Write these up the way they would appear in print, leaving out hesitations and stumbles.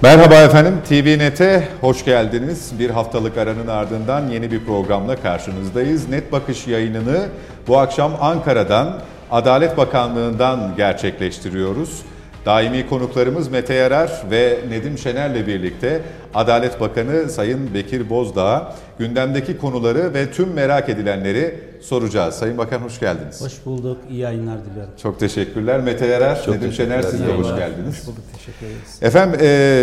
Merhaba efendim, TVNet'e hoş geldiniz. Bir haftalık aranın ardından yeni bir programla karşınızdayız. Net Bakış yayınını bu akşam Ankara'dan, Adalet Bakanlığı'ndan gerçekleştiriyoruz. Daimi konuklarımız Mete Yarar ve Nedim Şener'le birlikte Adalet Bakanı Sayın Bekir Bozdağ'a gündemdeki konuları ve tüm merak edilenleri soracağız. Sayın Bakan hoş geldiniz. Hoş bulduk, iyi yayınlar diliyorum. Çok teşekkürler. Mete Yarar, Nedim Şener siz de hoş geldiniz. Hoş bulduk, teşekkür ederiz. Efendim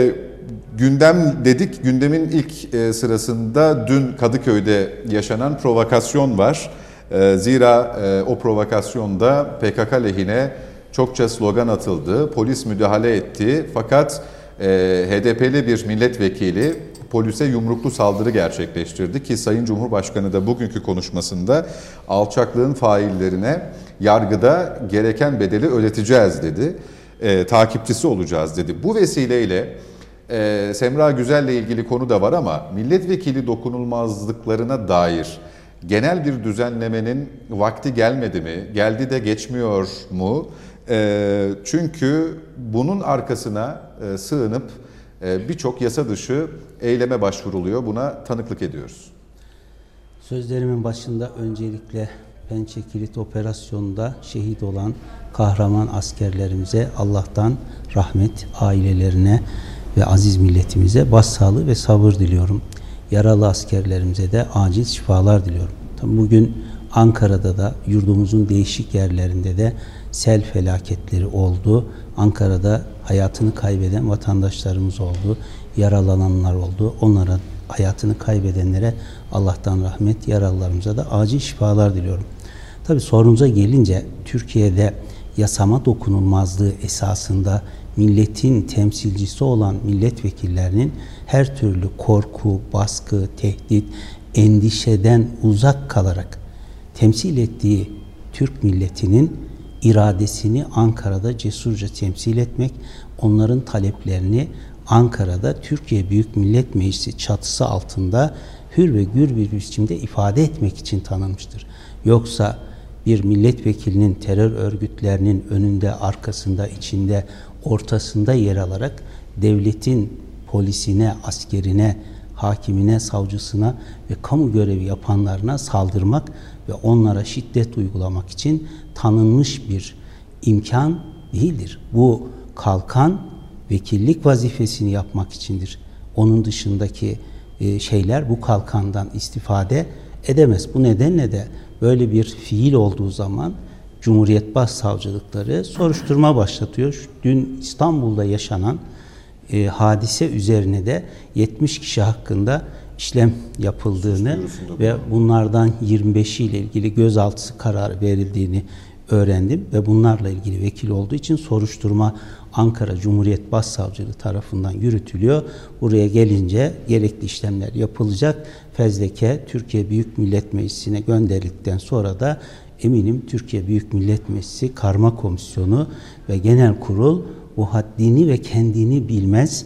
gündem dedik, gündemin ilk sırasında dün Kadıköy'de yaşanan provokasyon var. Zira o provokasyonda PKK lehine çokça slogan atıldı, polis müdahale etti fakat HDP'li bir milletvekili polise yumruklu saldırı gerçekleştirdi ki Sayın Cumhurbaşkanı da bugünkü konuşmasında alçaklığın faillerine yargıda gereken bedeli ödeteceğiz dedi, takipçisi olacağız dedi. Bu vesileyle Semra Güzel'le ilgili konu da var ama milletvekili dokunulmazlıklarına dair genel bir düzenlemenin vakti gelmedi mi, geldi de geçmiyor mu? Çünkü bunun arkasına sığınıp birçok yasa dışı eyleme başvuruluyor. Buna tanıklık ediyoruz. Sözlerimin başında öncelikle Pençe Kilit Operasyonu'nda şehit olan kahraman askerlerimize Allah'tan rahmet, ailelerine ve aziz milletimize başsağlığı ve sabır diliyorum. Yaralı askerlerimize de acil şifalar diliyorum. Tabii bugün Ankara'da da yurdumuzun değişik yerlerinde de sel felaketleri oldu. Ankara'da hayatını kaybeden vatandaşlarımız oldu. Yaralananlar oldu. Onlara, hayatını kaybedenlere Allah'tan rahmet, yaralılarımıza da acil şifalar diliyorum. Tabii sorunuza gelince Türkiye'de yasama dokunulmazlığı esasında milletin temsilcisi olan milletvekillerinin her türlü korku, baskı, tehdit, endişeden uzak kalarak temsil ettiği Türk milletinin iradesini Ankara'da cesurca temsil etmek, onların taleplerini Ankara'da Türkiye Büyük Millet Meclisi çatısı altında hür ve gür bir biçimde ifade etmek için tanınmıştır. Yoksa bir milletvekilinin terör örgütlerinin önünde, arkasında, içinde, ortasında yer alarak devletin polisine, askerine, hakimine, savcısına ve kamu görevi yapanlarına saldırmak ve onlara şiddet uygulamak için tanınmış bir imkan değildir. Bu kalkan vekillik vazifesini yapmak içindir. Onun dışındaki şeyler bu kalkandan istifade edemez. Bu nedenle de böyle bir fiil olduğu zaman Cumhuriyet Başsavcılıkları soruşturma başlatıyor. Dün İstanbul'da yaşanan hadise üzerine de 70 kişi hakkında işlem yapıldığını ve bunlardan 25'i ile ilgili gözaltı kararı verildiğini öğrendim ve bunlarla ilgili vekil olduğu için soruşturma Ankara Cumhuriyet Başsavcılığı tarafından yürütülüyor. Buraya gelince gerekli işlemler yapılacak. Fezleke Türkiye Büyük Millet Meclisi'ne gönderildikten sonra da eminim Türkiye Büyük Millet Meclisi Karma Komisyonu ve Genel Kurul bu haddini ve kendini bilmez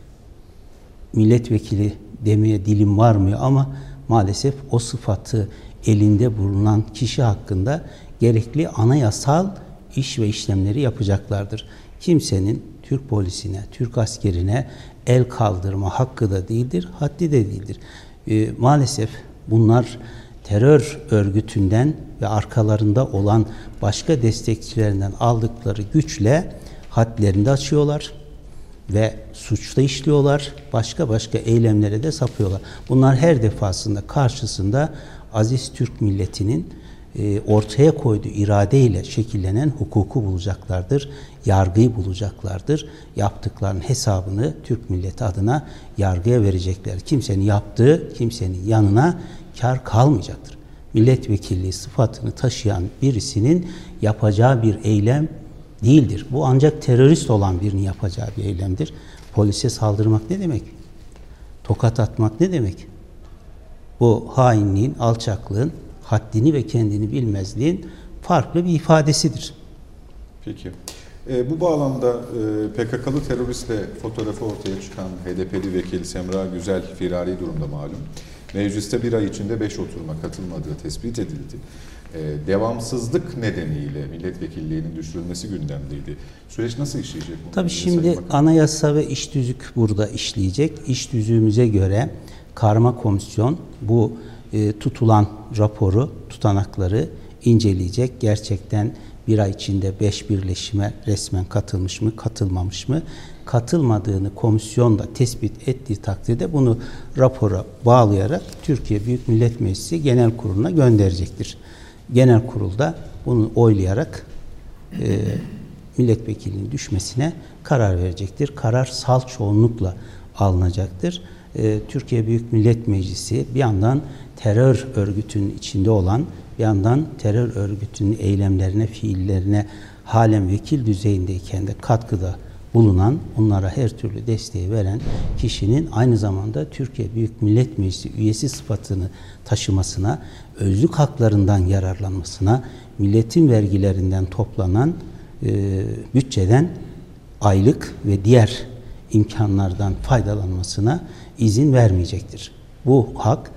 milletvekili demeye dilim varmıyor ama maalesef o sıfatı elinde bulunan kişi hakkında gerekli anayasal iş ve işlemleri yapacaklardır. Kimsenin Türk polisine, Türk askerine el kaldırma hakkı da değildir, haddi de değildir. Maalesef bunlar terör örgütünden ve arkalarında olan başka destekçilerinden aldıkları güçle hadlerini açıyorlar ve suçta işliyorlar, başka eylemlere de sapıyorlar. Bunlar her defasında karşısında aziz Türk milletinin ortaya koyduğu iradeyle şekillenen hukuku bulacaklardır, yargıyı bulacaklardır. Yaptıklarının hesabını Türk milleti adına yargıya verecekler. Kimsenin yaptığı, kimsenin yanına kar kalmayacaktır. Milletvekilliği sıfatını taşıyan birisinin yapacağı bir eylem değildir. Bu ancak terörist olan birinin yapacağı bir eylemdir. Polise saldırmak ne demek? Tokat atmak ne demek? Bu hainliğin, alçaklığın, haddini ve kendini bilmezliğin farklı bir ifadesidir. Peki. Bu bağlamda PKK'lı teröristle fotoğrafı ortaya çıkan HDP'li vekil Semra Güzel firari durumda malum. Mecliste bir ay içinde 5 oturuma katılmadığı tespit edildi. Devamsızlık nedeniyle milletvekilliğinin düşürülmesi gündemdeydi. Süreç nasıl işleyecek? Tabii şimdi anayasa ve iş tüzük burada işleyecek. İş tüzüğümüze göre karma komisyon bu tutulan raporu, tutanakları inceleyecek. Gerçekten bir ay içinde 5 birleşime resmen katılmış mı, katılmamış mı? Katılmadığını komisyon da tespit ettiği takdirde bunu rapora bağlayarak Türkiye Büyük Millet Meclisi Genel Kurulu'na gönderecektir. Genel Kurul'da bunu oylayarak milletvekilinin düşmesine karar verecektir. Karar salt çoğunlukla alınacaktır. Türkiye Büyük Millet Meclisi bir yandan terör örgütünün içinde olan, bir yandan terör örgütünün eylemlerine, fiillerine halen vekil düzeyindeyken de katkıda bulunan, onlara her türlü desteği veren kişinin aynı zamanda Türkiye Büyük Millet Meclisi üyesi sıfatını taşımasına, özlük haklarından yararlanmasına, milletin vergilerinden toplanan bütçeden aylık ve diğer imkanlardan faydalanmasına izin vermeyecektir. Bu hak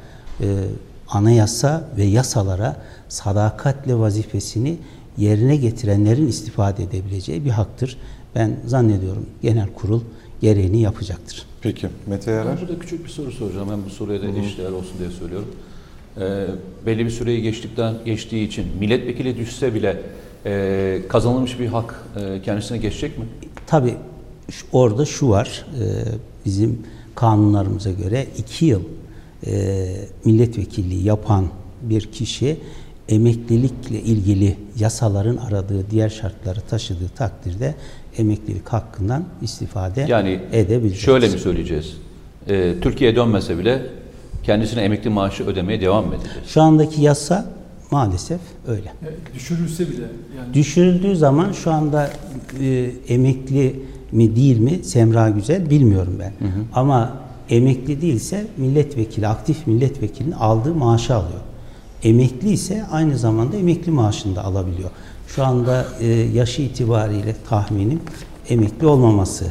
anayasa ve yasalara sadakatle vazifesini yerine getirenlerin istifade edebileceği bir haktır. Ben zannediyorum genel kurul gereğini yapacaktır. Peki. Mete Yarar? Ben burada küçük bir soru soracağım. Ben bu soruya da eşdeğer olsun diye söylüyorum. Belli bir süreyi geçtiği için milletvekili düşse bile kazanılmış bir hak kendisine geçecek mi? Tabii orada şu var. Bizim kanunlarımıza göre 2 yıl milletvekilliği yapan bir kişi emeklilikle ilgili yasaların aradığı diğer şartları taşıdığı takdirde emeklilik hakkından istifade edebilecek. Yani şöyle mi söyleyeceğiz? Türkiye'ye dönmese bile kendisine emekli maaşı ödemeye devam mı edeceğiz? Şu andaki yasa maalesef öyle. Düşürülse bile. Yani... Düşürüldüğü zaman şu anda emekli mi değil mi Semra Güzel bilmiyorum ben. Hı hı. Ama emekli değilse milletvekili, aktif milletvekilinin aldığı maaşı alıyor. Emekli ise aynı zamanda emekli maaşını da alabiliyor. Şu anda yaşı itibariyle tahminim emekli olmaması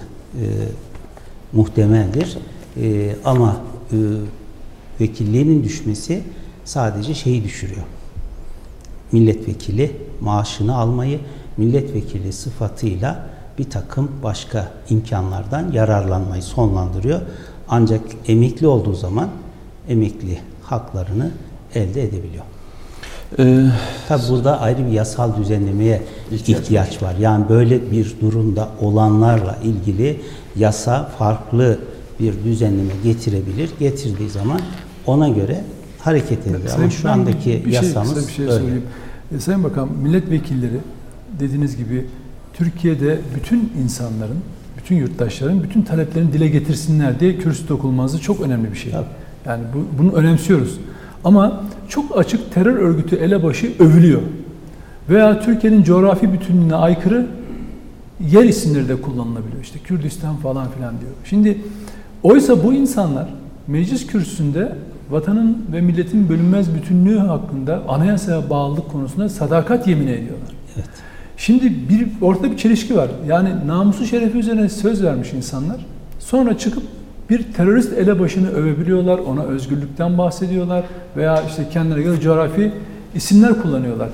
muhtemeldir. Ama vekilliğinin düşmesi sadece şeyi düşürüyor. Milletvekili maaşını almayı, milletvekili sıfatıyla bir takım başka imkanlardan yararlanmayı sonlandırıyor. Ancak emekli olduğu zaman emekli haklarını elde edebiliyor. Tabii burada ayrı bir yasal düzenlemeye ihtiyaç var. Yani böyle bir durumda olanlarla ilgili yasa farklı bir düzenleme getirebilir. Getirdiği zaman ona göre hareket edilir. Ama şu andaki yasamız bir şey söyleyeyim. Sayın Bakan, milletvekilleri dediğiniz gibi Türkiye'de bütün insanların, bütün yurttaşların bütün taleplerini dile getirsinler diye kürsü dokunulmazlığı çok önemli bir şey. Tabii. Yani bunu önemsiyoruz. Ama çok açık terör örgütü elebaşı övülüyor. Veya Türkiye'nin coğrafi bütünlüğüne aykırı yer isimleri de kullanılabiliyor. İşte Kürdistan falan filan diyor. Şimdi oysa bu insanlar meclis kürsüsünde vatanın ve milletin bölünmez bütünlüğü hakkında anayasaya bağlılık konusunda sadakat yemin ediyorlar. Evet. Şimdi ortada bir çelişki var. Yani namusu şerefi üzerine söz vermiş insanlar sonra çıkıp bir terörist elebaşını övebiliyorlar, ona özgürlükten bahsediyorlar veya işte kendilerine göre coğrafi isimler kullanıyorlar.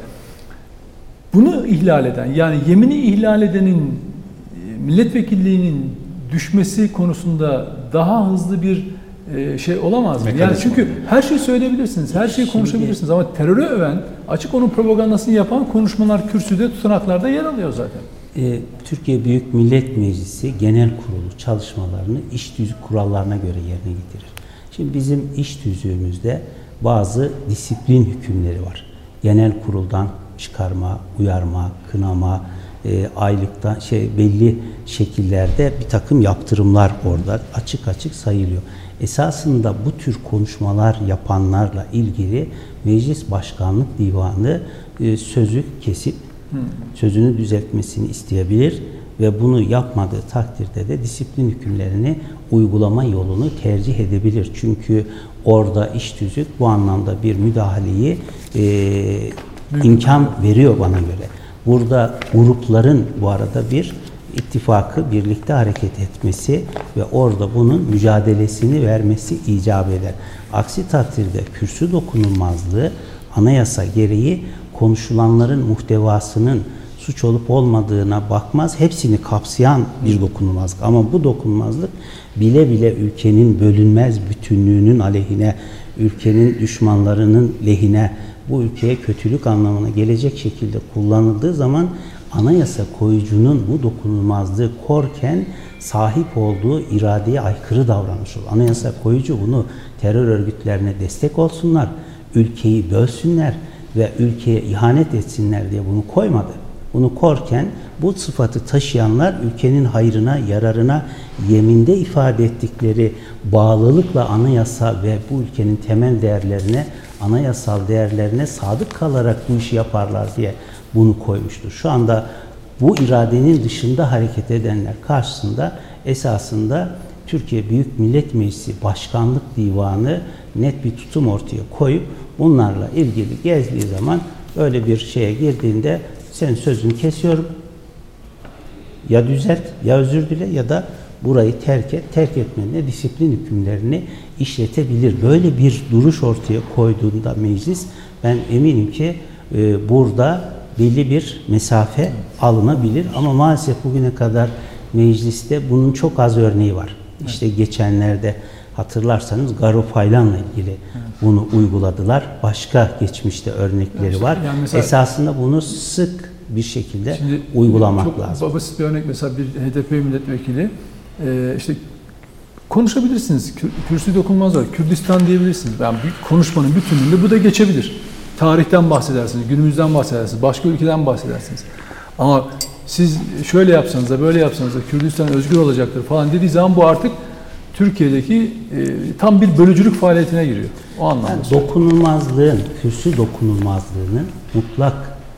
Bunu ihlal eden, yani yemini ihlal edenin milletvekilliğinin düşmesi konusunda daha hızlı bir şey olamaz mı? Yani çünkü her şeyi söyleyebilirsiniz, her şeyi konuşabilirsiniz ama terörü öven, açık onun propagandasını yapan konuşmalar kürsüde, tutanaklarda yer alıyor zaten. Türkiye Büyük Millet Meclisi Genel Kurulu çalışmalarını iş tüzük kurallarına göre yerine getirir. Şimdi bizim iş tüzüğümüzde bazı disiplin hükümleri var. Genel kuruldan çıkarma, uyarma, kınama, aylıktan belli şekillerde bir takım yaptırımlar orada açık açık sayılıyor. Esasında bu tür konuşmalar yapanlarla ilgili Meclis Başkanlık Divanı sözü kesip sözünü düzeltmesini isteyebilir ve bunu yapmadığı takdirde de disiplin hükümlerini uygulama yolunu tercih edebilir. Çünkü orada iş tüzük bu anlamda bir müdahaleyi imkan veriyor bana göre. Burada grupların bu arada bir ittifakı birlikte hareket etmesi ve orada bunun mücadelesini vermesi icap eder. Aksi takdirde kürsü dokunulmazlığı anayasa gereği konuşulanların muhtevasının suç olup olmadığına bakmaz. Hepsini kapsayan bir dokunulmazlık. Ama bu dokunulmazlık bile bile ülkenin bölünmez bütünlüğünün aleyhine, ülkenin düşmanlarının lehine, bu ülkeye kötülük anlamına gelecek şekilde kullanıldığı zaman anayasa koyucunun bu dokunulmazlığı korken sahip olduğu iradeye aykırı davranmış olur. Anayasa koyucu bunu terör örgütlerine destek olsunlar, ülkeyi bölsünler ve ülkeye ihanet etsinler diye bunu koymadı. Bunu korken bu sıfatı taşıyanlar ülkenin hayrına, yararına yeminde ifade ettikleri bağlılıkla anayasa ve bu ülkenin temel değerlerine, anayasal değerlerine sadık kalarak bu işi yaparlar diye bunu koymuştur. Şu anda bu iradenin dışında hareket edenler karşısında esasında Türkiye Büyük Millet Meclisi Başkanlık Divanı net bir tutum ortaya koyup bunlarla ilgili gezdiği zaman öyle bir şeye girdiğinde senin sözünü kesiyorum, ya düzelt, ya özür dile ya da burayı terk et, terk etmenin de disiplin hükümlerini işletebilir. Böyle bir duruş ortaya koyduğunda meclis, ben eminim ki burada belli bir mesafe alınabilir. Ama maalesef bugüne kadar mecliste bunun çok az örneği var. İşte geçenlerde hatırlarsanız Garo Paylan'la ilgili bunu uyguladılar. Başka geçmişte örnekleri var. Yani mesela, esasında bunu sık bir şekilde uygulamak lazım. Çok basit bir örnek, mesela bir HDP milletvekili işte konuşabilirsiniz. Kürsü dokunmaz var. Kürdistan diyebilirsiniz. Yani bir konuşmanın bütünlüğünde bu da geçebilir. Tarihten bahsedersiniz, günümüzden bahsedersiniz, başka ülkeden bahsedersiniz. Ama siz şöyle yapsanız da böyle yapsanız da Kürdistan özgür olacaktır falan dediği zaman bu artık Türkiye'deki tam bir bölücülük faaliyetine giriyor. O anlamda. Yani dokunulmazlığın, kürsü dokunulmazlığının, mutlak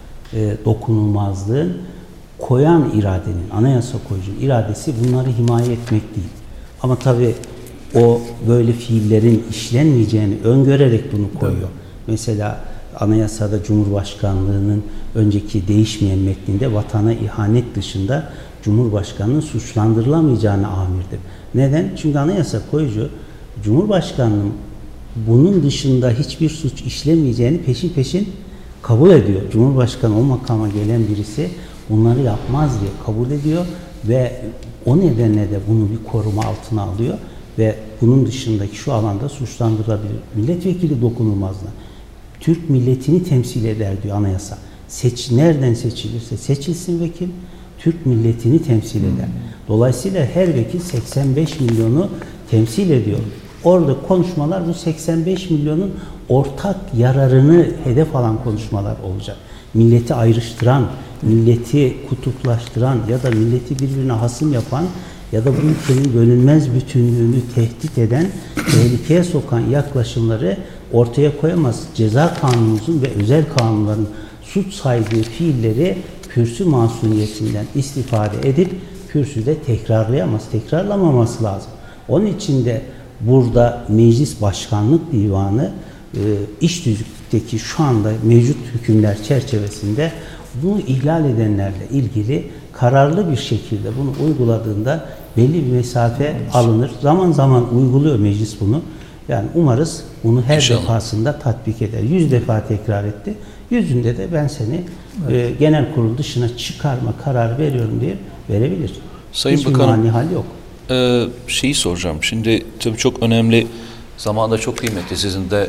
dokunulmazlığın koyan iradenin, anayasa koyucunun iradesi bunları himaye etmek değil. Ama tabii o böyle fiillerin işlenmeyeceğini öngörerek bunu koyuyor. Evet. Mesela anayasada Cumhurbaşkanlığının önceki değişmeyen metninde vatana ihanet dışında Cumhurbaşkanının suçlandırılamayacağını amirdir. Neden? Çünkü anayasa koyucu Cumhurbaşkanının bunun dışında hiçbir suç işlemeyeceğini peşin peşin kabul ediyor. Cumhurbaşkanı o makama gelen birisi bunları yapmaz diye kabul ediyor ve o nedenle de bunu bir koruma altına alıyor ve bunun dışındaki şu alanda suçlandırılabilir. Milletvekili dokunulmazlığı. Türk milletini temsil eder diyor anayasa. Nereden seçilirse seçilsin vekil, Türk milletini temsil eder. Dolayısıyla her vekil 85 milyonu temsil ediyor. Orada konuşmalar bu 85 milyonun ortak yararını hedef alan konuşmalar olacak. Milleti ayrıştıran, milleti kutuplaştıran ya da milleti birbirine hasım yapan ya da bu ülkenin bölünmez bütünlüğünü tehdit eden, tehlikeye sokan yaklaşımları ortaya koyamaz. Ceza kanunumuzun ve özel kanunların suç saydığı fiilleri kürsü masumiyetinden istifade edip kürsüde tekrarlayamaz, tekrarlamaması lazım. Onun için de burada Meclis Başkanlık Divanı iş tüzükteki şu anda mevcut hükümler çerçevesinde bunu ihlal edenlerle ilgili kararlı bir şekilde bunu uyguladığında belli bir mesafe alınır. Zaman zaman uyguluyor meclis bunu. Yani umarız bunu her defasında tatbik eder. 100 defa tekrar etti. 100'ünde de ben seni genel kurul dışına çıkarma kararı veriyorum diye verebilir. Sayın Hiçbir Bakanım, mani hal yok. Şeyi soracağım. Şimdi tabii çok önemli, zamanında çok kıymetli. Sizin de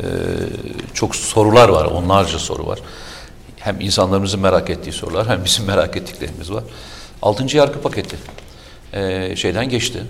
çok sorular var, onlarca soru var. Hem insanlarımızın merak ettiği sorular, hem bizim merak ettiklerimiz var. 6. yargı paketi şeyden geçti.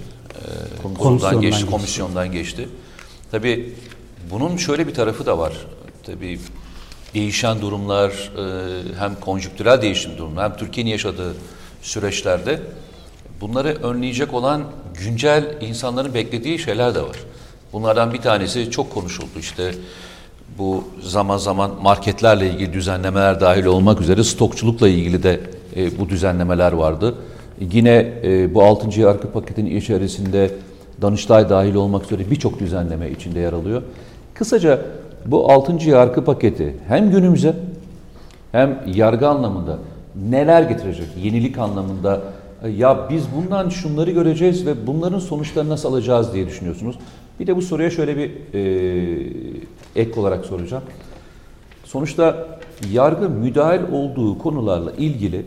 Komisyondan geçti. Tabii bunun şöyle bir tarafı da var. Tabii değişen durumlar, hem konjüktürel değişim durumlar, hem Türkiye'nin yaşadığı süreçlerde bunları önleyecek olan güncel insanların beklediği şeyler de var. Bunlardan bir tanesi çok konuşuldu. İşte bu zaman zaman marketlerle ilgili düzenlemeler dahil olmak üzere stokçulukla ilgili de bu düzenlemeler vardı. Yine bu 6. yargı paketinin içerisinde Danıştay dahil olmak üzere birçok düzenleme içinde yer alıyor. Kısaca bu 6. yargı paketi hem günümüze hem yargı anlamında neler getirecek? Yenilik anlamında ya biz bundan şunları göreceğiz ve bunların sonuçlarını nasıl alacağız diye düşünüyorsunuz. Bir de bu soruya şöyle bir ek olarak soracağım. Sonuçta yargı müdahil olduğu konularla ilgili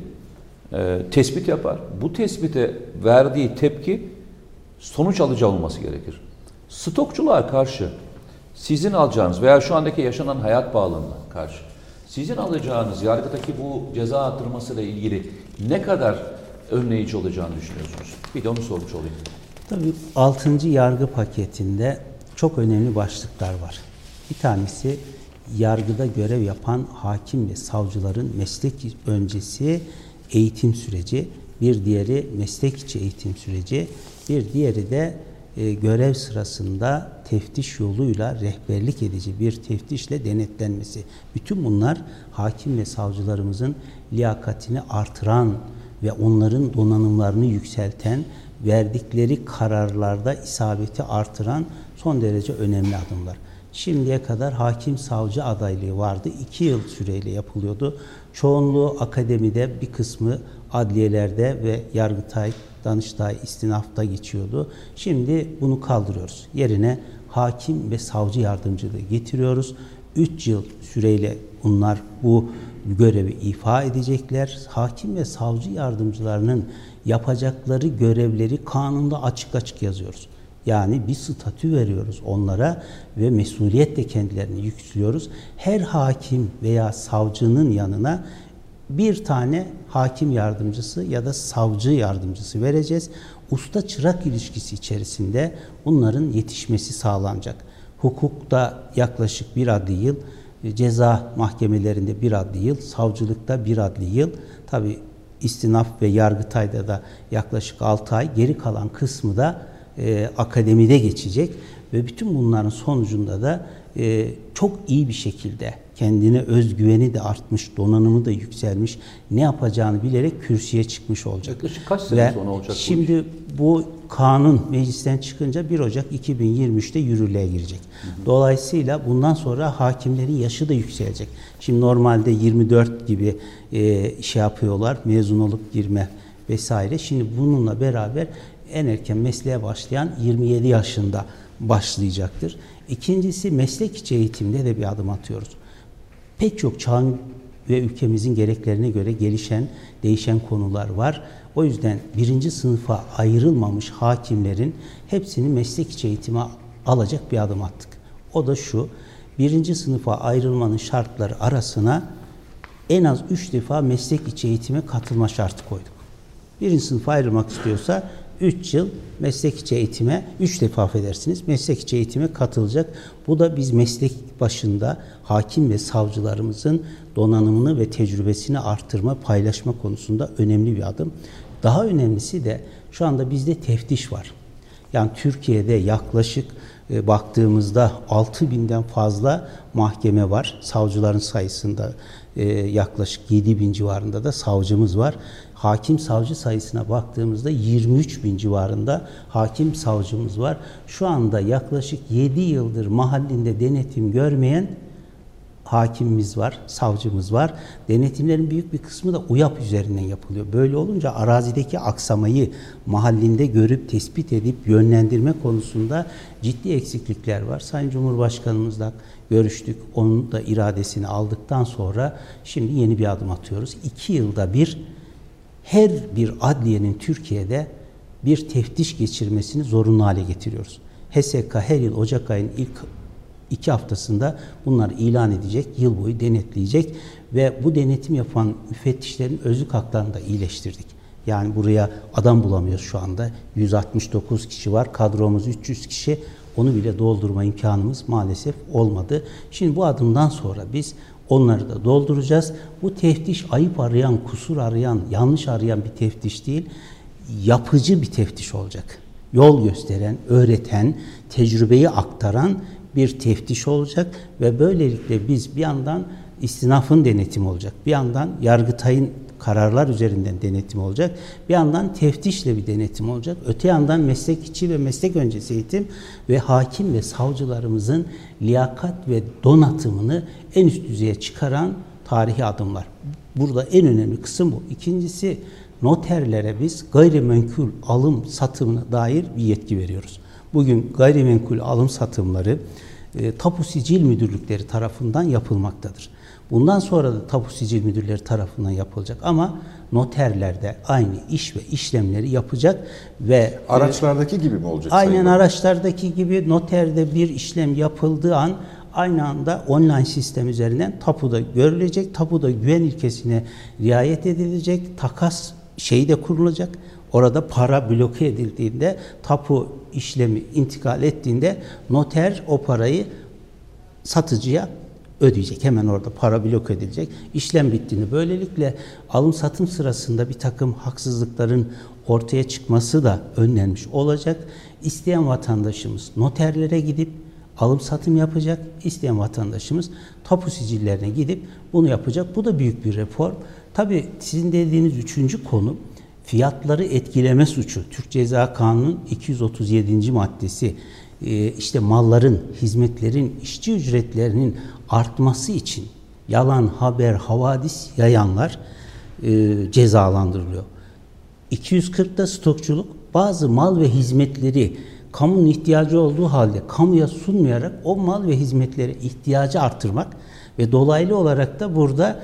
tespit yapar. Bu tespite verdiği tepki sonuç alıcı olması gerekir. Stokçuluğa karşı sizin alacağınız veya şu andaki yaşanan hayat pahalılığına karşı sizin alacağınız yargıdaki bu ceza artırmasıyla ilgili ne kadar önleyici olacağını düşünüyorsunuz? Bir de onu sormuş olayım. Tabii 6. yargı paketinde çok önemli başlıklar var. Bir tanesi yargıda görev yapan hakim ve savcıların meslek öncesi eğitim süreci, bir diğeri meslek içi eğitim süreci, bir diğeri de görev sırasında teftiş yoluyla rehberlik edici bir teftişle denetlenmesi. Bütün bunlar hakim ve savcılarımızın liyakatini artıran ve onların donanımlarını yükselten, verdikleri kararlarda isabeti artıran son derece önemli adımlar. Şimdiye kadar hakim savcı adaylığı vardı. 2 yıl süreyle yapılıyordu. Çoğunluğu akademide, bir kısmı adliyelerde ve Yargıtay, Danıştay, istinafta geçiyordu. Şimdi bunu kaldırıyoruz. Yerine hakim ve savcı yardımcılığı getiriyoruz. 3 yıl süreyle bunlar bu görevi ifa edecekler. Hakim ve savcı yardımcılarının yapacakları görevleri kanunda açık açık yazıyoruz. Yani bir statü veriyoruz onlara ve mesuliyetle kendilerini yüklüyoruz. Her hakim veya savcının yanına bir tane hakim yardımcısı ya da savcı yardımcısı vereceğiz. Usta çırak ilişkisi içerisinde bunların yetişmesi sağlanacak. Hukukta yaklaşık 1 adli yıl, ceza mahkemelerinde 1 adli yıl, savcılıkta 1 adli yıl. Tabii istinaf ve Yargıtay'da da yaklaşık 6 ay, geri kalan kısmı da akademide geçecek ve bütün bunların sonucunda da çok iyi bir şekilde kendine özgüveni de artmış, donanımı da yükselmiş, ne yapacağını bilerek kürsüye çıkmış olacak. Yaklaşık kaç sene sonra olacak şimdi bu kanun meclisten çıkınca 1 Ocak 2023'te yürürlüğe girecek. Dolayısıyla bundan sonra hakimlerin yaşı da yükselecek. Şimdi normalde 24 gibi şey yapıyorlar, mezun olup girme vesaire. Şimdi bununla beraber en erken mesleğe başlayan 27 yaşında başlayacaktır. İkincisi, meslek içi eğitimde de bir adım atıyoruz. Pek çok çağın ve ülkemizin gereklerine göre gelişen, değişen konular var. O yüzden 1. sınıfa ayrılmamış hakimlerin hepsini meslek içi eğitime alacak bir adım attık. O da şu: 1. sınıfa ayrılmanın şartları arasına en az 3 defa meslek içi eğitime katılma şartı koyduk. 1. sınıfa ayrılmak istiyorsa 3 yıl meslek içi eğitime, 3 defa affedersiniz, meslek içi eğitime katılacak. Bu da biz meslek başında hakim ve savcılarımızın donanımını ve tecrübesini artırma, paylaşma konusunda önemli bir adım. Daha önemlisi de şu anda bizde teftiş var. Yani Türkiye'de yaklaşık baktığımızda 6.000'den fazla mahkeme var. Savcıların sayısında yaklaşık 7.000 civarında da savcımız var. Hakim savcı sayısına baktığımızda 23.000 civarında hakim savcımız var. Şu anda yaklaşık 7 yıldır mahallinde denetim görmeyen hakimimiz var, savcımız var. Denetimlerin büyük bir kısmı da UYAP üzerinden yapılıyor. Böyle olunca arazideki aksamayı mahallinde görüp tespit edip yönlendirme konusunda ciddi eksiklikler var. Sayın Cumhurbaşkanımızla görüştük. Onun da iradesini aldıktan sonra şimdi yeni bir adım atıyoruz. 2 yılda bir her bir adliyenin Türkiye'de bir teftiş geçirmesini zorunlu hale getiriyoruz. HSK her yıl Ocak ayının ilk 2 haftasında bunları ilan edecek, yıl boyu denetleyecek ve bu denetim yapan müfettişlerin özlük haklarını da iyileştirdik. Yani buraya adam bulamıyoruz şu anda. 169 kişi var, kadromuz 300 kişi. Onu bile doldurma imkanımız maalesef olmadı. Şimdi bu adımdan sonra biz onları da dolduracağız. Bu teftiş ayıp arayan, kusur arayan, yanlış arayan bir teftiş değil, yapıcı bir teftiş olacak. Yol gösteren, öğreten, tecrübeyi aktaran bir teftiş olacak ve böylelikle biz bir yandan istinafın denetimi olacak, bir yandan Yargıtay'ın kararlar üzerinden denetim olacak, bir yandan teftişle bir denetim olacak, öte yandan meslek içi ve meslek öncesi eğitim ve hakim ve savcılarımızın liyakat ve donatımını en üst düzeye çıkaran tarihi adımlar. Burada en önemli kısım bu. İkincisi, noterlere biz gayrimenkul alım satımına dair bir yetki veriyoruz. Bugün gayrimenkul alım satımları tapu sicil müdürlükleri tarafından yapılmaktadır. Bundan sonra da tapu sicil müdürleri tarafından yapılacak ama noterler de aynı iş ve işlemleri yapacak ve Araçlardaki gibi mi olacak? aynen araçlardaki gibi noterde bir işlem yapıldığı an aynı anda online sistem üzerinden tapuda görülecek. Tapuda güven ilkesine riayet edilecek. Takas şeyi de kurulacak. Orada para bloke edildiğinde, tapu işlemi intikal ettiğinde noter o parayı satıcıya ödeyecek. Hemen orada para bloke edilecek. İşlem bittiğini, böylelikle alım satım sırasında bir takım haksızlıkların ortaya çıkması da önlenmiş olacak. İsteyen vatandaşımız noterlere gidip alım satım yapacak. İsteyen vatandaşımız tapu sicillerine gidip bunu yapacak. Bu da büyük bir reform. Tabii sizin dediğiniz üçüncü konu fiyatları etkileme suçu. Türk Ceza Kanunu'nun 237. maddesi. İşte malların, hizmetlerin, işçi ücretlerinin artması için yalan haber, havadis yayanlar cezalandırılıyor. 240'da stokçuluk, bazı mal ve hizmetleri kamunun ihtiyacı olduğu halde kamuya sunmayarak o mal ve hizmetlere ihtiyacı artırmak ve dolaylı olarak da burada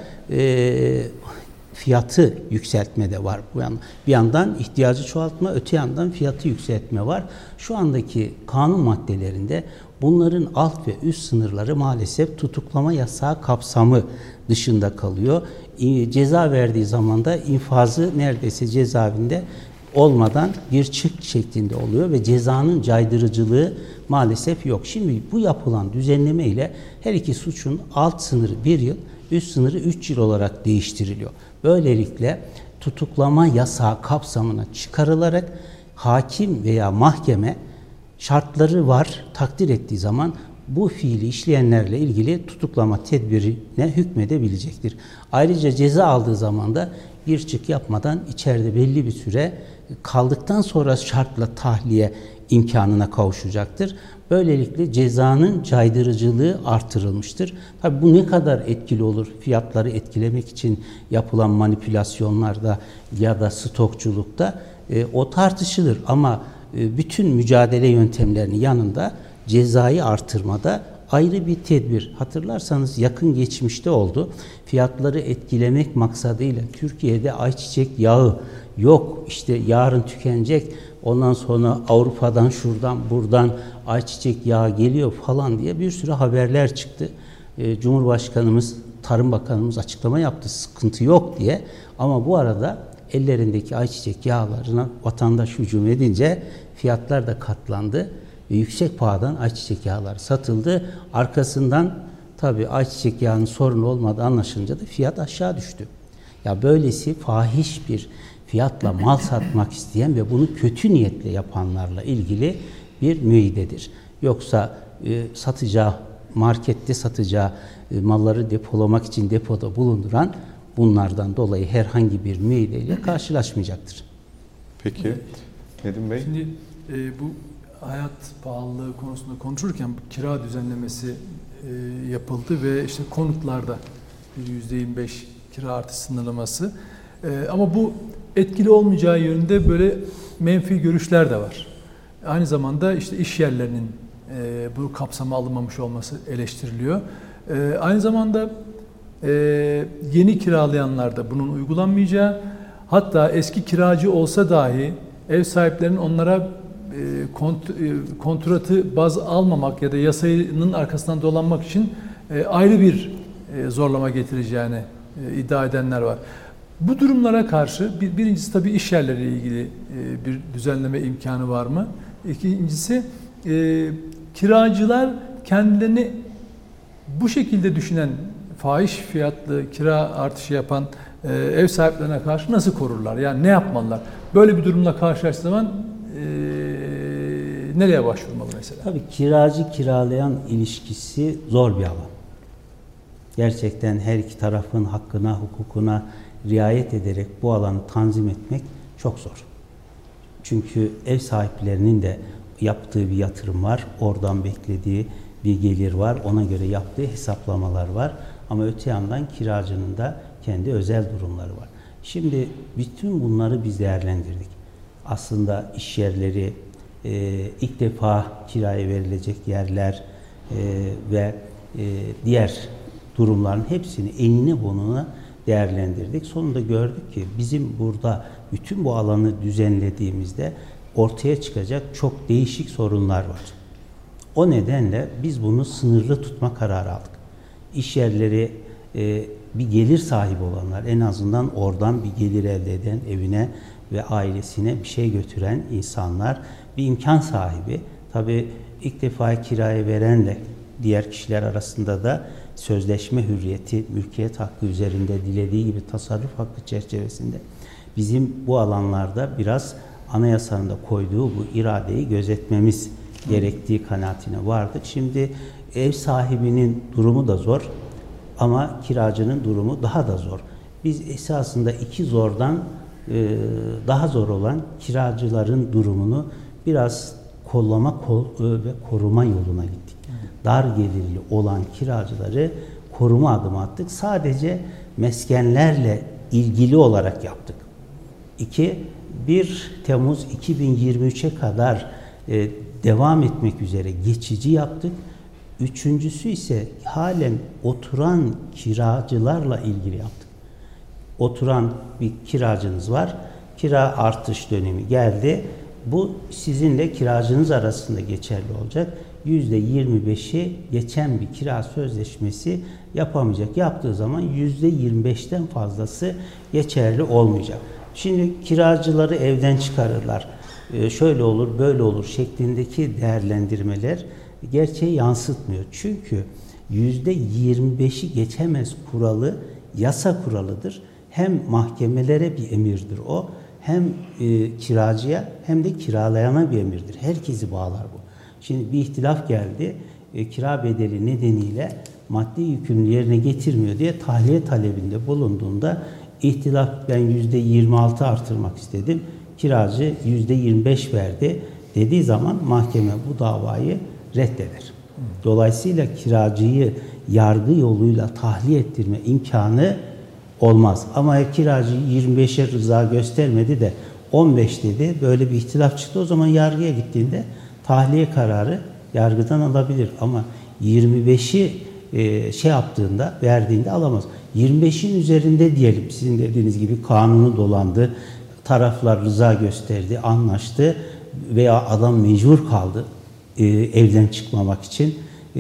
fiyatı yükseltme de var. Bir yandan ihtiyacı çoğaltma, öte yandan fiyatı yükseltme var. Şu andaki kanun maddelerinde bunların alt ve üst sınırları maalesef tutuklama yasağı kapsamı dışında kalıyor. Ceza verdiği zaman da infazı neredeyse cezaevinde olmadan bir çık şeklinde oluyor ve cezanın caydırıcılığı maalesef yok. Şimdi bu yapılan düzenleme ile her iki suçun alt sınırı 1 yıl, üst sınırı 3 yıl olarak değiştiriliyor. Böylelikle tutuklama yasağı kapsamına çıkarılarak hakim veya mahkeme şartları var, takdir ettiği zaman bu fiili işleyenlerle ilgili tutuklama tedbirine hükmedebilecektir. Ayrıca ceza aldığı zaman da gir çık yapmadan içeride belli bir süre kaldıktan sonra şartla tahliye imkanına kavuşacaktır. Böylelikle cezanın caydırıcılığı artırılmıştır. Tabii bu ne kadar etkili olur? Fiyatları etkilemek için yapılan manipülasyonlarda ya da stokçulukta o tartışılır ama bütün mücadele yöntemlerinin yanında cezayı artırmada ayrı bir tedbir. Hatırlarsanız yakın geçmişte oldu. Fiyatları etkilemek maksadıyla Türkiye'de ayçiçek yağı yok, işte yarın tükenecek, ondan sonra Avrupa'dan şuradan buradan ayçiçek yağı geliyor falan diye bir sürü haberler çıktı. Cumhurbaşkanımız, Tarım Bakanımız açıklama yaptı, sıkıntı yok diye. Ama bu arada ellerindeki ayçiçek yağlarına vatandaş hücum edince fiyatlar da katlandı ve yüksek pahadan ayçiçek yağları satıldı. Arkasından tabii ayçiçek yağının sorunu olmadığı anlaşılınca da fiyat aşağı düştü. Ya böylesi fahiş bir fiyatla mal satmak isteyen ve bunu kötü niyetle yapanlarla ilgili bir müeyyidedir. Yoksa satacağı, markette satacağı malları depolamak için depoda bulunduran bunlardan dolayı herhangi bir müeyyideyle karşılaşmayacaktır. Peki. Nedim Bey? Şimdi bu hayat pahalılığı konusunda konuşurken kira düzenlemesi yapıldı ve işte konutlarda %25 kira artışı sınırlaması. Ama bu etkili olmayacağı yönünde böyle menfi görüşler de var. Aynı zamanda işte iş yerlerinin bu kapsama alınmamış olması eleştiriliyor. Aynı zamanda yeni kiralayanlar da bunun uygulanmayacağı, hatta eski kiracı olsa dahi ev sahiplerinin onlara kontratı baz almamak ya da yasanın arkasından dolanmak için ayrı bir zorlama getireceğini iddia edenler var. Bu durumlara karşı birincisi tabii iş yerleriyle ilgili bir düzenleme imkanı var mı? İkincisi kiracılar kendilerini bu şekilde düşünen, fahiş fiyatlı kira artışı yapan ev sahiplerine karşı nasıl korurlar? Yani ne yapmalılar? Böyle bir durumla karşılaştığı zaman nereye başvurmalı mesela? Tabii kiracı kiralayan ilişkisi zor bir alan. Gerçekten her iki tarafın hakkına, hukukuna riayet ederek bu alanı tanzim etmek çok zor. Çünkü ev sahiplerinin de yaptığı bir yatırım var, oradan beklediği bir gelir var, ona göre yaptığı hesaplamalar var. Ama öte yandan kiracının da kendi özel durumları var. Şimdi bütün bunları biz değerlendirdik. Aslında iş yerleri, ilk defa kiraya verilecek yerler ve diğer durumların hepsini enine bonuna değerlendirdik. Sonunda gördük ki bizim burada bütün bu alanı düzenlediğimizde ortaya çıkacak çok değişik sorunlar var. O nedenle biz bunu sınırlı tutma kararı aldık. İş yerleri bir gelir sahibi olanlar, en azından oradan bir gelir elde eden, evine ve ailesine bir şey götüren insanlar bir imkan sahibi. Tabii ilk defa kiraya verenle diğer kişiler arasında da sözleşme hürriyeti, mülkiyet hakkı üzerinde dilediği gibi tasarruf hakkı çerçevesinde bizim bu alanlarda biraz anayasanın da koyduğu bu iradeyi gözetmemiz gerektiği kanaatine vardık. Şimdi ev sahibinin durumu da zor ama kiracının durumu daha da zor. Biz esasında iki zordan daha zor olan kiracıların durumunu biraz kollama ve koruma yoluna gittik. Dar gelirli olan kiracıları koruma adımı attık. Sadece meskenlerle ilgili olarak yaptık. 1 Temmuz 2023'e kadar devam etmek üzere geçici yaptık. Üçüncüsü ise halen oturan kiracılarla ilgili yaptık. Oturan bir kiracınız var. Kira artış dönemi geldi. Bu sizinle kiracınız arasında geçerli olacak. %25'i geçen bir kira sözleşmesi yapamayacak. Yaptığı zaman %25'ten fazlası geçerli olmayacak. Şimdi kiracıları evden çıkarırlar. Şöyle olur, böyle olur şeklindeki değerlendirmeler gerçeği yansıtmıyor. Çünkü %25'i geçemez kuralı yasa kuralıdır. Hem mahkemelere bir emirdir o, hem kiracıya hem de kiralayana bir emirdir. Herkesi bağlar bu. Şimdi bir ihtilaf geldi. Kira bedeli nedeniyle maddi yükümlülüğü yerine getirmiyor diye tahliye talebinde bulunduğunda ihtilaf ben %26 artırmak istedim. Kiracı %25 verdi dediği zaman mahkeme bu davayı reddeder. Dolayısıyla kiracıyı yargı yoluyla tahliye ettirme imkanı olmaz. Ama kiracı 25'e rıza göstermedi de 15 dedi. Böyle bir ihtilaf çıktı. O zaman yargıya gittiğinde tahliye kararı yargıdan alabilir. Ama 25'i verdiğinde alamaz. 25'in üzerinde diyelim sizin dediğiniz gibi kanunu dolandı. Taraflar rıza gösterdi, anlaştı veya adam mecbur kaldı evden çıkmamak için.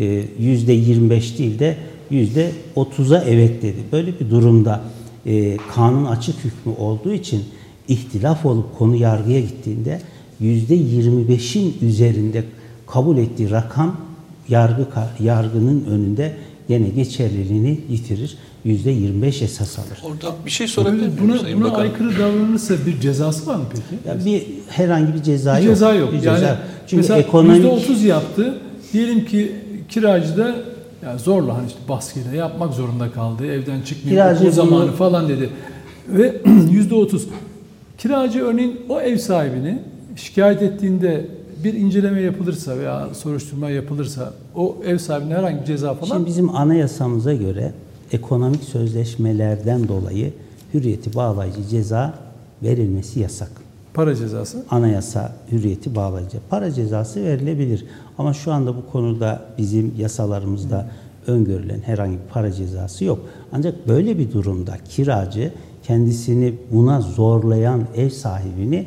%25 değil de %30'a evet dedi. Böyle bir durumda kanun açık hükmü olduğu için ihtilaf olup konu yargıya gittiğinde %25'in üzerinde kabul ettiği rakam yargının önünde gene geçerliliğini yitirir. %25 esas alır. Orada bir şey sorabilir miyim? Buna aykırı davranırsa bir cezası var mı peki? Ya herhangi bir ceza yok. Ceza yok. Yani çünkü mesela ekonomik %30 yaptı. Diyelim ki kiracı da yani zorla hani işte baskıyla yapmak zorunda kaldı. Evden çıkmıyor, okul zamanı falan dedi. Ve %30. Kiracı örneğin o ev sahibini şikayet ettiğinde bir inceleme yapılırsa veya soruşturma yapılırsa o ev sahibine herhangi bir ceza falan... Şimdi bizim anayasamıza göre ekonomik sözleşmelerden dolayı hürriyeti bağlayıcı ceza verilmesi yasak. Para cezası? Anayasa hürriyeti bağlayıcı. Para cezası verilebilir. Ama şu anda bu konuda bizim yasalarımızda öngörülen herhangi bir para cezası yok. Ancak böyle bir durumda kiracı kendisini buna zorlayan ev sahibini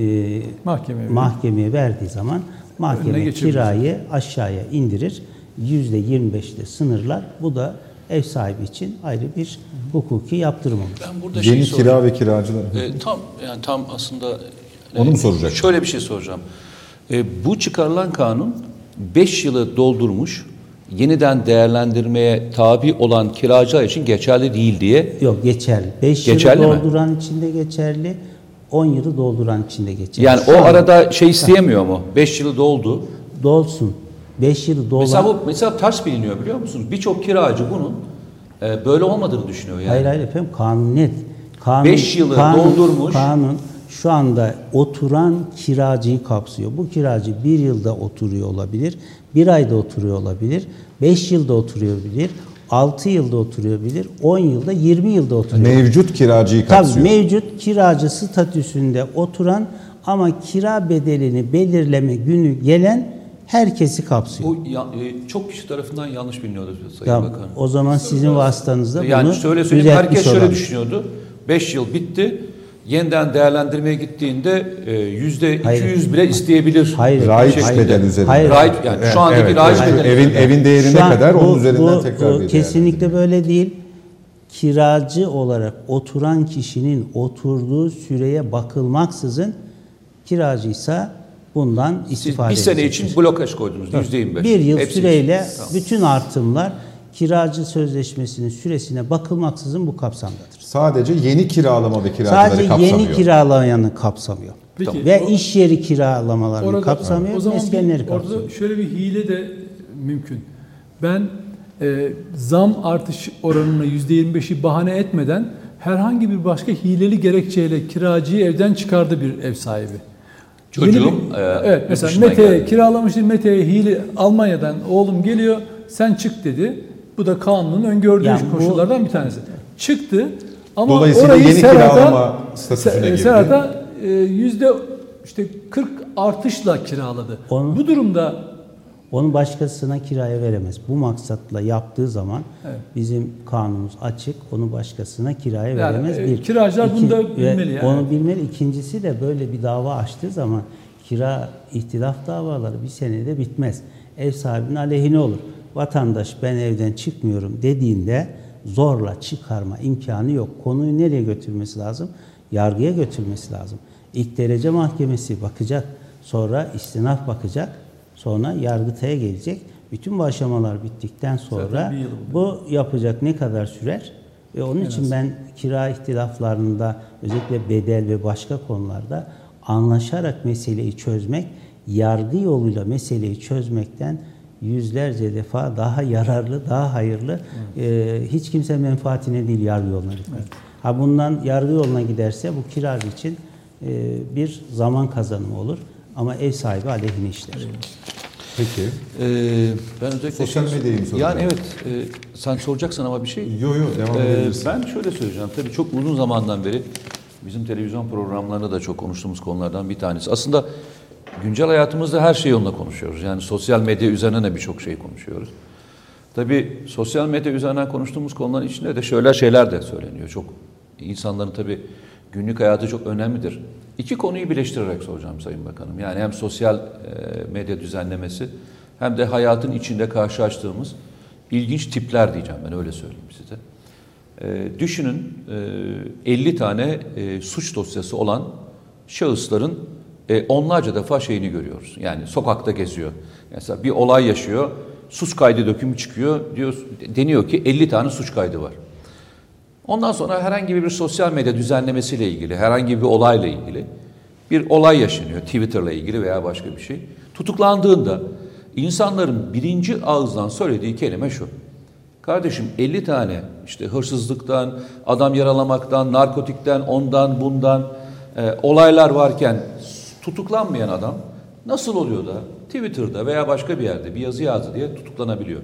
mahkemeye verdiği zaman mahkeme kirayı aşağıya indirir. %25'te sınırlar. Bu da ev sahibi için ayrı bir hukuki yaptırım olur. Ben burada yeni kira ve kiracılar. Tam aslında onu mu soracak? Şöyle bir şey soracağım. Bu çıkarılan kanun 5 yılı doldurmuş, yeniden değerlendirmeye tabi olan kiracılar için geçerli değil diye. Yok, geçerli. 5 yılı dolduran için de geçerli, 10 yılı dolduran için de geçerli. Yani o arada isteyemiyor mu? 5 yılı doldu. Dolsun. 5 yılı dolan... Mesela ters biliniyor biliyor musunuz? Birçok kiracı bunun böyle olmadığını düşünüyor yani. Hayır efendim, kanun net. 5 yılı doldurmuş. Kanun şu anda oturan kiracıyı kapsıyor. Bu kiracı 1 yılda oturuyor olabilir, 1 ayda oturuyor olabilir, 5 yılda oturuyor olabilir, 6 yılda oturuyor olabilir, 10 yılda, 20 yılda oturuyor. Mevcut kiracıyı kapsıyor. Tabii mevcut kiracı statüsünde oturan ama kira bedelini belirleme günü gelen herkesi kapsıyor. Bu çok kişi tarafından yanlış biliniyordu Sayın Bakanım. O zaman sizin vasıtanızda bunu yani şöyle söyleyeyim, herkes şöyle olalım. düşünüyordu. 5 yıl bitti. Yeniden değerlendirmeye gittiğinde %200 bile isteyebilir. Raiç bedel üzerinde. Raiç, yani şu andaki raiç bedeli. Evin değerine kadar onun üzerinden tekrar bir kesinlikle böyle değil. Kiracı olarak oturan kişinin oturduğu süreye bakılmaksızın, kiracıysa bundan istifade edecektir. Bir sene edecektir. için blokaj koydunuz %25. Bir yıl Hepsi süreyle için. bütün artımlar kiracı sözleşmesinin süresine bakılmaksızın bu kapsamdadır. Sadece yeni kiralama ve kiracıları Sadece kapsamıyor. yeni kiralayanı kapsamıyor. Peki, Ve iş yeri kiralamalarını kapsamıyor. O zaman meskenleri kapsamıyor. orada şöyle bir hile de mümkün. Ben zam artış oranını %25'i bahane etmeden herhangi bir başka hileli gerekçeyle kiracıyı evden çıkardı bir ev sahibi. Çocuğum evet, mesela Mete'ye kiralamıştı. Mete'ye hile, Almanya'dan oğlum geliyor, sen çık dedi. Bu da kanunun öngördüğü koşullardan bir tanesi. Çıktı ama dolayısıyla orayı yeni kiralama statüsüne girdi. Serhat'a %40 artışla kiraladı. Bu durumda onu başkasına kiraya veremez. Bu maksatla yaptığı zaman bizim kanunumuz açık. Onu başkasına kiraya veremez. Kiracılar bunu da bilmeli. Yani. Onu bilmeli. İkincisi de böyle bir dava açtığı zaman kira ihtilaf davaları bir senede bitmez. Ev sahibinin aleyhine olur. Vatandaş ben evden çıkmıyorum dediğinde zorla çıkarma imkanı yok. Konuyu nereye götürmesi lazım? Yargıya götürmesi lazım. İlk derece mahkemesi bakacak. Sonra istinaf bakacak. Sonra Yargıtay'a gelecek. Bütün bu aşamalar bittikten sonra bu yapacak ne kadar sürer? Ve onun için ben kira ihtilaflarında özellikle bedel ve başka konularda anlaşarak meseleyi çözmek, yargı yoluyla meseleyi çözmekten yüzlerce defa daha yararlı, daha hayırlı. Hiç kimse menfaatine değil yargı yoluna gitmek. Bundan yargı yoluna giderse bu kiracı için bir zaman kazanımı olur. Ama ev sahibi aleyhine işler. Peki. Ben özellikle sosyal medyayı mı soracağım? Yani evet, sen soracaksın ama bir şey. Yok devam edebilirsin. Ben şöyle söyleyeceğim. Tabii çok uzun zamandan beri bizim televizyon programlarında da çok konuştuğumuz konulardan bir tanesi. Aslında güncel hayatımızda her şeyi onunla konuşuyoruz. Yani sosyal medya üzerine de birçok şey konuşuyoruz. Tabii sosyal medya üzerinden konuştuğumuz konuların içinde de şöyle şeyler de söyleniyor. Çok insanların tabii günlük hayatı çok önemlidir. İki konuyu birleştirerek soracağım Sayın Bakanım. Yani hem sosyal medya düzenlemesi hem de hayatın içinde karşılaştığımız ilginç tipler diyeceğim, ben öyle söyleyeyim size. Düşünün 50 tane suç dosyası olan şahısların onlarca defa şeyini görüyoruz. Yani sokakta geziyor. Mesela bir olay yaşıyor, suç kaydı dökümü çıkıyor. Deniyor ki 50 tane suç kaydı var. Ondan sonra herhangi bir sosyal medya düzenlemesiyle ilgili, herhangi bir olayla ilgili bir olay yaşanıyor. Twitter'la ilgili veya başka bir şey. Tutuklandığında insanların birinci ağızdan söylediği kelime şu: kardeşim 50 tane işte hırsızlıktan, adam yaralamaktan, narkotikten, ondan bundan olaylar varken tutuklanmayan adam nasıl oluyor da Twitter'da veya başka bir yerde bir yazı yazdı diye tutuklanabiliyor?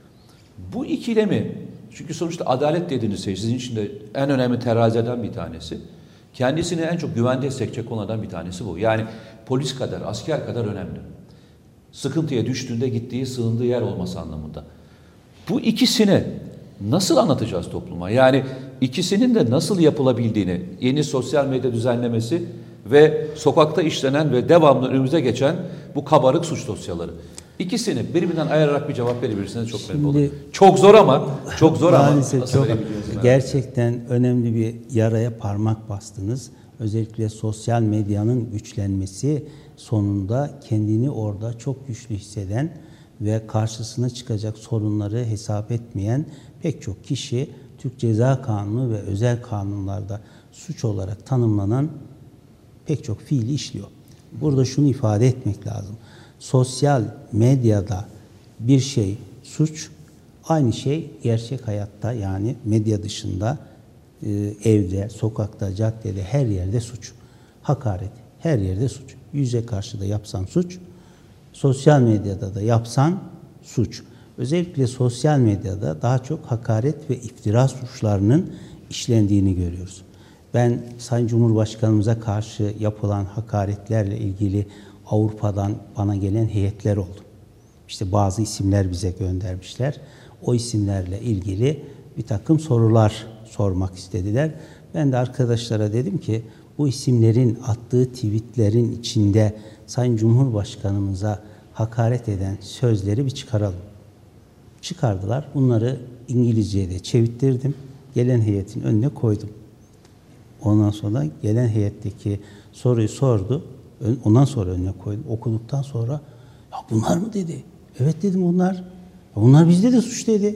Bu ikilemi, çünkü sonuçta adalet dediğiniz şey sizin için de en önemli teraziden bir tanesi. Kendisini en çok güvende hissedecek konulardan bir tanesi bu. Yani polis kadar, asker kadar önemli. Sıkıntıya düştüğünde gittiği, sığındığı yer olması anlamında. Bu ikisini nasıl anlatacağız topluma? Yani ikisinin de nasıl yapılabildiğini, yeni sosyal medya düzenlemesi ve sokakta işlenen ve devamlı önümüze geçen bu kabarık suç dosyaları. İkisini birbirinden ayırarak bir cevap verebilirsiniz, çok memnun olurum. Çok zor ama çok gerçekten önemli bir yaraya parmak bastınız. Özellikle sosyal medyanın güçlenmesi sonunda kendini orada çok güçlü hisseden ve karşısına çıkacak sorunları hesap etmeyen pek çok kişi Türk Ceza Kanunu ve özel kanunlarda suç olarak tanımlanan pek çok fiili işliyor. Burada şunu ifade etmek lazım. Sosyal medyada bir şey suç, aynı şey gerçek hayatta, yani medya dışında evde, sokakta, caddede, her yerde suç. Hakaret her yerde suç. Yüze karşı da yapsan suç, sosyal medyada da yapsan suç. Özellikle sosyal medyada daha çok hakaret ve iftira suçlarının işlendiğini görüyoruz. Ben Sayın Cumhurbaşkanımıza karşı yapılan hakaretlerle ilgili Avrupa'dan bana gelen heyetler oldu. İşte bazı isimler bize göndermişler. O isimlerle ilgili bir takım sorular sormak istediler. Ben de arkadaşlara dedim ki bu isimlerin attığı tweetlerin içinde Sayın Cumhurbaşkanımıza hakaret eden sözleri bir çıkaralım. Çıkardılar. Bunları İngilizce'ye de çevirttirdim. Gelen heyetin önüne koydum. Ondan sonra gelen heyetteki soruyu sordu. Ondan sonra önüne koydum. Okuduktan sonra ya bunlar mı dedi. Evet dedim bunlar. Ya bunlar bizde de suç dedi.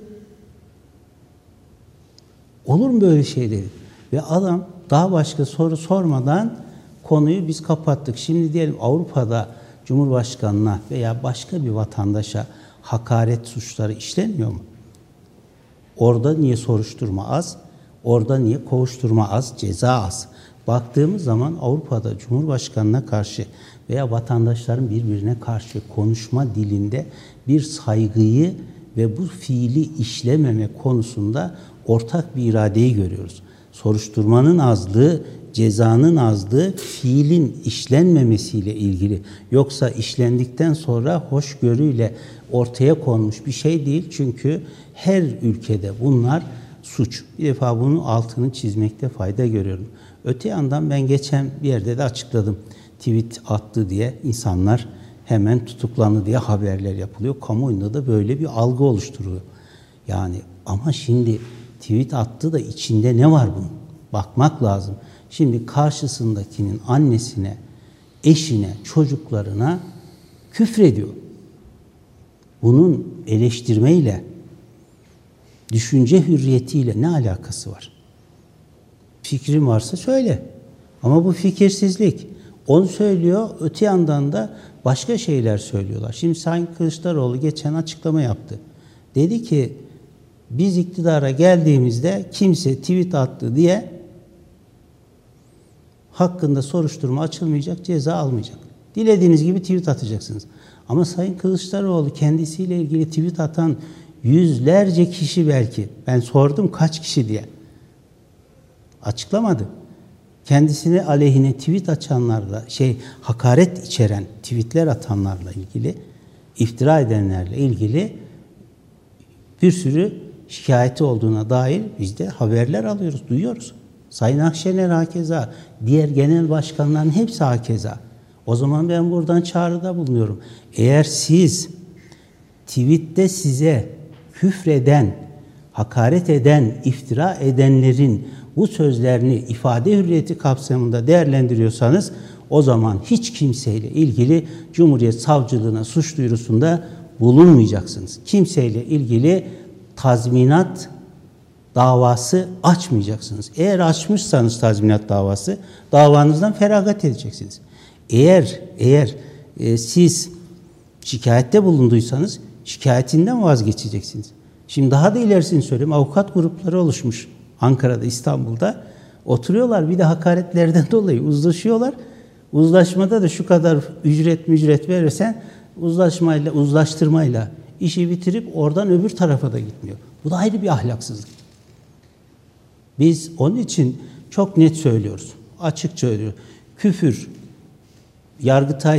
Olur mu böyle şey dedi. Ve adam daha başka soru sormadan konuyu biz kapattık. Şimdi diyelim Avrupa'da Cumhurbaşkanına veya başka bir vatandaşa hakaret suçları işlenmiyor mu? Orada niye soruşturma az? Orada niye kovuşturma az? Ceza az. Baktığımız zaman Avrupa'da Cumhurbaşkanına karşı veya vatandaşların birbirine karşı konuşma dilinde bir saygıyı ve bu fiili işlememe konusunda ortak bir iradeyi görüyoruz. Soruşturmanın azlığı, cezanın azlığı fiilin işlenmemesiyle ilgili. Yoksa işlendikten sonra hoşgörüyle ortaya konmuş bir şey değil. Çünkü her ülkede bunlar suç. Bir defa bunun altını çizmekte fayda görüyorum. Öte yandan ben geçen bir yerde de açıkladım. Tweet attı diye insanlar hemen tutuklandı diye haberler yapılıyor. Kamuoyunda da böyle bir algı oluşturuyor. Yani ama şimdi tweet attı da içinde ne var bunun? Bakmak lazım. Şimdi karşısındakinin annesine, eşine, çocuklarına küfrediyor. Bunun eleştirmeyle, düşünce hürriyetiyle ne alakası var? Fikrin varsa söyle. Ama bu fikirsizlik. Onu söylüyor, öte yandan da başka şeyler söylüyorlar. Şimdi Sayın Kılıçdaroğlu geçen açıklama yaptı. Dedi ki, biz iktidara geldiğimizde kimse tweet attı diye hakkında soruşturma açılmayacak, ceza almayacak. Dilediğiniz gibi tweet atacaksınız. Ama Sayın Kılıçdaroğlu kendisiyle ilgili tweet atan yüzlerce kişi belki. Ben sordum kaç kişi diye. Açıklamadı. Kendisine aleyhine tweet açanlarla, hakaret içeren tweetler atanlarla ilgili, iftira edenlerle ilgili bir sürü şikayeti olduğuna dair biz de haberler alıyoruz, duyuyoruz. Sayın Akşener hakeza, diğer genel başkanların hepsi hakeza. O zaman ben buradan çağrıda bulunuyorum. Eğer siz tweette size küfreden, hakaret eden, iftira edenlerin bu sözlerini ifade hürriyeti kapsamında değerlendiriyorsanız o zaman hiç kimseyle ilgili Cumhuriyet Savcılığına suç duyurusunda bulunmayacaksınız. Kimseyle ilgili tazminat davası açmayacaksınız. Eğer açmışsanız tazminat davası, davanızdan feragat edeceksiniz. Eğer siz şikayette bulunduysanız şikayetinden vazgeçeceksiniz. Şimdi daha da ilerisini söyleyeyim. Avukat grupları oluşmuş Ankara'da, İstanbul'da. Oturuyorlar bir de hakaretlerden dolayı uzlaşıyorlar. Uzlaşmada da şu kadar ücret verirsen uzlaştırmayla işi bitirip oradan öbür tarafa da gitmiyor. Bu da ayrı bir ahlaksızlık. Biz onun için çok net söylüyoruz. Açık söylüyoruz. Küfür, Yargıtay,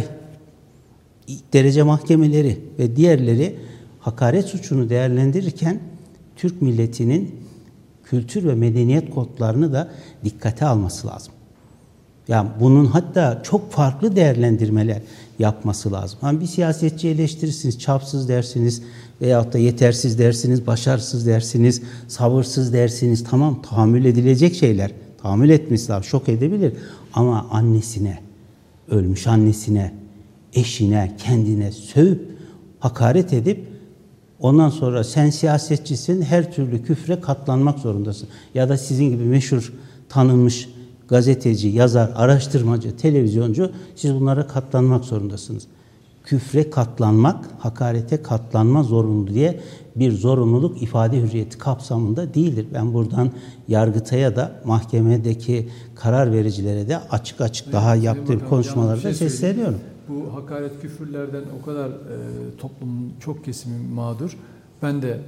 derece mahkemeleri ve diğerleri hakaret suçunu değerlendirirken Türk milletinin kültür ve medeniyet kodlarını da dikkate alması lazım. Yani bunun hatta çok farklı değerlendirmeler yapması lazım. Hani bir siyasetçi eleştirirsiniz, çapsız dersiniz veyahut da yetersiz dersiniz, başarısız dersiniz, sabırsız dersiniz. Tamam, tahammül edilecek şeyler. Tahammül etmesi lazım, şok edebilir. Ama annesine, ölmüş annesine, eşine, kendine sövüp, hakaret edip ondan sonra sen siyasetçisin, her türlü küfre katlanmak zorundasın. Ya da sizin gibi meşhur, tanınmış gazeteci, yazar, araştırmacı, televizyoncu, siz bunlara katlanmak zorundasınız. Küfre katlanmak, hakarete katlanma zorunlu diye bir zorunluluk ifade hürriyeti kapsamında değildir. Ben buradan Yargıtay'a da mahkemedeki karar vericilere de açık daha yaptığım konuşmalarda sesleniyorum. Bu hakaret küfürlerden o kadar toplumun çok kesimi mağdur. Ben de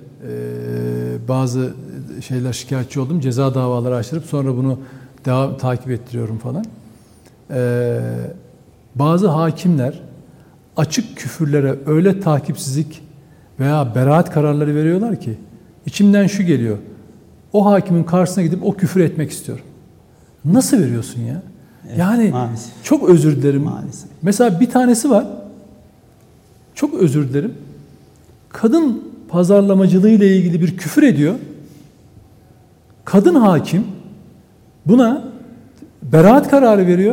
bazı şeyler şikayetçi oldum. Ceza davaları açtırıp sonra bunu takip ettiriyorum falan. Bazı hakimler açık küfürlere öyle takipsizlik veya beraat kararları veriyorlar ki içimden şu geliyor. O hakimin karşısına gidip o küfür etmek istiyorum. Nasıl veriyorsun ya? Evet, yani maalesef. Çok özür dilerim. Maalesef. Mesela bir tanesi var. Çok özür dilerim. Kadın pazarlamacılığı ile ilgili bir küfür ediyor. Kadın hakim buna beraat kararı veriyor.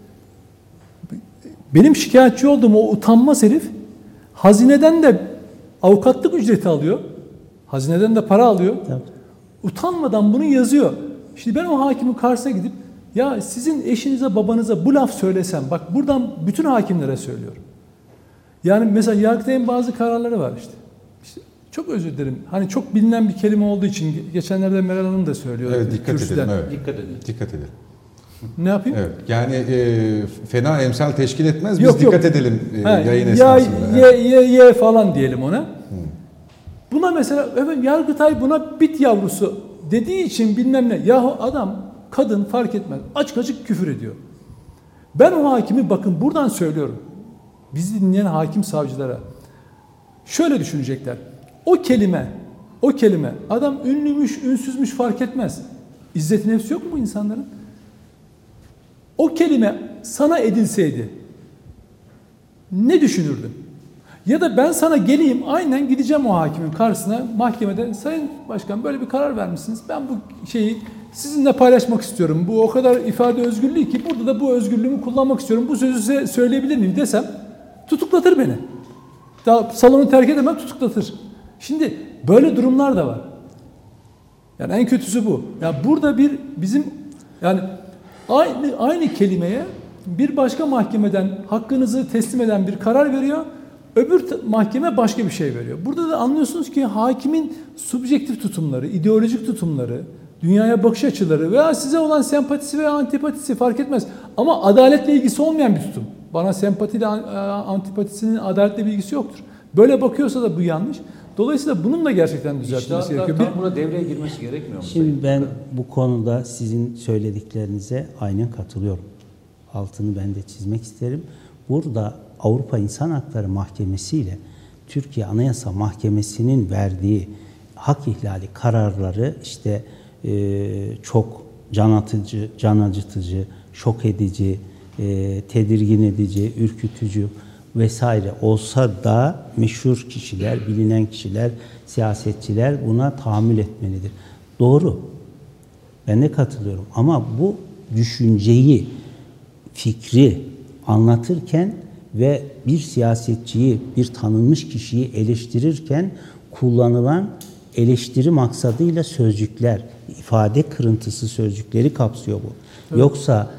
Benim şikayetçi olduğum o utanmaz herif hazineden de avukatlık ücreti alıyor. Hazineden de para alıyor. Tabii. Utanmadan bunu yazıyor. Şimdi ben o hakimin karşısına gidip ya sizin eşinize babanıza bu laf söylesem, bak buradan bütün hakimlere söylüyorum. Yani mesela Yargıtay'ın bazı kararları var işte. Çok özür dilerim. Hani çok bilinen bir kelime olduğu için geçenlerde Meral Hanım da söylüyor. Evet, dikkat edelim. Evet. Dikkat edin. Ne yapayım? Evet. Yani fena emsal teşkil etmez. Biz Yok. dikkat edelim yayın esnasında. Ye falan diyelim ona. Buna mesela Yargıtay buna bit yavrusu dediği için bilmem ne. Yahu adam, kadın fark etmez. Açık açık küfür ediyor. Ben o hakimi bakın buradan söylüyorum. Bizi dinleyen hakim savcılara. Şöyle düşünecekler. O kelime adam ünlüymüş, ünsüzmüş fark etmez. İzzet-i nefsi yok mu bu insanların? O kelime sana edilseydi ne düşünürdün? Ya da ben sana geleyim, aynen gideceğim o hakimin karşısına mahkemede. Sayın Başkan böyle bir karar vermişsiniz. Ben bu şeyi sizinle paylaşmak istiyorum. Bu o kadar ifade özgürlüğü ki burada da bu özgürlüğümü kullanmak istiyorum. Bu sözü size söyleyebilir miyim desem tutuklatır beni. Daha salonu terk edemem, tutuklatır. Şimdi böyle durumlar da var. Yani en kötüsü bu. Yani burada bizim yani aynı kelimeye bir başka mahkemeden hakkınızı teslim eden bir karar veriyor. Öbür mahkeme başka bir şey veriyor. Burada da anlıyorsunuz ki hakimin subjektif tutumları, ideolojik tutumları, dünyaya bakış açıları veya size olan sempatisi veya antipatisi fark etmez. Ama adaletle ilgisi olmayan bir tutum. Bana sempatiyle antipatisinin adaletle bir ilgisi yoktur. Böyle bakıyorsa da bu yanlış. Dolayısıyla bunun da gerçekten düzeltilmesi gerekiyor. Tam buna devreye girmesi gerekmiyor mu? Şimdi ben bu konuda sizin söylediklerinize aynen katılıyorum. Altını ben de çizmek isterim. Burada Avrupa İnsan Hakları Mahkemesi ile Türkiye Anayasa Mahkemesi'nin verdiği hak ihlali kararları işte çok can acıtıcı, şok edici, tedirgin edici, ürkütücü vesaire olsa da meşhur kişiler, bilinen kişiler, siyasetçiler buna tahammül etmelidir. Doğru. Ben de katılıyorum. Ama bu düşünceyi, fikri anlatırken ve bir siyasetçiyi, bir tanınmış kişiyi eleştirirken kullanılan eleştiri maksadıyla sözcükler, ifade kırıntısı sözcükleri kapsıyor bu. Evet. Yoksa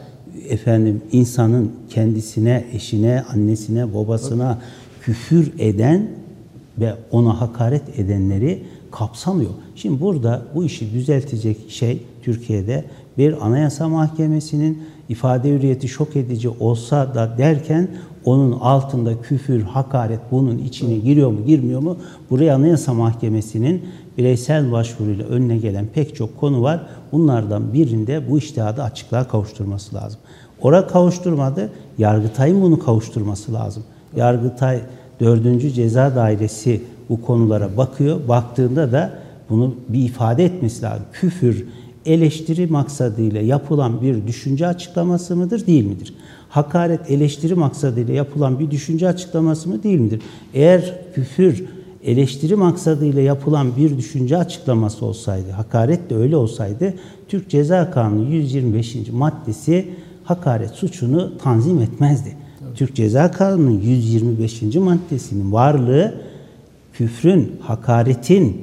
insanın kendisine, eşine, annesine, babasına küfür eden ve ona hakaret edenleri kapsamıyor. Şimdi burada bu işi düzeltecek şey Türkiye'de bir anayasa mahkemesinin ifade hürriyeti şok edici olsa da derken onun altında küfür, hakaret bunun içine giriyor mu, girmiyor mu? Buraya Anayasa Mahkemesi'nin bireysel başvuruyla önüne gelen pek çok konu var. Bunlardan birinde bu içtihadı açıklığa kavuşturması lazım. Orada kavuşturmadı, Yargıtay'ın bunu kavuşturması lazım. Yargıtay 4. Ceza Dairesi bu konulara bakıyor. Baktığında da bunu bir ifade etmesi lazım. Küfür, eleştiri maksadıyla yapılan bir düşünce açıklaması mıdır, değil midir? Hakaret, eleştiri maksadıyla yapılan bir düşünce açıklaması mı, değil midir? Eğer küfür, eleştiri maksadıyla yapılan bir düşünce açıklaması olsaydı, hakaret de öyle olsaydı, Türk Ceza Kanunu 125. maddesi hakaret suçunu tanzim etmezdi. Evet. Türk Ceza Kanunu 125. maddesinin varlığı, küfrün, hakaretin,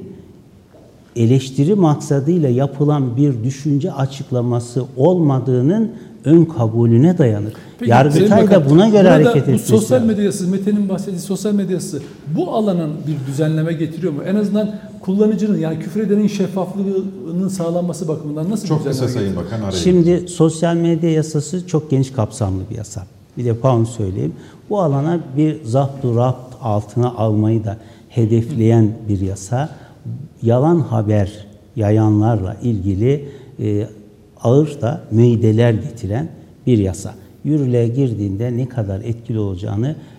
eleştiri maksadıyla yapılan bir düşünce açıklaması olmadığının ön kabulüne dayanır. Peki, Yargıtay da buna göre hareket etmesi. Bu sosyal medyası, Mete'nin bahsettiği sosyal medyası bu alanın bir düzenleme getiriyor mu? En azından kullanıcının, yani küfür edenin şeffaflığının sağlanması bakımından nasıl çok kısa Sayın Bakan arayın. Şimdi sosyal medya yasası çok geniş kapsamlı bir yasa. Bir defa onu söyleyeyim. Bu alana bir zapt-ı rapt altına almayı da hedefleyen bir yasa. Yalan haber yayanlarla ilgili ağır da müeyyideler getiren bir yasa. Yürürlüğe girdiğinde ne kadar etkili olacağını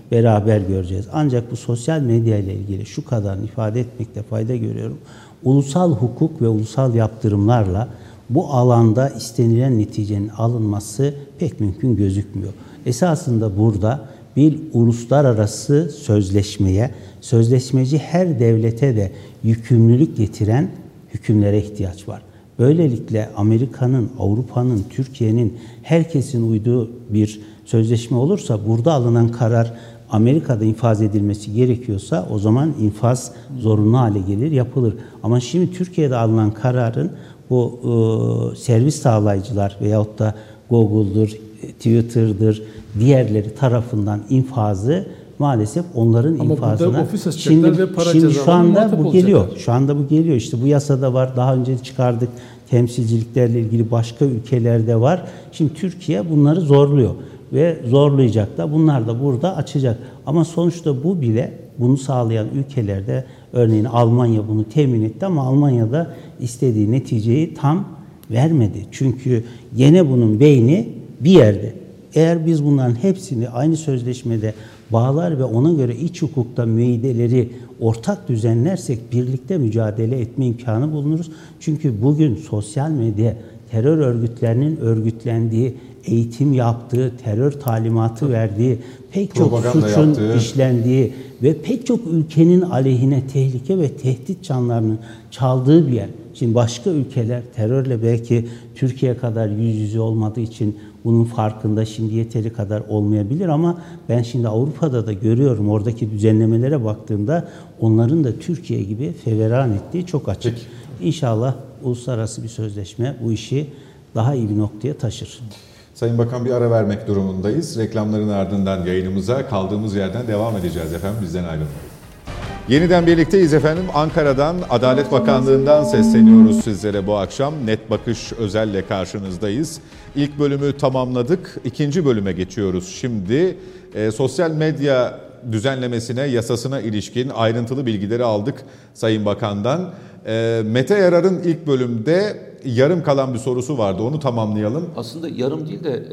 beraber göreceğiz. Ancak bu sosyal medya ile ilgili şu kadarını ifade etmekte fayda görüyorum. Ulusal hukuk ve ulusal yaptırımlarla bu alanda istenilen neticenin alınması pek mümkün gözükmüyor. Esasında burada bir uluslararası sözleşmeye, sözleşmeci her devlete de yükümlülük getiren hükümlere ihtiyaç var. Böylelikle Amerika'nın, Avrupa'nın, Türkiye'nin, herkesin uyduğu bir sözleşme olursa burada alınan karar Amerika'da infaz edilmesi gerekiyorsa o zaman infaz zorunlu hale gelir, yapılır. Ama şimdi Türkiye'de alınan kararın bu servis sağlayıcılar veyahut da Google'dur, Twitter'dır, diğerleri tarafından infazı maalesef onların ama infazına şimdi şu anda bu geliyor. Şu anda bu geliyor. İşte bu yasada var. Daha önce çıkardık. Temsilciliklerle ilgili başka ülkelerde var. Şimdi Türkiye bunları zorluyor ve zorlayacak da. Bunlar da burada açacak. Ama sonuçta bu bile bunu sağlayan ülkelerde örneğin Almanya bunu temin etti ama Almanya'da istediği neticeyi tam vermedi. Çünkü gene bunun beyni bir yerde. Eğer biz bunların hepsini aynı sözleşmede bağlar ve ona göre iç hukukta müeyyideleri ortak düzenlersek birlikte mücadele etme imkanı bulunuruz. Çünkü bugün sosyal medya terör örgütlerinin örgütlendiği, eğitim yaptığı, terör talimatı verdiği, pek çok suçun işlendiği ve pek çok ülkenin aleyhine tehlike ve tehdit canlarının çaldığı bir yer. Şimdi başka ülkeler terörle belki Türkiye kadar yüz yüze olmadığı için bunun farkında şimdi yeteri kadar olmayabilir ama ben şimdi Avrupa'da da görüyorum, oradaki düzenlemelere baktığımda onların da Türkiye gibi feveran ettiği çok açık. Peki. İnşallah uluslararası bir sözleşme bu işi daha iyi bir noktaya taşır. Sayın Bakan, bir ara vermek durumundayız. Reklamların ardından yayınımıza kaldığımız yerden devam edeceğiz efendim. Bizden ayrılmayın. Yeniden birlikteyiz efendim. Ankara'dan, Adalet Bakanlığı'ndan sesleniyoruz sizlere bu akşam. Net Bakış Özel'le karşınızdayız. İlk bölümü tamamladık. İkinci bölüme geçiyoruz şimdi. Sosyal medya düzenlemesine, yasasına ilişkin ayrıntılı bilgileri aldık Sayın Bakan'dan. Mete Yarar'ın ilk bölümde yarım kalan bir sorusu vardı. Onu tamamlayalım. Aslında yarım değil de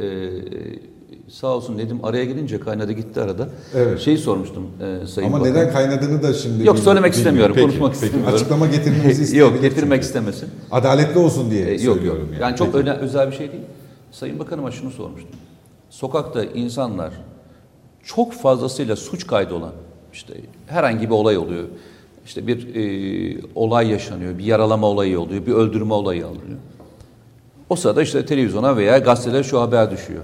sağ olsun Nedim araya girince kaynadı gitti arada. Evet. Şeyi sormuştum Sayın Ama Bakan. neden kaynadığını da şimdi... Yok, söylemek istemiyorum, Peki, konuşmak istemiyorum. Açıklama getirmemizi isteyebilir. Yok, getirmek istemesin. Adaletli olsun diye söylüyorum. Yok. Yani çok özel bir şey değil. Sayın Bakanıma şunu sormuştum. Sokakta insanlar çok fazlasıyla suç kaydı olan, işte herhangi bir olay oluyor. İşte bir olay yaşanıyor, bir yaralama olayı oluyor, bir öldürme olayı alınıyor. O sırada işte televizyona veya gazetelere şu haber düşüyor.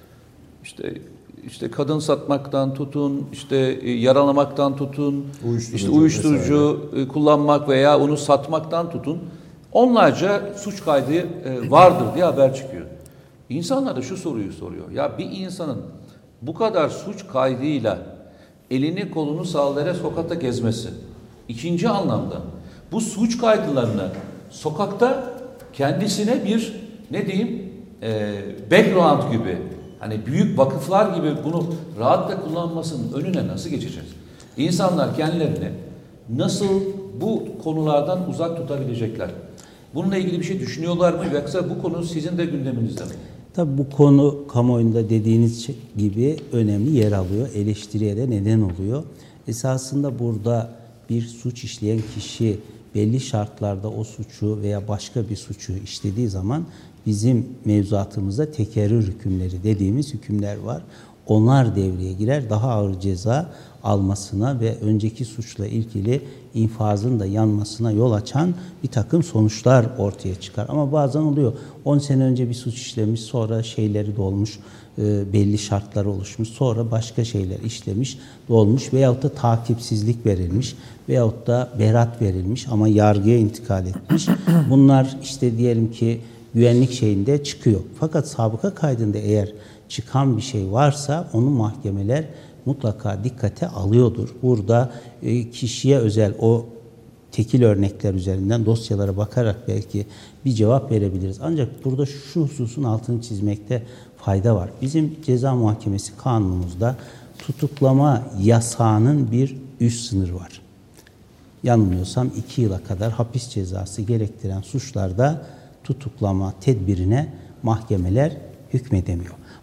İşte kadın satmaktan tutun, işte yaralamaktan tutun, uyuşturucu kullanmak veya onu satmaktan tutun. Onlarca suç kaydı vardır diye haber çıkıyor. İnsanlar da şu soruyu soruyor. Ya bir insanın bu kadar suç kaydıyla elini kolunu sallayarak sokakta gezmesi. İkinci anlamda bu suç kaydılarını sokakta kendisine bir background gibi, hani büyük vakıflar gibi bunu rahatla kullanmasının önüne nasıl geçeceğiz? İnsanlar kendilerini nasıl bu konulardan uzak tutabilecekler? Bununla ilgili bir şey düşünüyorlar mı? Yoksa bu konu sizin de gündeminizde mi? Tabii bu konu kamuoyunda dediğiniz gibi önemli yer alıyor. Eleştiriye de neden oluyor. Esasında burada bir suç işleyen kişi belli şartlarda o suçu veya başka bir suçu işlediği zaman bizim mevzuatımızda tekerrür hükümleri dediğimiz hükümler var. Onlar devreye girer. Daha ağır ceza almasına ve önceki suçla ilgili infazın da yanmasına yol açan bir takım sonuçlar ortaya çıkar. Ama bazen oluyor. 10 sene önce bir suç işlemiş, sonra şeyleri dolmuş, belli şartlar oluşmuş, sonra başka şeyler işlemiş, dolmuş veyahut da takipsizlik verilmiş veyahut da beraat verilmiş ama yargıya intikal etmiş. Bunlar işte diyelim ki güvenlik şeyinde çıkıyor. Fakat sabıka kaydında eğer çıkan bir şey varsa onu mahkemeler mutlaka dikkate alıyordur. Burada kişiye özel o tekil örnekler üzerinden dosyalara bakarak belki bir cevap verebiliriz. Ancak burada şu hususun altını çizmekte fayda var. Bizim ceza muhakemesi kanunumuzda tutuklama yasağının bir üst sınırı var. Yanılmıyorsam 2 yıla kadar hapis cezası gerektiren suçlarda tutuklama tedbirine mahkemeler hükmedemiyor.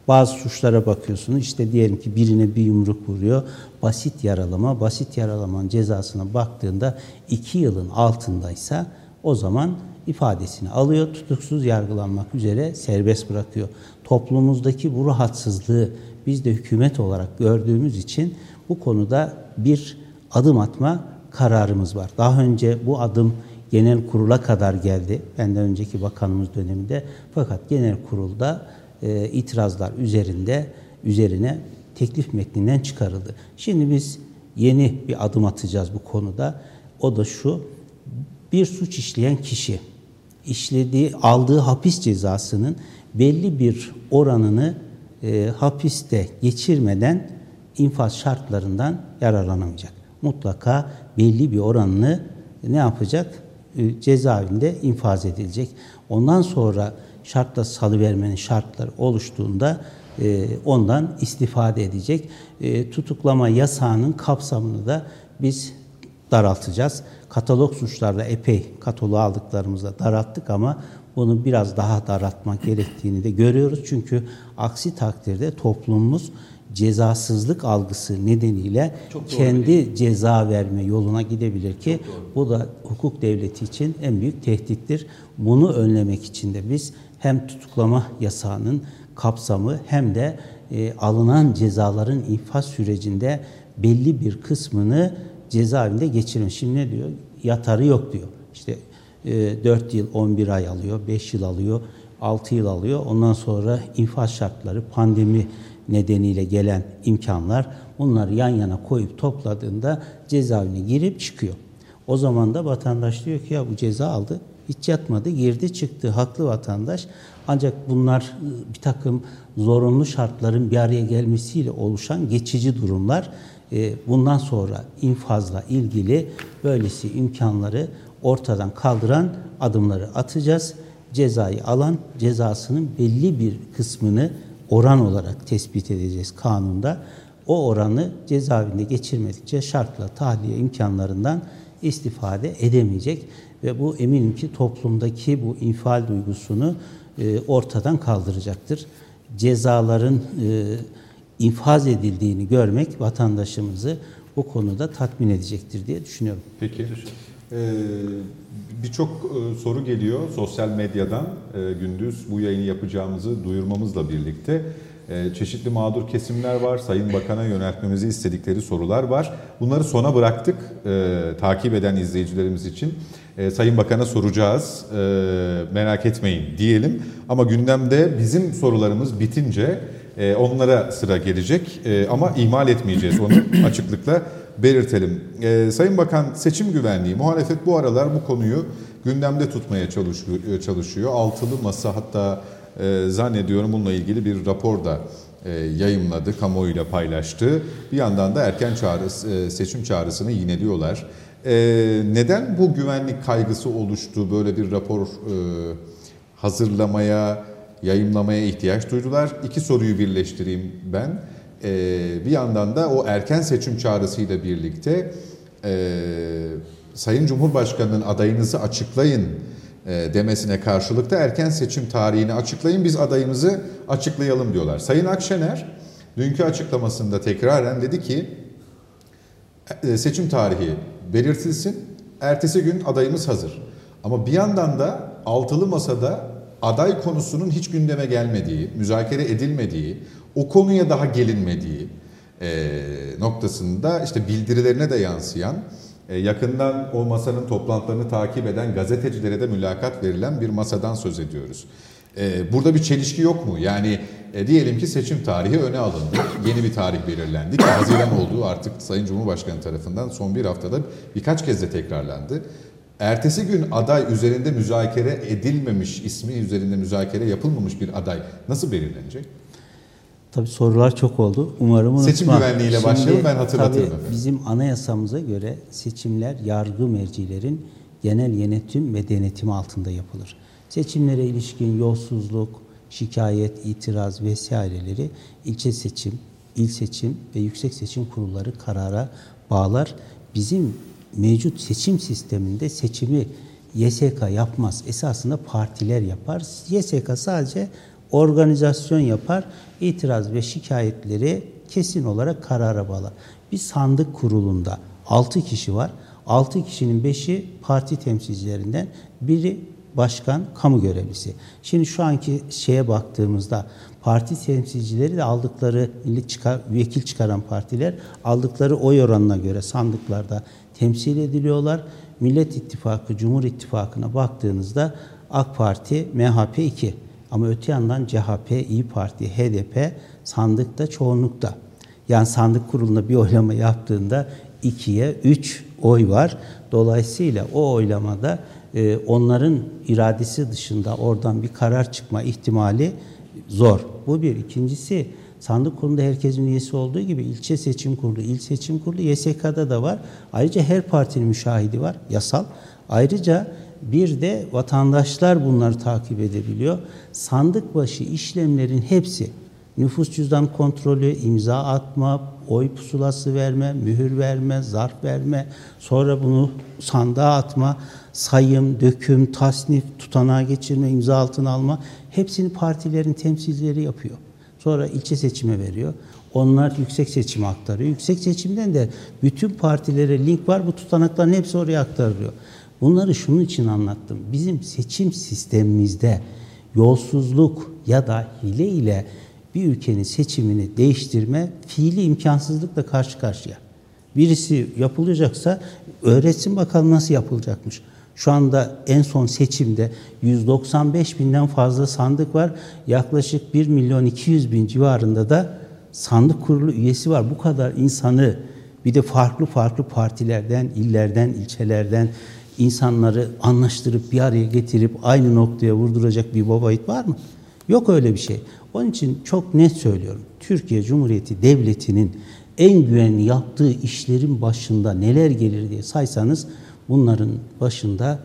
Bazı suçlara bakıyorsunuz, işte diyelim ki birine bir yumruk vuruyor, basit yaralama, basit yaralamanın cezasına baktığında 2 yılın altındaysa o zaman ifadesini alıyor, tutuksuz yargılanmak üzere serbest bırakıyor. Toplumumuzdaki bu rahatsızlığı biz de hükümet olarak gördüğümüz için bu konuda bir adım atma kararımız var. Daha önce bu adım genel kurula kadar geldi, benden önceki bakanımız döneminde, fakat genel kurulda itirazlar üzerine teklif metninden çıkarıldı. Şimdi biz yeni bir adım atacağız bu konuda. O da şu: bir suç işleyen kişi aldığı hapis cezasının belli bir oranını hapiste geçirmeden infaz şartlarından yararlanamayacak. Mutlaka belli bir oranını ne yapacak? Cezaevinde infaz edilecek. Ondan sonra şartla salıvermenin şartları oluştuğunda ondan istifade edecek. Tutuklama yasağının kapsamını da biz daraltacağız. Katalog suçlarda epey kataloğu aldıklarımızda daralttık ama bunu biraz daha daraltmak gerektiğini de görüyoruz. Çünkü aksi takdirde toplumumuz cezasızlık algısı nedeniyle kendi ceza verme yoluna gidebilir ki bu da hukuk devleti için en büyük tehdittir. Bunu önlemek için de biz hem tutuklama yasağının kapsamı hem de alınan cezaların infaz sürecinde belli bir kısmını cezaevinde geçirin. Şimdi ne diyor? Yatarı yok diyor. İşte 4 yıl 11 ay alıyor, 5 yıl alıyor, 6 yıl alıyor. Ondan sonra infaz şartları, pandemi nedeniyle gelen imkanlar, bunları yan yana koyup topladığında cezaevine girip çıkıyor. O zaman da vatandaş diyor ki ya bu ceza aldı, hiç yatmadı, girdi çıktı, haklı vatandaş. Ancak bunlar bir takım zorunlu şartların bir araya gelmesiyle oluşan geçici durumlar. Bundan sonra infazla ilgili böylesi imkanları ortadan kaldıran adımları atacağız. Cezayı alan cezasının belli bir kısmını oran olarak tespit edeceğiz kanunda. O oranı cezaevinde geçirmedikçe şartla tahliye imkanlarından istifade edemeyecek ve bu eminim ki toplumdaki bu infial duygusunu ortadan kaldıracaktır. Cezaların infaz edildiğini görmek vatandaşımızı bu konuda tatmin edecektir diye düşünüyorum. Peki. Birçok soru geliyor sosyal medyadan. Gündüz bu yayını yapacağımızı duyurmamızla birlikte çeşitli mağdur kesimler var. Sayın Bakan'a yöneltmemizi istedikleri sorular var. Bunları sona bıraktık takip eden izleyicilerimiz için. Sayın Bakan'a soracağız, merak etmeyin diyelim. Ama gündemde bizim sorularımız bitince onlara sıra gelecek ama ihmal etmeyeceğiz, onu açıklıkla belirtelim. Sayın Bakan, seçim güvenliği, muhalefet bu aralar bu konuyu gündemde tutmaya çalışıyor. Altılı Masa hatta zannediyorum bununla ilgili bir rapor da yayımladı, kamuoyuyla paylaştı. Bir yandan da erken seçim çağrısını yineliyorlar. Neden bu güvenlik kaygısı oluştu? Böyle bir rapor hazırlamaya, yayımlamaya ihtiyaç duydular. İki soruyu birleştireyim ben. Bir yandan da o erken seçim çağrısıyla birlikte Sayın Cumhurbaşkanı'nın adayınızı açıklayın demesine karşılık da erken seçim tarihini açıklayın, biz adayımızı açıklayalım diyorlar. Sayın Akşener dünkü açıklamasında tekraren dedi ki seçim tarihi belirtilsin, ertesi gün adayımız hazır. Ama bir yandan da altılı masada aday konusunun hiç gündeme gelmediği, müzakere edilmediği, o konuya daha gelinmediği noktasında işte bildirilerine de yansıyan, yakından o masanın toplantılarını takip eden gazetecilere de mülakat verilen bir masadan söz ediyoruz. Burada bir çelişki yok mu? Yani diyelim ki seçim tarihi öne alındı, yeni bir tarih belirlendi ki Haziran olduğu artık Sayın Cumhurbaşkanı tarafından son bir haftada birkaç kez de tekrarlandı. Ertesi gün aday üzerinde müzakere edilmemiş, ismi üzerinde müzakere yapılmamış bir aday nasıl belirlenecek? Tabii sorular çok oldu. Umarım unutmam. Seçim güvenliğiyle başlayalım, ben hatırlatırım. Tabii bizim anayasamıza göre seçimler yargı mercilerin genel yönetim ve denetimi altında yapılır. Seçimlere ilişkin yolsuzluk, şikayet, itiraz vesaireleri ilçe seçim, il seçim ve yüksek seçim kurulları karara bağlar. Bizim mevcut seçim sisteminde seçimi YSK yapmaz. Esasında partiler yapar. YSK sadece organizasyon yapar, itiraz ve şikayetleri kesin olarak karara bağlar. Bir sandık kurulunda 6 kişi var. 6 kişinin 5'i parti temsilcilerinden, biri başkan, kamu görevlisi. Şimdi şu anki şeye baktığımızda parti temsilcileri de aldıkları vekil çıkaran partiler aldıkları oy oranına göre sandıklarda temsil ediliyorlar. Millet İttifakı, Cumhur İttifakı'na baktığınızda AK Parti, MHP 2. Ama öte yandan CHP, İYİ Parti, HDP sandıkta çoğunlukta. Yani sandık kurulunda bir oylama yaptığında 2'ye 3 oy var. Dolayısıyla o oylamada onların iradesi dışında oradan bir karar çıkma ihtimali zor. Bu bir. İkincisi, sandık kurulunda herkesin üyesi olduğu gibi ilçe seçim kurulu, il seçim kurulu YSK'da da var. Ayrıca her partinin müşahidi var, yasal. Ayrıca bir de vatandaşlar bunları takip edebiliyor. Sandık başı işlemlerin hepsi, nüfus cüzdan kontrolü, imza atma, oy pusulası verme, mühür verme, zarf verme, sonra bunu sandığa atma, sayım, döküm, tasnif, tutanağa geçirme, imza altına alma, hepsini partilerin temsilcileri yapıyor. Sonra ilçe seçime veriyor. Onlar yüksek seçime aktarıyor. Yüksek seçimden de bütün partilere link var. Bu tutanakların hepsi oraya aktarılıyor. Bunları şunun için anlattım. Bizim seçim sistemimizde yolsuzluk ya da hile ile bir ülkenin seçimini değiştirme fiili imkansızlıkla karşı karşıya. Birisi yapılacaksa öğretsin bakalım nasıl yapılacakmış. Şu anda en son seçimde 195.000'den fazla sandık var. Yaklaşık 1.200.000 civarında da sandık kurulu üyesi var. Bu kadar insanı bir de farklı partilerden, illerden, ilçelerden insanları anlaştırıp bir araya getirip aynı noktaya vurduracak bir babayit var mı? Yok öyle bir şey. Onun için çok net söylüyorum. Türkiye Cumhuriyeti Devleti'nin en güvenli yaptığı işlerin başında neler gelir diye saysanız bunların başında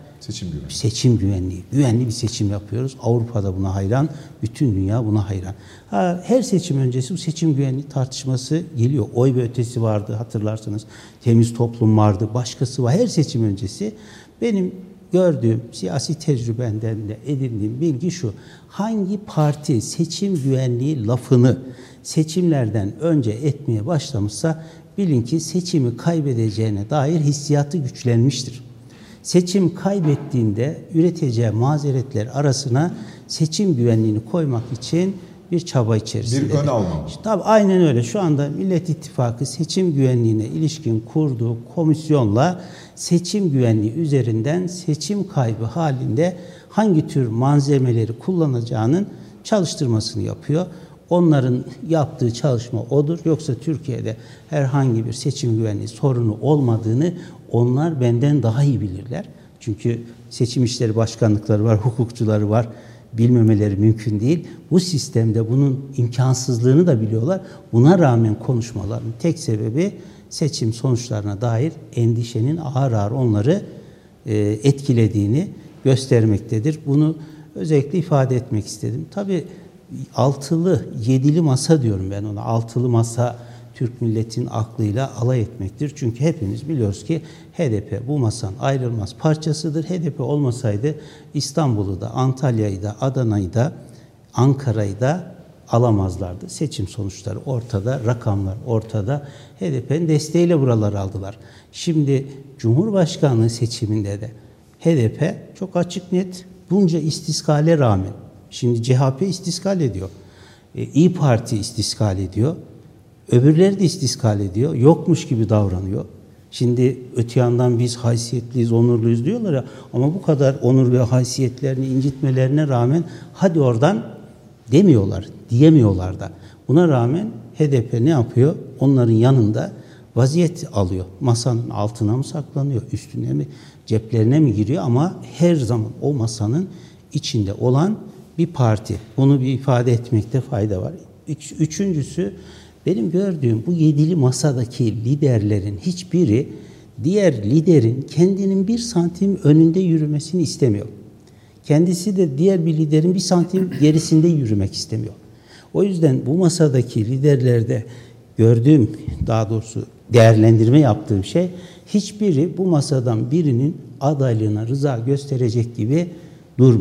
seçim güvenliği. Güvenli bir seçim yapıyoruz. Avrupa'da buna hayran, bütün dünya buna hayran. Her seçim öncesi bu seçim güvenliği tartışması geliyor. Oy ve ötesi vardı hatırlarsınız. Temiz toplum vardı, başkası var. Her seçim öncesi benim gördüğüm, siyasi tecrübemden de edindiğim bilgi şu: hangi parti seçim güvenliği lafını seçimlerden önce etmeye başlamışsa bilin ki seçimi kaybedeceğine dair hissiyatı güçlenmiştir. Seçim kaybettiğinde üreteceği mazeretler arasına seçim güvenliğini koymak için bir çaba içerisinde. Bir ön alma. Tabii aynen öyle. Şu anda Millet İttifakı seçim güvenliğine ilişkin kurduğu komisyonla seçim güvenliği üzerinden seçim kaybı halinde hangi tür malzemeleri kullanacağının çalıştırmasını yapıyor. Onların yaptığı çalışma odur. Yoksa Türkiye'de herhangi bir seçim güvenliği sorunu olmadığını onlar benden daha iyi bilirler. Çünkü seçim işleri başkanlıkları var, hukukçuları var. Bilmemeleri mümkün değil. Bu sistemde bunun imkansızlığını da biliyorlar. Buna rağmen konuşmaların tek sebebi seçim sonuçlarına dair endişenin ağır ağır onları etkilediğini göstermektedir. Bunu özellikle ifade etmek istedim. Tabii altılı, yedili masa diyorum ben ona. Altılı masa Türk milletin aklıyla alay etmektir. Çünkü hepimiz biliyoruz ki HDP bu masanın ayrılmaz parçasıdır. HDP olmasaydı İstanbul'u da, Antalya'yı da, Adana'yı da, Ankara'yı da alamazlardı. Seçim sonuçları ortada, rakamlar ortada. HDP'nin desteğiyle buraları aldılar. Şimdi Cumhurbaşkanlığı seçiminde de HDP çok açık net bunca istiskale rağmen, şimdi CHP istiskal ediyor, İYİ Parti istiskal ediyor, öbürleri de istiskal ediyor, yokmuş gibi davranıyor. Şimdi öte yandan biz haysiyetliyiz, onurluyuz diyorlar ya, ama bu kadar onur ve haysiyetlerini incitmelerine rağmen hadi oradan demiyorlar, diyemiyorlar da. Buna rağmen HDP ne yapıyor? Onların yanında vaziyet alıyor. Masanın altına mı saklanıyor, üstüne mi, ceplerine mi giriyor, ama her zaman o masanın içinde olan bir parti. Bunu bir ifade etmekte fayda var. Üçüncüsü, benim gördüğüm bu yedili masadaki liderlerin hiçbiri diğer liderin kendinin bir santim önünde yürümesini istemiyor. Kendisi de diğer bir liderin bir santim gerisinde yürümek istemiyor. O yüzden bu masadaki liderlerde gördüğüm, daha doğrusu değerlendirme yaptığım şey, hiçbiri bu masadan birinin adaylığına rıza gösterecek gibi durmuyor.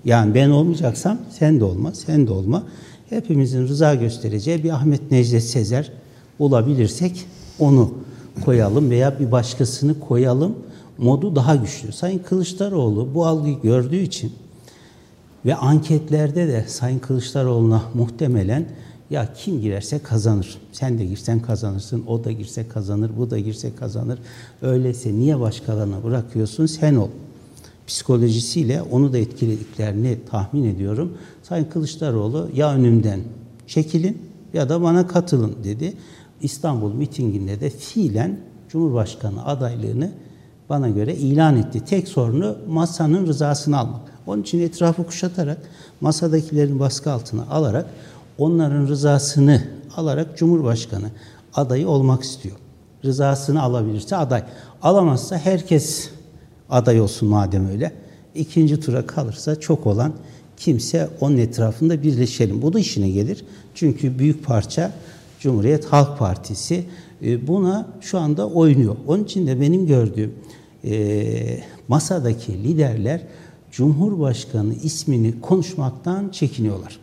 Yani ben olmayacaksam sen de olma, sen de olma. Hepimizin rıza göstereceği bir Ahmet Necdet Sezer bulabilirsek onu koyalım veya bir başkasını koyalım. Modu daha güçlü. Sayın Kılıçdaroğlu bu algıyı gördüğü için ve anketlerde de Sayın Kılıçdaroğlu'na muhtemelen ya kim girerse kazanır. Sen de girsen kazanırsın, o da girse kazanır, bu da girse kazanır. Öyleyse niye başkalarına bırakıyorsun, sen ol. Psikolojisiyle onu da etkilediklerini tahmin ediyorum. Sayın Kılıçdaroğlu ya önümden çekilin ya da bana katılın dedi. İstanbul mitinginde de fiilen Cumhurbaşkanı adaylığını bana göre ilan etti. Tek sorunu masanın rızasını almak. Onun için etrafı kuşatarak, masadakilerin baskı altına alarak, onların rızasını alarak Cumhurbaşkanı adayı olmak istiyor. Rızasını alabilirse aday. Alamazsa herkes aday olsun madem öyle. İkinci tura kalırsa çok olan kimse onun etrafında birleşelim. Bu da işine gelir. Çünkü büyük parça Cumhuriyet Halk Partisi buna şu anda oynuyor. Onun için de benim gördüğüm masadaki liderler Cumhurbaşkanı ismini konuşmaktan çekiniyorlar.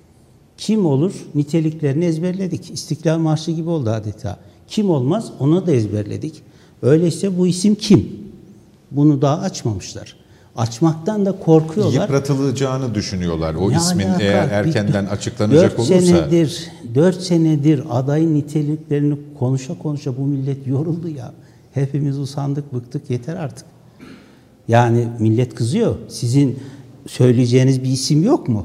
Kim olur? Niteliklerini ezberledik. İstiklal Marşı gibi oldu adeta. Kim olmaz? Onu da ezberledik. Öyleyse bu isim kim? Bunu daha açmamışlar. Açmaktan da korkuyorlar. Yıpratılacağını düşünüyorlar. O ne ismin alaka? eğer erkenden açıklanacak olursa. 4 senedir adayın niteliklerini konuşa bu millet yoruldu ya. Hepimiz usandık, bıktık, yeter artık. Yani millet kızıyor. Sizin söyleyeceğiniz bir isim yok mu?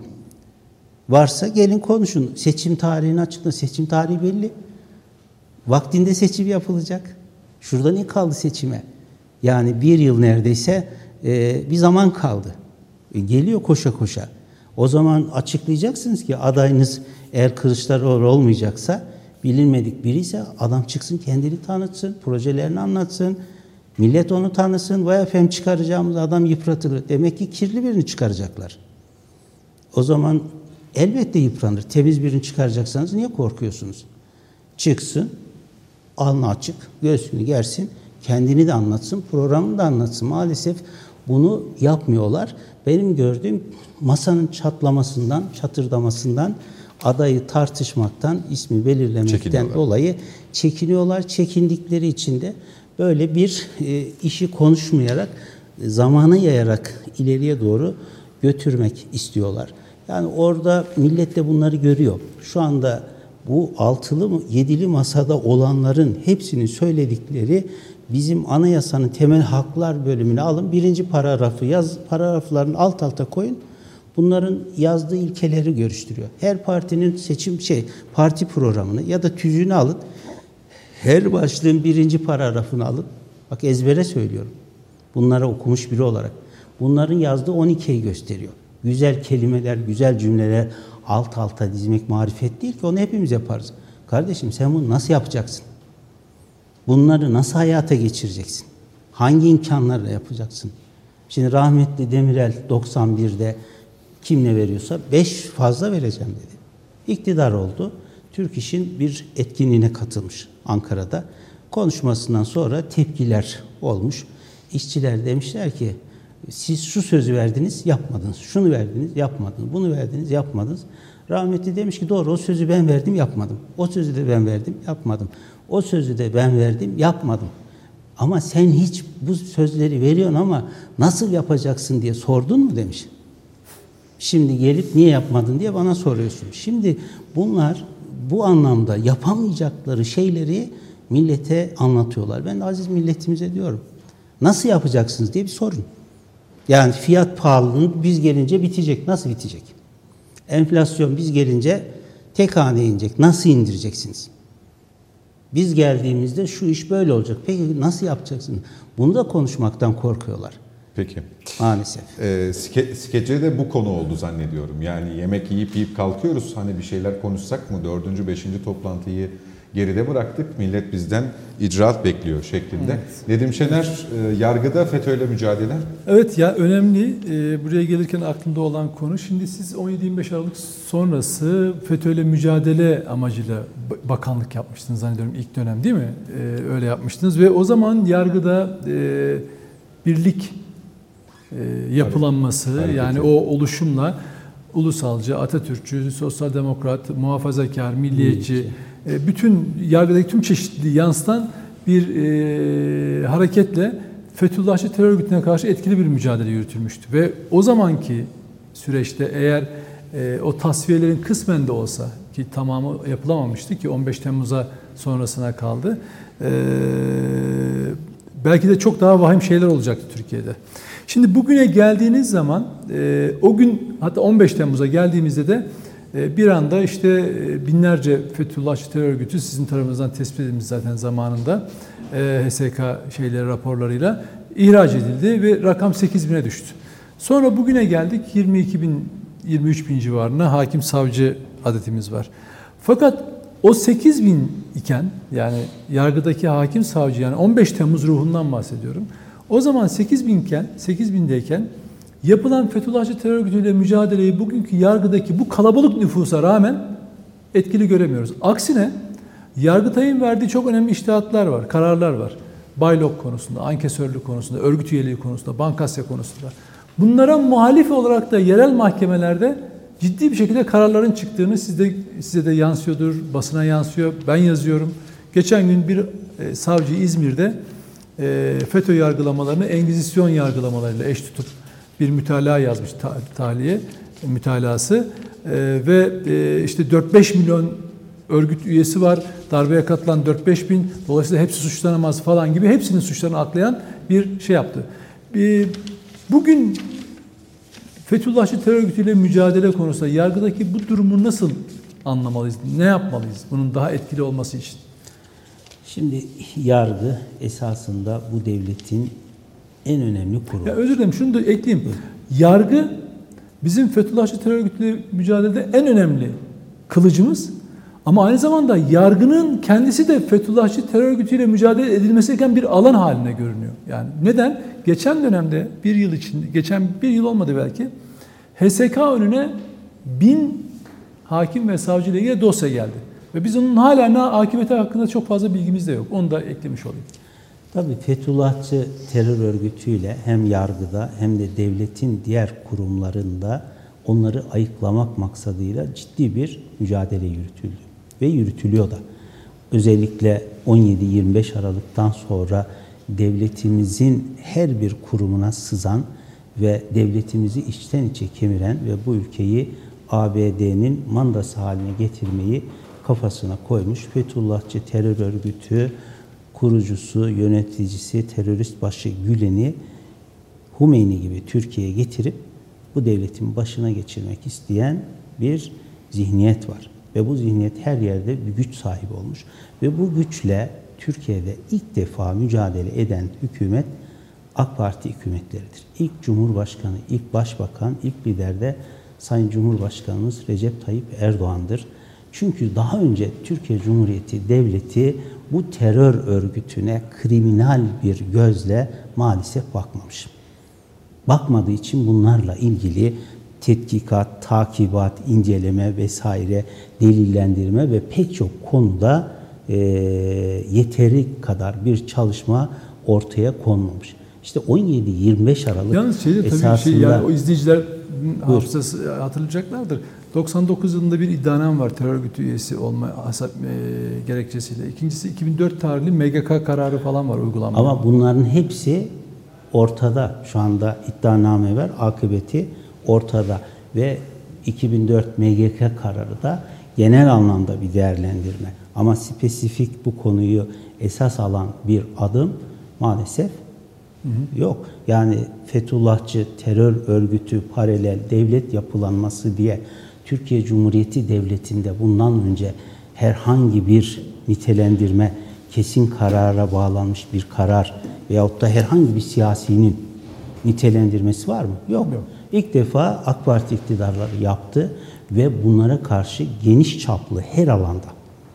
Varsa gelin konuşun. Seçim tarihini açıklayın. Seçim tarihi belli. Vaktinde seçim yapılacak. Şurada ne kaldı seçime? Yani 1 yıl neredeyse bir zaman kaldı. Geliyor koşa. O zaman açıklayacaksınız ki adayınız eğer Kılıçdaroğlu olmayacaksa, bilinmedik biri ise adam çıksın kendini tanıtsın, projelerini anlatsın. Millet onu tanısın. Vay efendim çıkaracağımız adam yıpratılır. Demek ki kirli birini çıkaracaklar. O zaman elbette yıpranır. Temiz birini çıkaracaksanız niye korkuyorsunuz? Çıksın, alnı açık, göğsünü gersin, kendini de anlatsın, programını da anlatsın. Maalesef bunu yapmıyorlar. Benim gördüğüm masanın çatlamasından, çatırdamasından, adayı tartışmaktan, ismi belirlemekten dolayı çekiniyorlar. Çekindikleri için de böyle bir işi konuşmayarak, zamana yayarak ileriye doğru götürmek istiyorlar. Yani orada millet de bunları görüyor. Şu anda bu 6'lı 7'li masada olanların hepsinin söyledikleri bizim anayasanın temel haklar bölümüne alın. 1. paragrafı paragrafların alt alta koyun. Bunların yazdığı ilkeleri görüştürüyor. Her partinin parti programını ya da tüzüğünü alın. Her başlığın 1. paragrafını alın. Bak ezbere söylüyorum. Bunları okumuş biri olarak. Bunların yazdığı 12'yi gösteriyor. Güzel kelimeler, güzel cümleler alt alta dizmek marifet değil ki, onu hepimiz yaparız. Kardeşim sen bunu nasıl yapacaksın? Bunları nasıl hayata geçireceksin? Hangi imkanlarla yapacaksın? Şimdi rahmetli Demirel 91'de kim ne veriyorsa 5 fazla vereceğim dedi. İktidar oldu. Türk İş'in bir etkinliğine katılmış Ankara'da. Konuşmasından sonra tepkiler olmuş. İşçiler demişler ki siz şu sözü verdiniz, yapmadınız. Şunu verdiniz, yapmadınız. Bunu verdiniz, yapmadınız. Rahmetli demiş ki doğru, o sözü ben verdim, yapmadım. O sözü de ben verdim, yapmadım. O sözü de ben verdim, yapmadım. Ama sen hiç bu sözleri veriyorsun ama nasıl yapacaksın diye sordun mu demiş. Şimdi gelip niye yapmadın diye bana soruyorsun. Şimdi bunlar bu anlamda yapamayacakları şeyleri millete anlatıyorlar. Ben de aziz milletimize diyorum. Nasıl yapacaksınız diye bir sorun. Yani fiyat pahalılığı biz gelince bitecek. Nasıl bitecek? Enflasyon biz gelince tek haneye inecek. Nasıl indireceksiniz? Biz geldiğimizde şu iş böyle olacak. Peki nasıl yapacaksınız? Bunu da konuşmaktan korkuyorlar. Peki. Maalesef. Skece de bu konu oldu zannediyorum. Yani yemek yiyip kalkıyoruz. Hani bir şeyler konuşsak mı? 4. 5. toplantıyı geride bıraktık. Millet bizden icraat bekliyor şeklinde. Evet. Nedim Şener, yargıda FETÖ'yle mücadele. Evet ya, önemli. Buraya gelirken aklımda olan konu. Şimdi siz 17-25 Aralık sonrası FETÖ'yle mücadele amacıyla bakanlık yapmıştınız zannediyorum ilk dönem, değil mi? Öyle yapmıştınız ve o zaman yargıda birlik yapılanması, Hareketi. yani o oluşumla ulusalcı, Atatürkçü, sosyal demokrat, muhafazakar, milliyetçi, bütün yargıdaki tüm çeşitliliği yansıtan bir hareketle Fethullahçı terör örgütüne karşı etkili bir mücadele yürütülmüştü. Ve o zamanki süreçte eğer o tasfiyelerin kısmen de olsa, ki tamamı yapılamamıştı ki 15 Temmuz'a sonrasına kaldı, belki de çok daha vahim şeyler olacaktı Türkiye'de. Şimdi bugüne geldiğiniz zaman o gün, hatta 15 Temmuz'a geldiğimizde de bir anda işte binlerce Fethullahçı terör örgütü sizin tarafınızdan tespit edilmiş zaten zamanında HSK raporlarıyla ihraç edildi ve rakam 8.000'e düştü. Sonra bugüne geldik, 23.000 civarına hakim savcı adetimiz var. Fakat o 8.000 iken, yani yargıdaki hakim savcı, yani 15 Temmuz ruhundan bahsediyorum. O zaman 8.000'deyken yapılan Fethullahçı terör örgütüyle mücadeleyi bugünkü yargıdaki bu kalabalık nüfusa rağmen etkili göremiyoruz. Aksine Yargıtay'ın verdiği çok önemli içtihatlar var, kararlar var. Baylok konusunda, ankesörlük konusunda, örgüt üyeliği konusunda, bankasya konusunda. Bunlara muhalif olarak da yerel mahkemelerde ciddi bir şekilde kararların çıktığını size de yansıyordur, basına yansıyor. Ben yazıyorum. Geçen gün bir savcı İzmir'de FETÖ yargılamalarını Engizisyon yargılamalarıyla eş tutup bir mütalaa yazmış, tahliye mütalası ve işte 4-5 milyon örgüt üyesi var, darbeye katılan 4-5 bin, dolayısıyla hepsi suçlanamaz falan gibi hepsinin suçlarını aklayan bir şey yaptı. Bugün Fethullahçı terör örgütüyle mücadele konusunda yargıdaki bu durumu nasıl anlamalıyız, ne yapmalıyız bunun daha etkili olması için? Şimdi yargı esasında bu devletin en önemli kurumu. Özür dilerim, şunu da ekleyeyim. Yargı bizim Fethullahçı terör örgütüyle mücadelede en önemli kılıcımız, ama aynı zamanda yargının kendisi de Fethullahçı terör örgütüyle mücadele edilmesi gereken bir alan haline görünüyor. Yani neden? Geçen dönemde geçen bir yıl olmadı belki, HSK önüne 1000 hakim ve savcı ile ilgili dosya geldi. Ve biz onun hala akıbeti hakkında çok fazla bilgimiz de yok. Onu da eklemiş olayım. Tabii Fethullahçı terör örgütüyle hem yargıda hem de devletin diğer kurumlarında onları ayıklamak maksadıyla ciddi bir mücadele yürütüldü. Ve yürütülüyor da. Özellikle 17-25 Aralık'tan sonra devletimizin her bir kurumuna sızan ve devletimizi içten içe kemiren ve bu ülkeyi ABD'nin mandası haline getirmeyi kafasına koymuş Fethullahçı terör örgütü kurucusu, yöneticisi, terörist başı Gülen'i Hümeyni gibi Türkiye'ye getirip bu devletin başına geçirmek isteyen bir zihniyet var. Ve bu zihniyet her yerde bir güç sahibi olmuş. Ve bu güçle Türkiye'de ilk defa mücadele eden hükümet AK Parti hükümetleridir. İlk Cumhurbaşkanı, ilk Başbakan, ilk lider de Sayın Cumhurbaşkanımız Recep Tayyip Erdoğan'dır. Çünkü daha önce Türkiye Cumhuriyeti Devleti bu terör örgütüne kriminal bir gözle maalesef bakmamış. Bakmadığı için bunlarla ilgili tetkikat, takibat, inceleme vesaire, delillendirme ve pek çok konuda yeteri kadar bir çalışma ortaya konmamış. İşte 17-25 Aralık yalnız esasında... yani o izleyiciler hafızası hatırlayacaklardır. 99 yılında bir iddianame var terör örgütü üyesi olma gerekçesiyle. İkincisi 2004 tarihli MGK kararı falan var uygulanma. Ama bunların hepsi ortada. Şu anda iddianame var, akıbeti ortada ve 2004 MGK kararı da genel anlamda bir değerlendirme. Ama spesifik bu konuyu esas alan bir adım maalesef yok. Yani Fethullahçı terör örgütü paralel devlet yapılanması diye Türkiye Cumhuriyeti Devleti'nde bundan önce herhangi bir nitelendirme, kesin karara bağlanmış bir karar veyahut da herhangi bir siyasinin nitelendirmesi var mı? Yok. İlk defa AK Parti iktidarları yaptı ve bunlara karşı geniş çaplı her alanda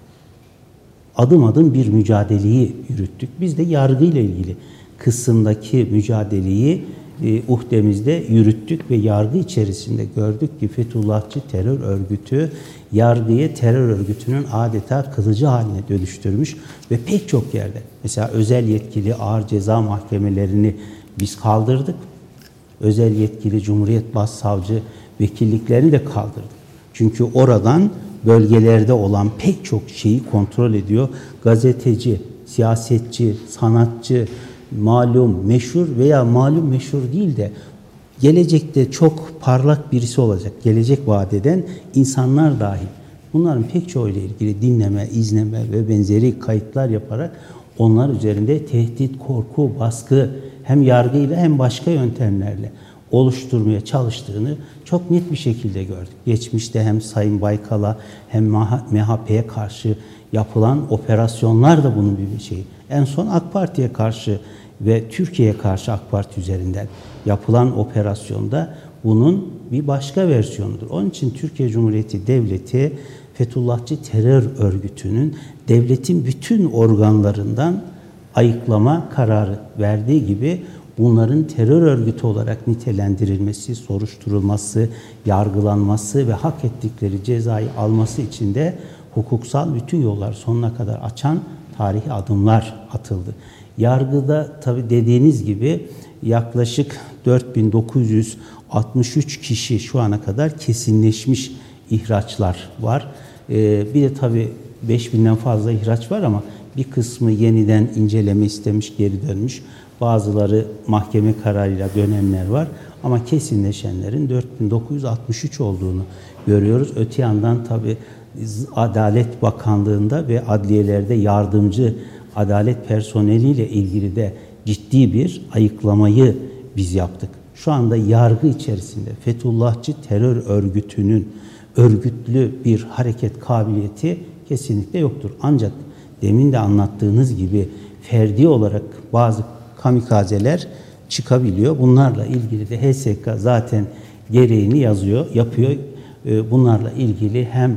adım adım bir mücadeleyi yürüttük. Biz de yargıyla ilgili kısımdaki mücadeleyi uhdemizde yürüttük ve yargı içerisinde gördük ki Fethullahçı terör örgütü yargıyı terör örgütünün adeta kılıcı haline dönüştürmüş ve pek çok yerde mesela özel yetkili ağır ceza mahkemelerini biz kaldırdık özel yetkili Cumhuriyet Başsavcı vekilliklerini de kaldırdık. Çünkü oradan bölgelerde olan pek çok şeyi kontrol ediyor. Gazeteci, siyasetçi, sanatçı, malum, meşhur veya malum meşhur değil de gelecekte çok parlak birisi olacak, gelecek vaat eden insanlar dahil. Bunların pek çoğuyla ilgili dinleme, izleme ve benzeri kayıtlar yaparak onlar üzerinde tehdit, korku, baskı hem yargıyla hem başka yöntemlerle oluşturmaya çalıştığını çok net bir şekilde gördük. Geçmişte hem Sayın Baykal'a hem MHP'ye karşı yapılan operasyonlar da bunun bir şeyi. En son AK Parti'ye karşı ve Türkiye'ye karşı AK Parti üzerinden yapılan operasyonda bunun bir başka versiyonudur. Onun için Türkiye Cumhuriyeti Devleti Fethullahçı terör örgütünün devletin bütün organlarından ayıklama kararı verdiği gibi bunların terör örgütü olarak nitelendirilmesi, soruşturulması, yargılanması ve hak ettikleri cezayı alması için de hukuksal bütün yollar sonuna kadar açan tarihi adımlar atıldı. Yargıda tabii dediğiniz gibi yaklaşık 4963 kişi şu ana kadar kesinleşmiş ihraçlar var. Bir de tabii 5000'den fazla ihraç var ama bir kısmı yeniden inceleme istemiş, geri dönmüş. Bazıları mahkeme kararıyla dönenler var. Ama kesinleşenlerin 4963 olduğunu görüyoruz. Öte yandan tabii Adalet Bakanlığı'nda ve adliyelerde yardımcı adalet personeliyle ilgili de ciddi bir ayıklamayı biz yaptık. Şu anda yargı içerisinde Fethullahçı terör örgütünün örgütlü bir hareket kabiliyeti kesinlikle yoktur. Ancak demin de anlattığınız gibi ferdi olarak bazı kamikazeler çıkabiliyor. Bunlarla ilgili de HSK zaten gereğini yapıyor. Bunlarla ilgili hem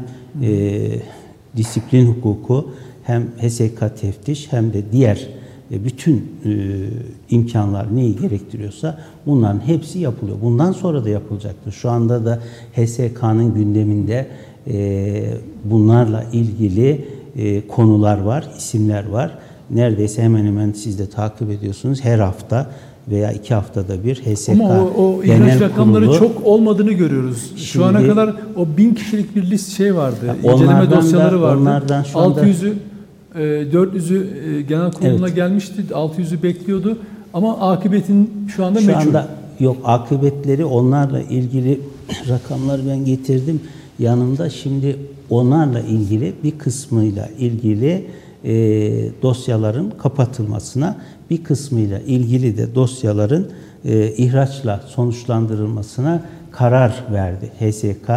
disiplin hukuku hem HSK teftiş hem de diğer bütün imkanlar neyi gerektiriyorsa bunların hepsi yapılıyor. Bundan sonra da yapılacaktır. Şu anda da HSK'nın gündeminde bunlarla ilgili konular var, isimler var. Neredeyse hemen hemen siz de takip ediyorsunuz. Her hafta veya 2 haftada bir HSK Ama o ihraç rakamları çok olmadığını görüyoruz. Şu ana kadar o 1000 kişilik bir liste vardı. İnceleme dosyaları vardı. 600'ü 400'ü genel kuruluna gelmişti. 600'ü bekliyordu. Ama akıbetin şu anda meçhul. Yok, akıbetleri onlarla ilgili rakamları ben getirdim yanımda. Şimdi onlarla ilgili bir kısmıyla ilgili dosyaların kapatılmasına, bir kısmıyla ilgili de dosyaların ihraçla sonuçlandırılmasına karar verdi. HSK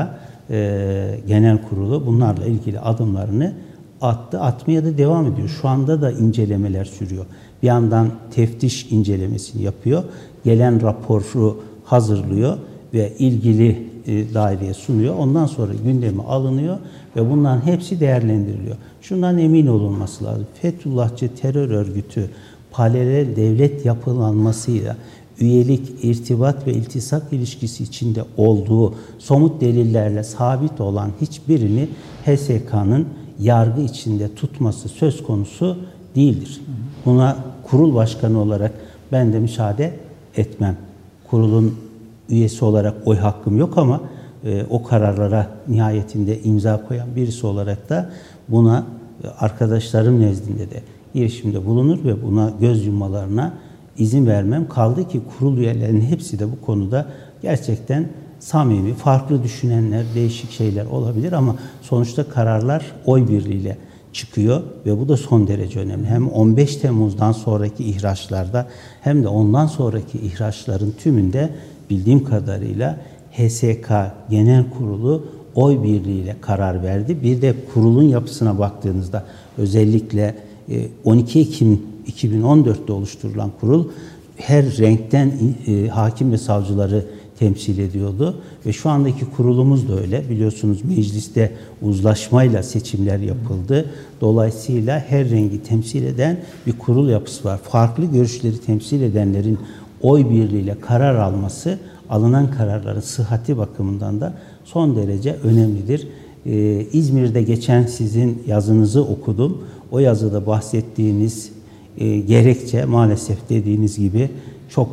Genel Kurulu bunlarla ilgili adımlarını atmaya da devam ediyor. Şu anda da incelemeler sürüyor. Bir yandan teftiş incelemesini yapıyor. Gelen raporu hazırlıyor ve ilgili daireye sunuyor. Ondan sonra gündeme alınıyor ve bunların hepsi değerlendiriliyor. Şundan emin olunması lazım. Fethullahçı terör örgütü paralel devlet yapılanmasıyla üyelik, irtibat ve iltisak ilişkisi içinde olduğu somut delillerle sabit olan hiçbirini HSK'nın yargı içinde tutması söz konusu değildir. Buna kurul başkanı olarak ben de müsaade etmem. Kurulun üyesi olarak oy hakkım yok ama o kararlara nihayetinde imza koyan birisi olarak da buna arkadaşlarım nezdinde de girişimde bulunur ve buna göz yummalarına izin vermem. Kaldı ki kurul üyelerinin hepsi de bu konuda gerçekten samimi, farklı düşünenler, değişik şeyler olabilir ama sonuçta kararlar oy birliğiyle çıkıyor ve bu da son derece önemli. Hem 15 Temmuz'dan sonraki ihraçlarda hem de ondan sonraki ihraçların tümünde bildiğim kadarıyla HSK Genel Kurulu oy birliğiyle karar verdi. Bir de kurulun yapısına baktığınızda özellikle 12 Ekim 2014'te oluşturulan kurul her renkten hakim ve savcıları temsil ediyordu ve şu andaki kurulumuz da öyle. Biliyorsunuz mecliste uzlaşmayla seçimler yapıldı. Dolayısıyla her rengi temsil eden bir kurul yapısı var. Farklı görüşleri temsil edenlerin oy birliğiyle karar alması, alınan kararların sıhhati bakımından da son derece önemlidir. İzmir'de geçen sizin yazınızı okudum. O yazıda bahsettiğiniz gerekçe maalesef dediğiniz gibi çok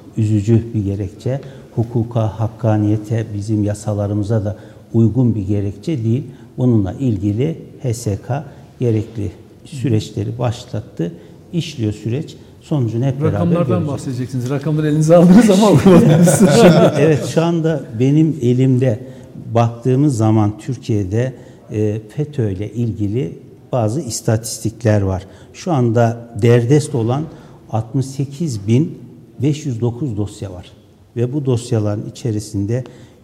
üzücü bir gerekçe. Hukuka, hakkaniyete, bizim yasalarımıza da uygun bir gerekçe değil. Bununla ilgili HSK gerekli süreçleri başlattı. İşliyor süreç. Sonucunu hep beraber göreceğiz. Rakamlardan bahsedeceksiniz. Rakamları elinize aldınız ama okumadınız. Şimdi, evet, şu anda benim elimde baktığımız zaman Türkiye'de FETÖ ile ilgili bazı istatistikler var. Şu anda derdest olan 68.509 dosya var. Ve bu dosyaların içerisinde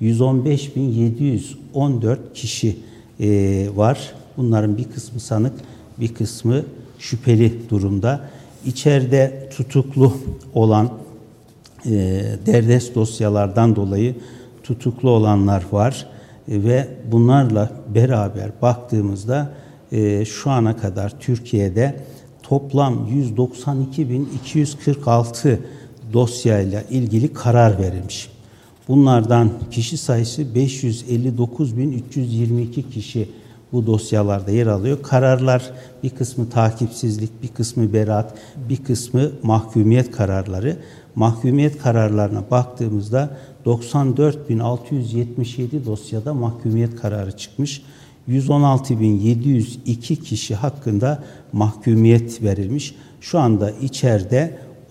115.714 kişi var. Bunların bir kısmı sanık, bir kısmı şüpheli durumda. İçeride tutuklu olan derdest dosyalardan dolayı tutuklu olanlar var. Ve bunlarla beraber baktığımızda şu ana kadar Türkiye'de toplam 192.246 dosyayla ilgili karar verilmiş. Bunlardan kişi sayısı 559.322 kişi bu dosyalarda yer alıyor. Kararlar bir kısmı takipsizlik, bir kısmı beraat, bir kısmı mahkumiyet kararları. Mahkumiyet kararlarına baktığımızda 94.677 dosyada mahkumiyet kararı çıkmış. 116.702 kişi hakkında mahkumiyet verilmiş. Şu anda içeride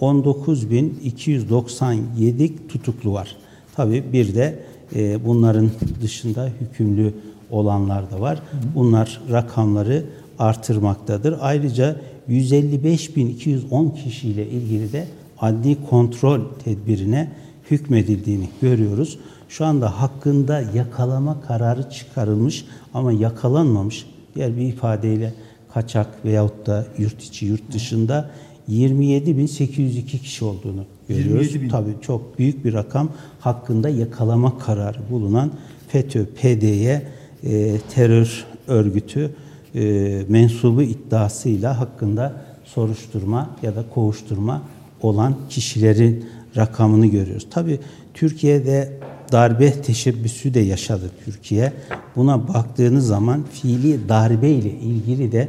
19.297 tutuklu var. Tabii bir de bunların dışında hükümlü olanlar da var. Bunlar rakamları artırmaktadır. Ayrıca 155.210 kişiyle ilgili de adli kontrol tedbirine hükmedildiğini görüyoruz. Şu anda hakkında yakalama kararı çıkarılmış ama yakalanmamış, diğer bir ifadeyle kaçak veyahut da yurt içi yurt dışında 27.802 kişi olduğunu görüyoruz. Tabii çok büyük bir rakam. Hakkında yakalama kararı bulunan FETÖ, PDY terör örgütü mensubu iddiasıyla hakkında soruşturma ya da kovuşturma olan kişilerin rakamını görüyoruz. Tabii Türkiye'de darbe teşebbüsü de yaşadı Türkiye. Buna baktığınız zaman fiili darbe ile ilgili de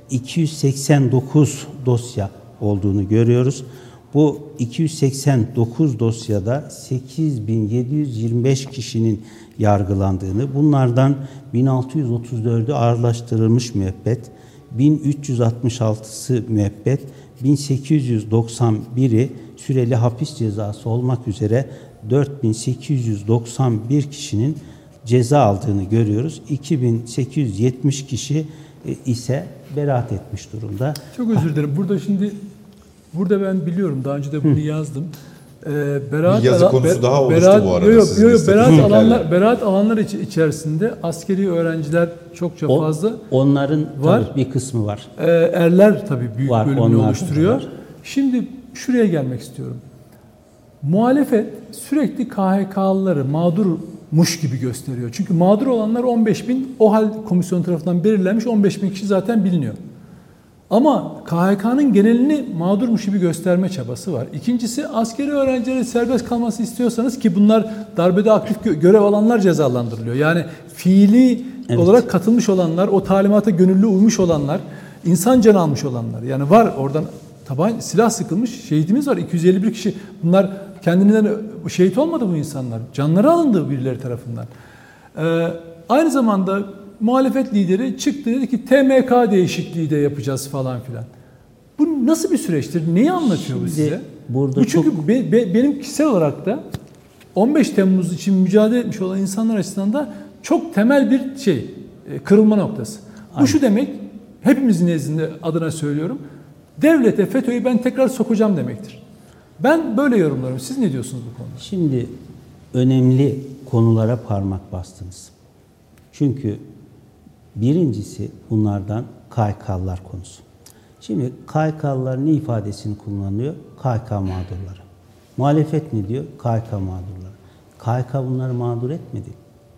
289 dosya olduğunu görüyoruz. Bu 289 dosyada 8.725 kişinin yargılandığını, bunlardan 1634'ü ağırlaştırılmış müebbet, 1366'sı müebbet, 1891'i süreli hapis cezası olmak üzere 4891 kişinin ceza aldığını görüyoruz. 2870 kişi ise beraat etmiş durumda. Çok özür dilerim. Burada ben biliyorum. Daha önce de bunu yazdım. Yazı konusu daha oluştu bu arada. Beraat alanlar içerisinde askeri öğrenciler çokça fazla. Onların var. Tabii bir kısmı var. Erler tabii büyük var, bölümünü oluşturuyor. Şimdi şuraya gelmek istiyorum. Muhalefet sürekli KHK'lıları mağdurmuş gibi gösteriyor. Çünkü mağdur olanlar 15.000, OHAL komisyonu tarafından belirlenmiş 15.000 kişi zaten biliniyor. Ama KHK'nın genelini mağdurmuş gibi gösterme çabası var. İkincisi, askeri öğrencilerin serbest kalması istiyorsanız, ki bunlar darbede aktif görev alanlar cezalandırılıyor. Yani fiili olarak katılmış olanlar, o talimata gönüllü uymuş olanlar, insan canı almış olanlar. Yani var oradan silah sıkılmış şehidimiz var, 251 kişi. Bunlar kendinden şehit olmadı bu insanlar. Canları alındı birileri tarafından. Aynı zamanda muhalefet lideri çıktı, dedi ki TMK değişikliği de yapacağız falan filan. Bu nasıl bir süreçtir? Neyi anlatıyor bu size? Bu çünkü benim kişisel olarak da 15 Temmuz için mücadele etmiş olan insanlar açısından da çok temel bir kırılma noktası. Bu şu demek, hepimizin nezdinde adına söylüyorum, devlete FETÖ'yü ben tekrar sokacağım demektir. Ben böyle yorumlarım. Siz ne diyorsunuz bu konuda? Şimdi önemli konulara parmak bastınız. Çünkü birincisi bunlardan KHK'lılar konusu. Şimdi KHK'lılar ne ifadesini kullanıyor? KHK mağdurları. Muhalefet ne diyor? KHK mağdurları. KHK bunları mağdur etmedi.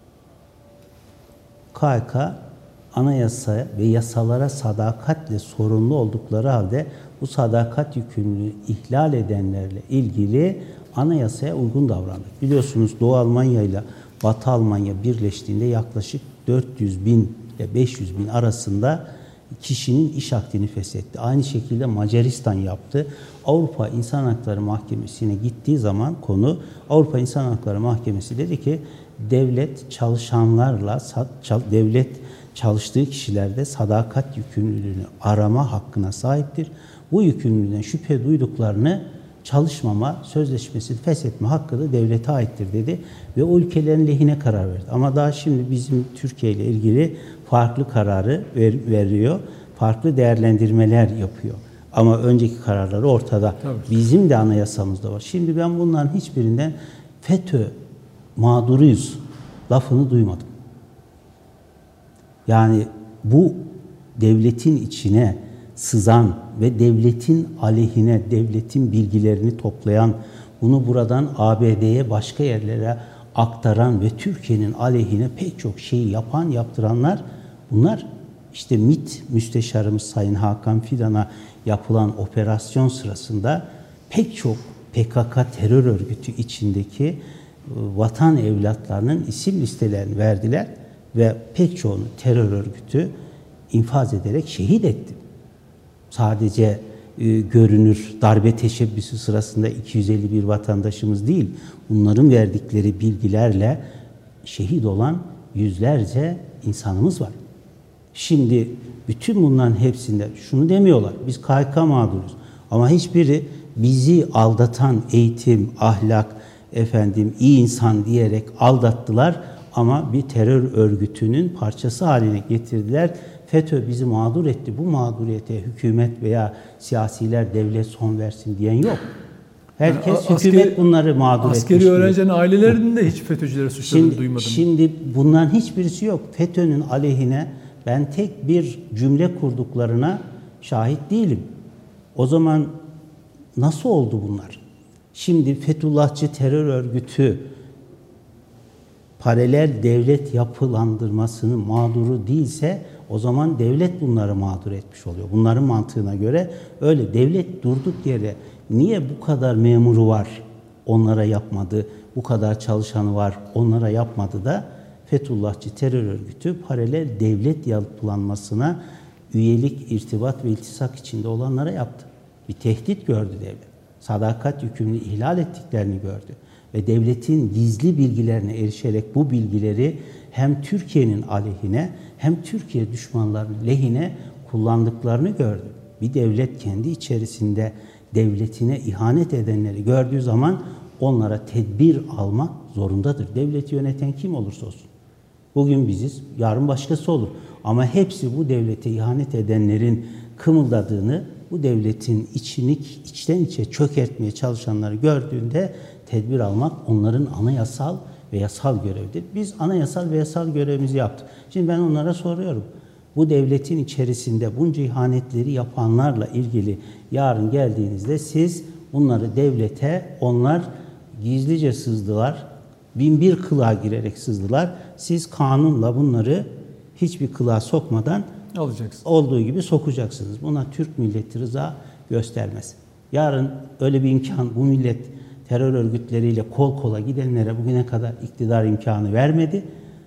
KHK anayasaya ve yasalara sadakatle sorumlu oldukları halde bu sadakat yükümlülüğünü ihlal edenlerle ilgili anayasaya uygun davrandı. Biliyorsunuz Doğu Almanya ile Batı Almanya birleştiğinde yaklaşık 400.000 ile 500.000 arasında kişinin iş akdini feshetti. Aynı şekilde Macaristan yaptı. Avrupa İnsan Hakları Mahkemesi'ne gittiği zaman konu, Avrupa İnsan Hakları Mahkemesi dedi ki devlet çalışanlarla, devlet çalıştığı kişilerde sadakat yükümlülüğünü arama hakkına sahiptir. Bu yükümlülüğüne şüphe duyduklarını çalışmama sözleşmesi feshetme hakkı da devlete aittir dedi ve o ülkelerin lehine karar verdi. Ama daha şimdi bizim Türkiye ile ilgili farklı kararı veriyor, farklı değerlendirmeler yapıyor. Ama önceki kararları ortada. Tabii. Bizim de anayasamızda var. Şimdi ben bunların hiçbirinden FETÖ mağduruyuz lafını duymadım. Yani bu devletin içine sızan ve devletin aleyhine, devletin bilgilerini toplayan, bunu buradan ABD'ye, başka yerlere aktaran ve Türkiye'nin aleyhine pek çok şeyi yapan, yaptıranlar bunlar. İşte MİT Müsteşarımız Sayın Hakan Fidan'a yapılan operasyon sırasında pek çok PKK terör örgütü içindeki vatan evlatlarının isim listelerini verdiler ve pek çoğunu terör örgütü infaz ederek şehit etti. Sadece görünür darbe teşebbüsü sırasında 251 vatandaşımız değil, bunların verdikleri bilgilerle şehit olan yüzlerce insanımız var. Şimdi bütün bunların hepsinde şunu demiyorlar, biz KHK mağduruz. Ama hiçbiri bizi aldatan eğitim, ahlak, iyi insan diyerek aldattılar ama bir terör örgütünün parçası haline getirdiler. FETÖ bizi mağdur etti. Bu mağduriyete hükümet veya siyasiler, devlet son versin diyen yok. Herkes yani hükümet bunları mağdur etmiş. Askeri öğrencilerin ailelerinin de hiç FETÖ'cüleri suçladığını duymadım. Şimdi bunların hiçbirisi yok. FETÖ'nün aleyhine ben tek bir cümle kurduklarına şahit değilim. O zaman nasıl oldu bunlar? Şimdi Fethullahçı terör örgütü paralel devlet yapılandırmasının mağduru değilse o zaman devlet bunları mağdur etmiş oluyor. Bunların mantığına göre öyle. Devlet durduk yere niye bu kadar memuru var onlara yapmadı, bu kadar çalışanı var onlara yapmadı da Fethullahçı terör örgütü paralel devlet yapılanmasına üyelik, irtibat ve iltisak içinde olanlara yaptı. Bir tehdit gördü devlet. Sadakat yükümlülüğünü ihlal ettiklerini gördü. Ve devletin gizli bilgilerine erişerek bu bilgileri hem Türkiye'nin aleyhine hem Türkiye düşmanlarının lehine kullandıklarını gördü. Bir devlet kendi içerisinde devletine ihanet edenleri gördüğü zaman onlara tedbir almak zorundadır. Devleti yöneten kim olursa olsun. Bugün biziz, yarın başkası olur. Ama hepsi bu devlete ihanet edenlerin kımıldadığını, bu devletin içten içe çökertmeye çalışanları gördüğünde tedbir almak onların anayasal ve yasal görevidir. Biz anayasal ve yasal görevimizi yaptık. Şimdi ben onlara soruyorum. Bu devletin içerisinde bunca ihanetleri yapanlarla ilgili yarın geldiğinizde siz bunları devlete, onlar gizlice sızdılar, 1001 kılığa girerek sızdılar. Siz kanunla bunları hiçbir kılığa sokmadan alacaksınız. Olduğu gibi sokacaksınız. Buna Türk milleti rıza göstermez. Yarın öyle bir imkan bu millet terör örgütleriyle kol kola gidenlere bugüne kadar iktidar imkanı vermedi.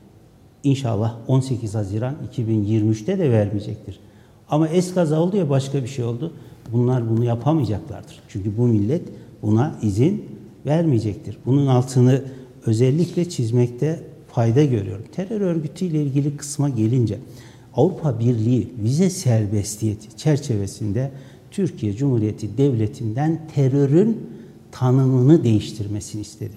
İnşallah 18 Haziran 2023'te de vermeyecektir. Ama eskaza oldu ya başka bir şey oldu. Bunlar bunu yapamayacaklardır. Çünkü bu millet buna izin vermeyecektir. Bunun altını özellikle çizmekte fayda görüyorum. Terör örgütüyle ilgili kısma gelince Avrupa Birliği vize serbestiyeti çerçevesinde Türkiye Cumhuriyeti Devleti'nden terörün tanımını değiştirmesini istedi.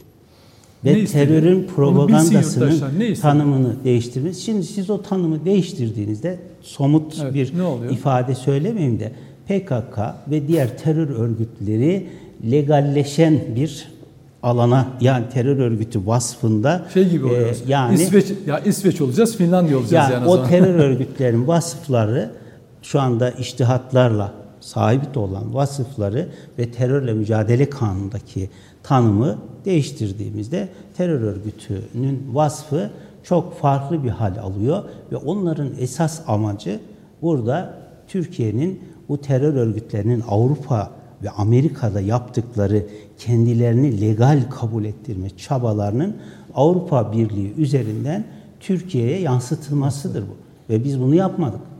Ve terörün propagandasının tanımını değiştirmesi. Şimdi siz o tanımı değiştirdiğinizde somut bir ifade söylemeyeyim de PKK ve diğer terör örgütleri legalleşen bir alana, yani terör örgütü vasfında gibi oluyoruz. Yani İsveç olacağız, Finlandiya olacağız yani o terör örgütlerin vasıfları şu anda içtihatlarla sabit olan vasıfları ve terörle mücadele kanunundaki tanımı değiştirdiğimizde terör örgütünün vasfı çok farklı bir hal alıyor ve onların esas amacı burada Türkiye'nin bu terör örgütlerinin Avrupa ve Amerika'da yaptıkları kendilerini legal kabul ettirme çabalarının Avrupa Birliği üzerinden Türkiye'ye yansıtılmasıdır bu. Ve biz bunu yapmadık.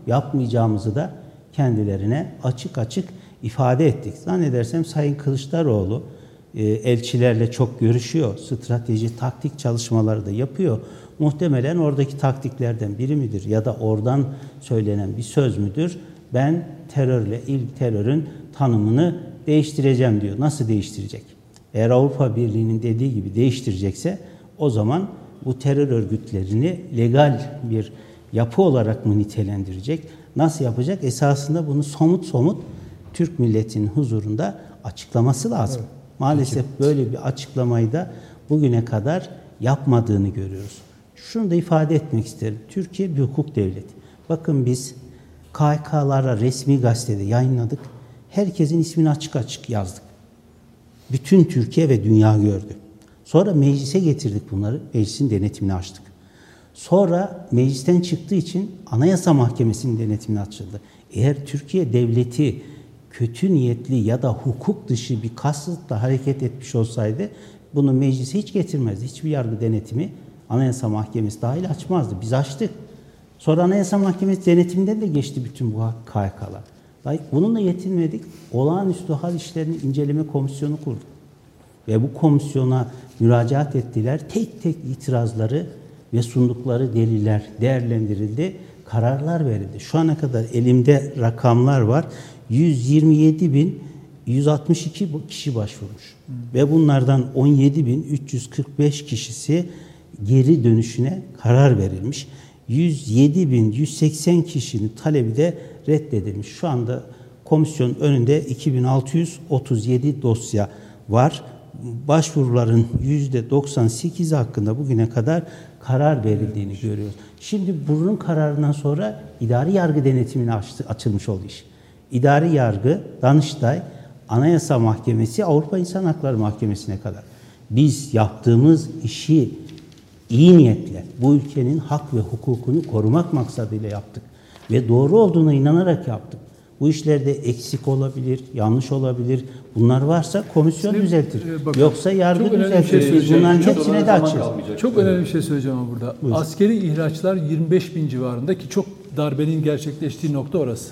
yapmayacağımızı da kendilerine açık açık ifade ettik. Zannedersem Sayın Kılıçdaroğlu elçilerle çok görüşüyor. Strateji, taktik çalışmaları da yapıyor. Muhtemelen oradaki taktiklerden biri midir ya da oradan söylenen bir söz müdür? Ben terörün tanımını değiştireceğim diyor. Nasıl değiştirecek? Eğer Avrupa Birliği'nin dediği gibi değiştirecekse o zaman bu terör örgütlerini legal bir yapı olarak mı nitelendirecek? Nasıl yapacak? Esasında bunu somut Türk milletinin huzurunda açıklaması lazım. Evet. Maalesef böyle bir açıklamayı da bugüne kadar yapmadığını görüyoruz. Şunu da ifade etmek isterim. Türkiye bir hukuk devleti. Bakın biz KHK'lara resmi gazetede yayınladık. Herkesin ismini açık açık yazdık. Bütün Türkiye ve dünya gördü. Sonra meclise getirdik bunları. Meclisin denetimini açtık. Sonra meclisten çıktığı için Anayasa Mahkemesi'nin denetimini açıldı. Eğer Türkiye devleti kötü niyetli ya da hukuk dışı bir kasıtla hareket etmiş olsaydı bunu meclise hiç getirmezdi. Hiçbir yargı denetimi Anayasa Mahkemesi dahil açmazdı. Biz açtık. Sonra Anayasa Mahkemesi denetiminden de geçti bütün bu KHK'lar. Bununla yetinmedik. Olağanüstü hal işlerini inceleme komisyonu kurduk. Ve bu komisyona müracaat ettiler. Tek tek itirazları ve sundukları deliller değerlendirildi. Kararlar verildi. Şu ana kadar elimde rakamlar var. 127.162 kişi başvurmuş. Ve bunlardan 17.345 kişisi geri dönüşüne karar verilmiş. 107.180 kişinin talebi de reddedilmiş. Şu anda komisyonun önünde 2637 dosya var. Başvuruların %98 hakkında bugüne kadar karar verildiğini görüyoruz. Şimdi bunun kararından sonra idari yargı denetimine açılmış oldu iş. İdari yargı, Danıştay, Anayasa Mahkemesi, Avrupa İnsan Hakları Mahkemesi'ne kadar. Biz yaptığımız işi iyi niyetle bu ülkenin hak ve hukukunu korumak maksadıyla yaptık. Ve doğru olduğuna inanarak yaptık. Bu işlerde eksik olabilir, yanlış olabilir. Bunlar varsa komisyon düzeltir. Yoksa yargı düzeltir. Bunların hepsine de açacağız. Çok önemli bir şey söyleyeceğim ama burada. Buyurun. Askeri ihraçlar 25.000 civarında ki çok darbenin gerçekleştiği nokta orası.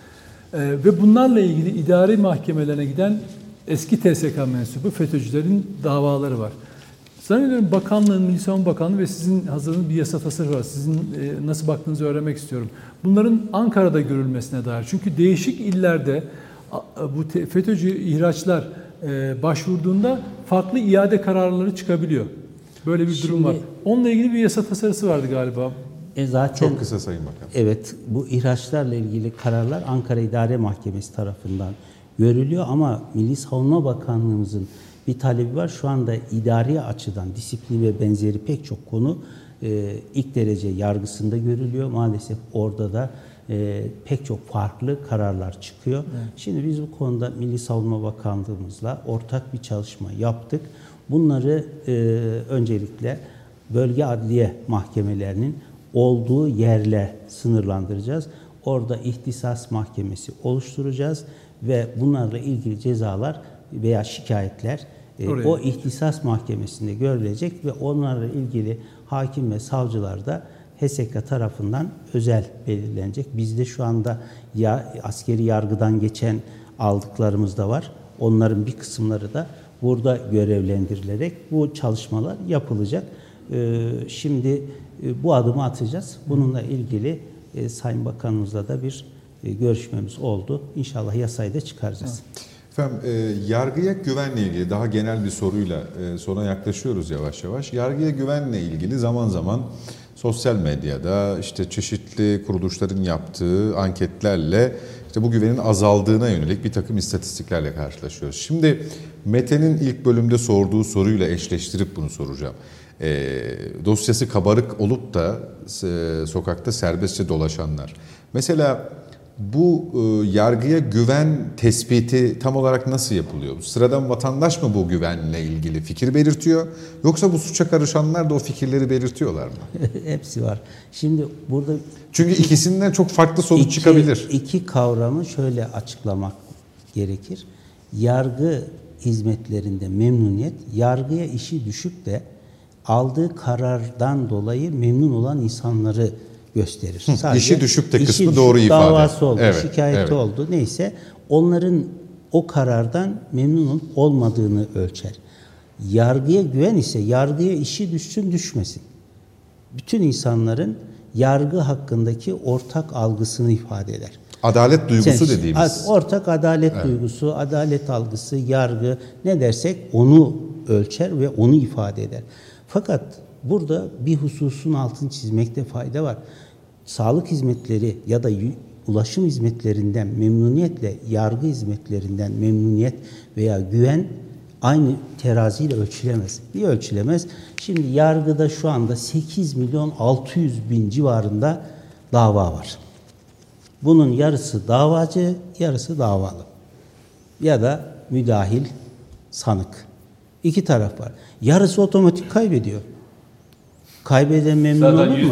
Ve bunlarla ilgili idari mahkemelerine giden eski TSK mensubu FETÖ'cülerin davaları var. Zannediyorum bakanlığın, Milli Savunma Bakanlığı ve sizin hazırladığınız bir yasa tasarı var. Sizin nasıl baktığınızı öğrenmek istiyorum. Bunların Ankara'da görülmesine dair. Çünkü değişik illerde bu FETÖ'cü ihraçlar başvurduğunda farklı iade kararları çıkabiliyor. Böyle bir durum var. Onunla ilgili bir yasa tasarısı vardı galiba. Zaten, çok kısa Sayın Bakan. Evet, bu ihraçlarla ilgili kararlar Ankara İdare Mahkemesi tarafından görülüyor ama Milli Savunma Bakanlığımızın bir talebi var. Şu anda idari açıdan disiplin ve benzeri pek çok konu ilk derece yargısında görülüyor. Maalesef orada da pek çok farklı kararlar çıkıyor. Evet. Şimdi biz bu konuda Milli Savunma Bakanlığımızla ortak bir çalışma yaptık. Bunları öncelikle bölge adliye mahkemelerinin olduğu yerle sınırlandıracağız. Orada ihtisas mahkemesi oluşturacağız ve bunlarla ilgili cezalar veya şikayetler o ihtisas mahkemesinde görülecek ve onlarla ilgili hakim ve savcılar da HSK tarafından özel belirlenecek. Bizde şu anda askeri yargıdan geçen aldıklarımız da var. Onların bir kısımları da burada görevlendirilerek bu çalışmalar yapılacak. Şimdi bu adımı atacağız. Bununla ilgili Sayın Bakanımızla da bir görüşmemiz oldu. İnşallah yasayı da çıkaracağız. Efendim, yargıya güvenle ilgili daha genel bir soruyla sona yaklaşıyoruz yavaş yavaş. Yargıya güvenle ilgili zaman zaman sosyal medyada işte çeşitli kuruluşların yaptığı anketlerle işte bu güvenin azaldığına yönelik bir takım istatistiklerle karşılaşıyoruz. Şimdi Mete'nin ilk bölümde sorduğu soruyla eşleştirip bunu soracağım. Dosyası kabarık olup da sokakta serbestçe dolaşanlar. Mesela bu yargıya güven tespiti tam olarak nasıl yapılıyor? Sıradan vatandaş mı bu güvenle ilgili fikir belirtiyor? Yoksa bu suça karışanlar da o fikirleri belirtiyorlar mı? Hepsi var. Şimdi burada... Çünkü ikisinden çok farklı sonuç çıkabilir. İki kavramı şöyle açıklamak gerekir. Yargı hizmetlerinde memnuniyet, yargıya işi düşüp de aldığı karardan dolayı memnun olan insanları gösterir. İşi düşük de kısmı işi doğru düşük ifade. davası oldu, Evet, şikayeti evet. oldu. Neyse onların o karardan memnun olup olmadığını ölçer. Yargıya güven ise yargıya işi düşsün düşmesin. Bütün insanların yargı hakkındaki ortak algısını ifade eder. Adalet duygusu dediğimiz. Ortak adalet duygusu, adalet algısı, yargı ne dersek onu ölçer ve onu ifade eder. Fakat burada bir hususun altını çizmekte fayda var. Sağlık hizmetleri ya da ulaşım hizmetlerinden memnuniyetle yargı hizmetlerinden memnuniyet veya güven aynı teraziyle ölçülemez. Niye ölçülemez? Şimdi yargıda şu anda 8.600.000 civarında dava var. Bunun yarısı davacı, yarısı davalı. Ya da müdahil, sanık. İki taraf var. Yarısı otomatik kaybediyor. Kaybeden memnun olur mu?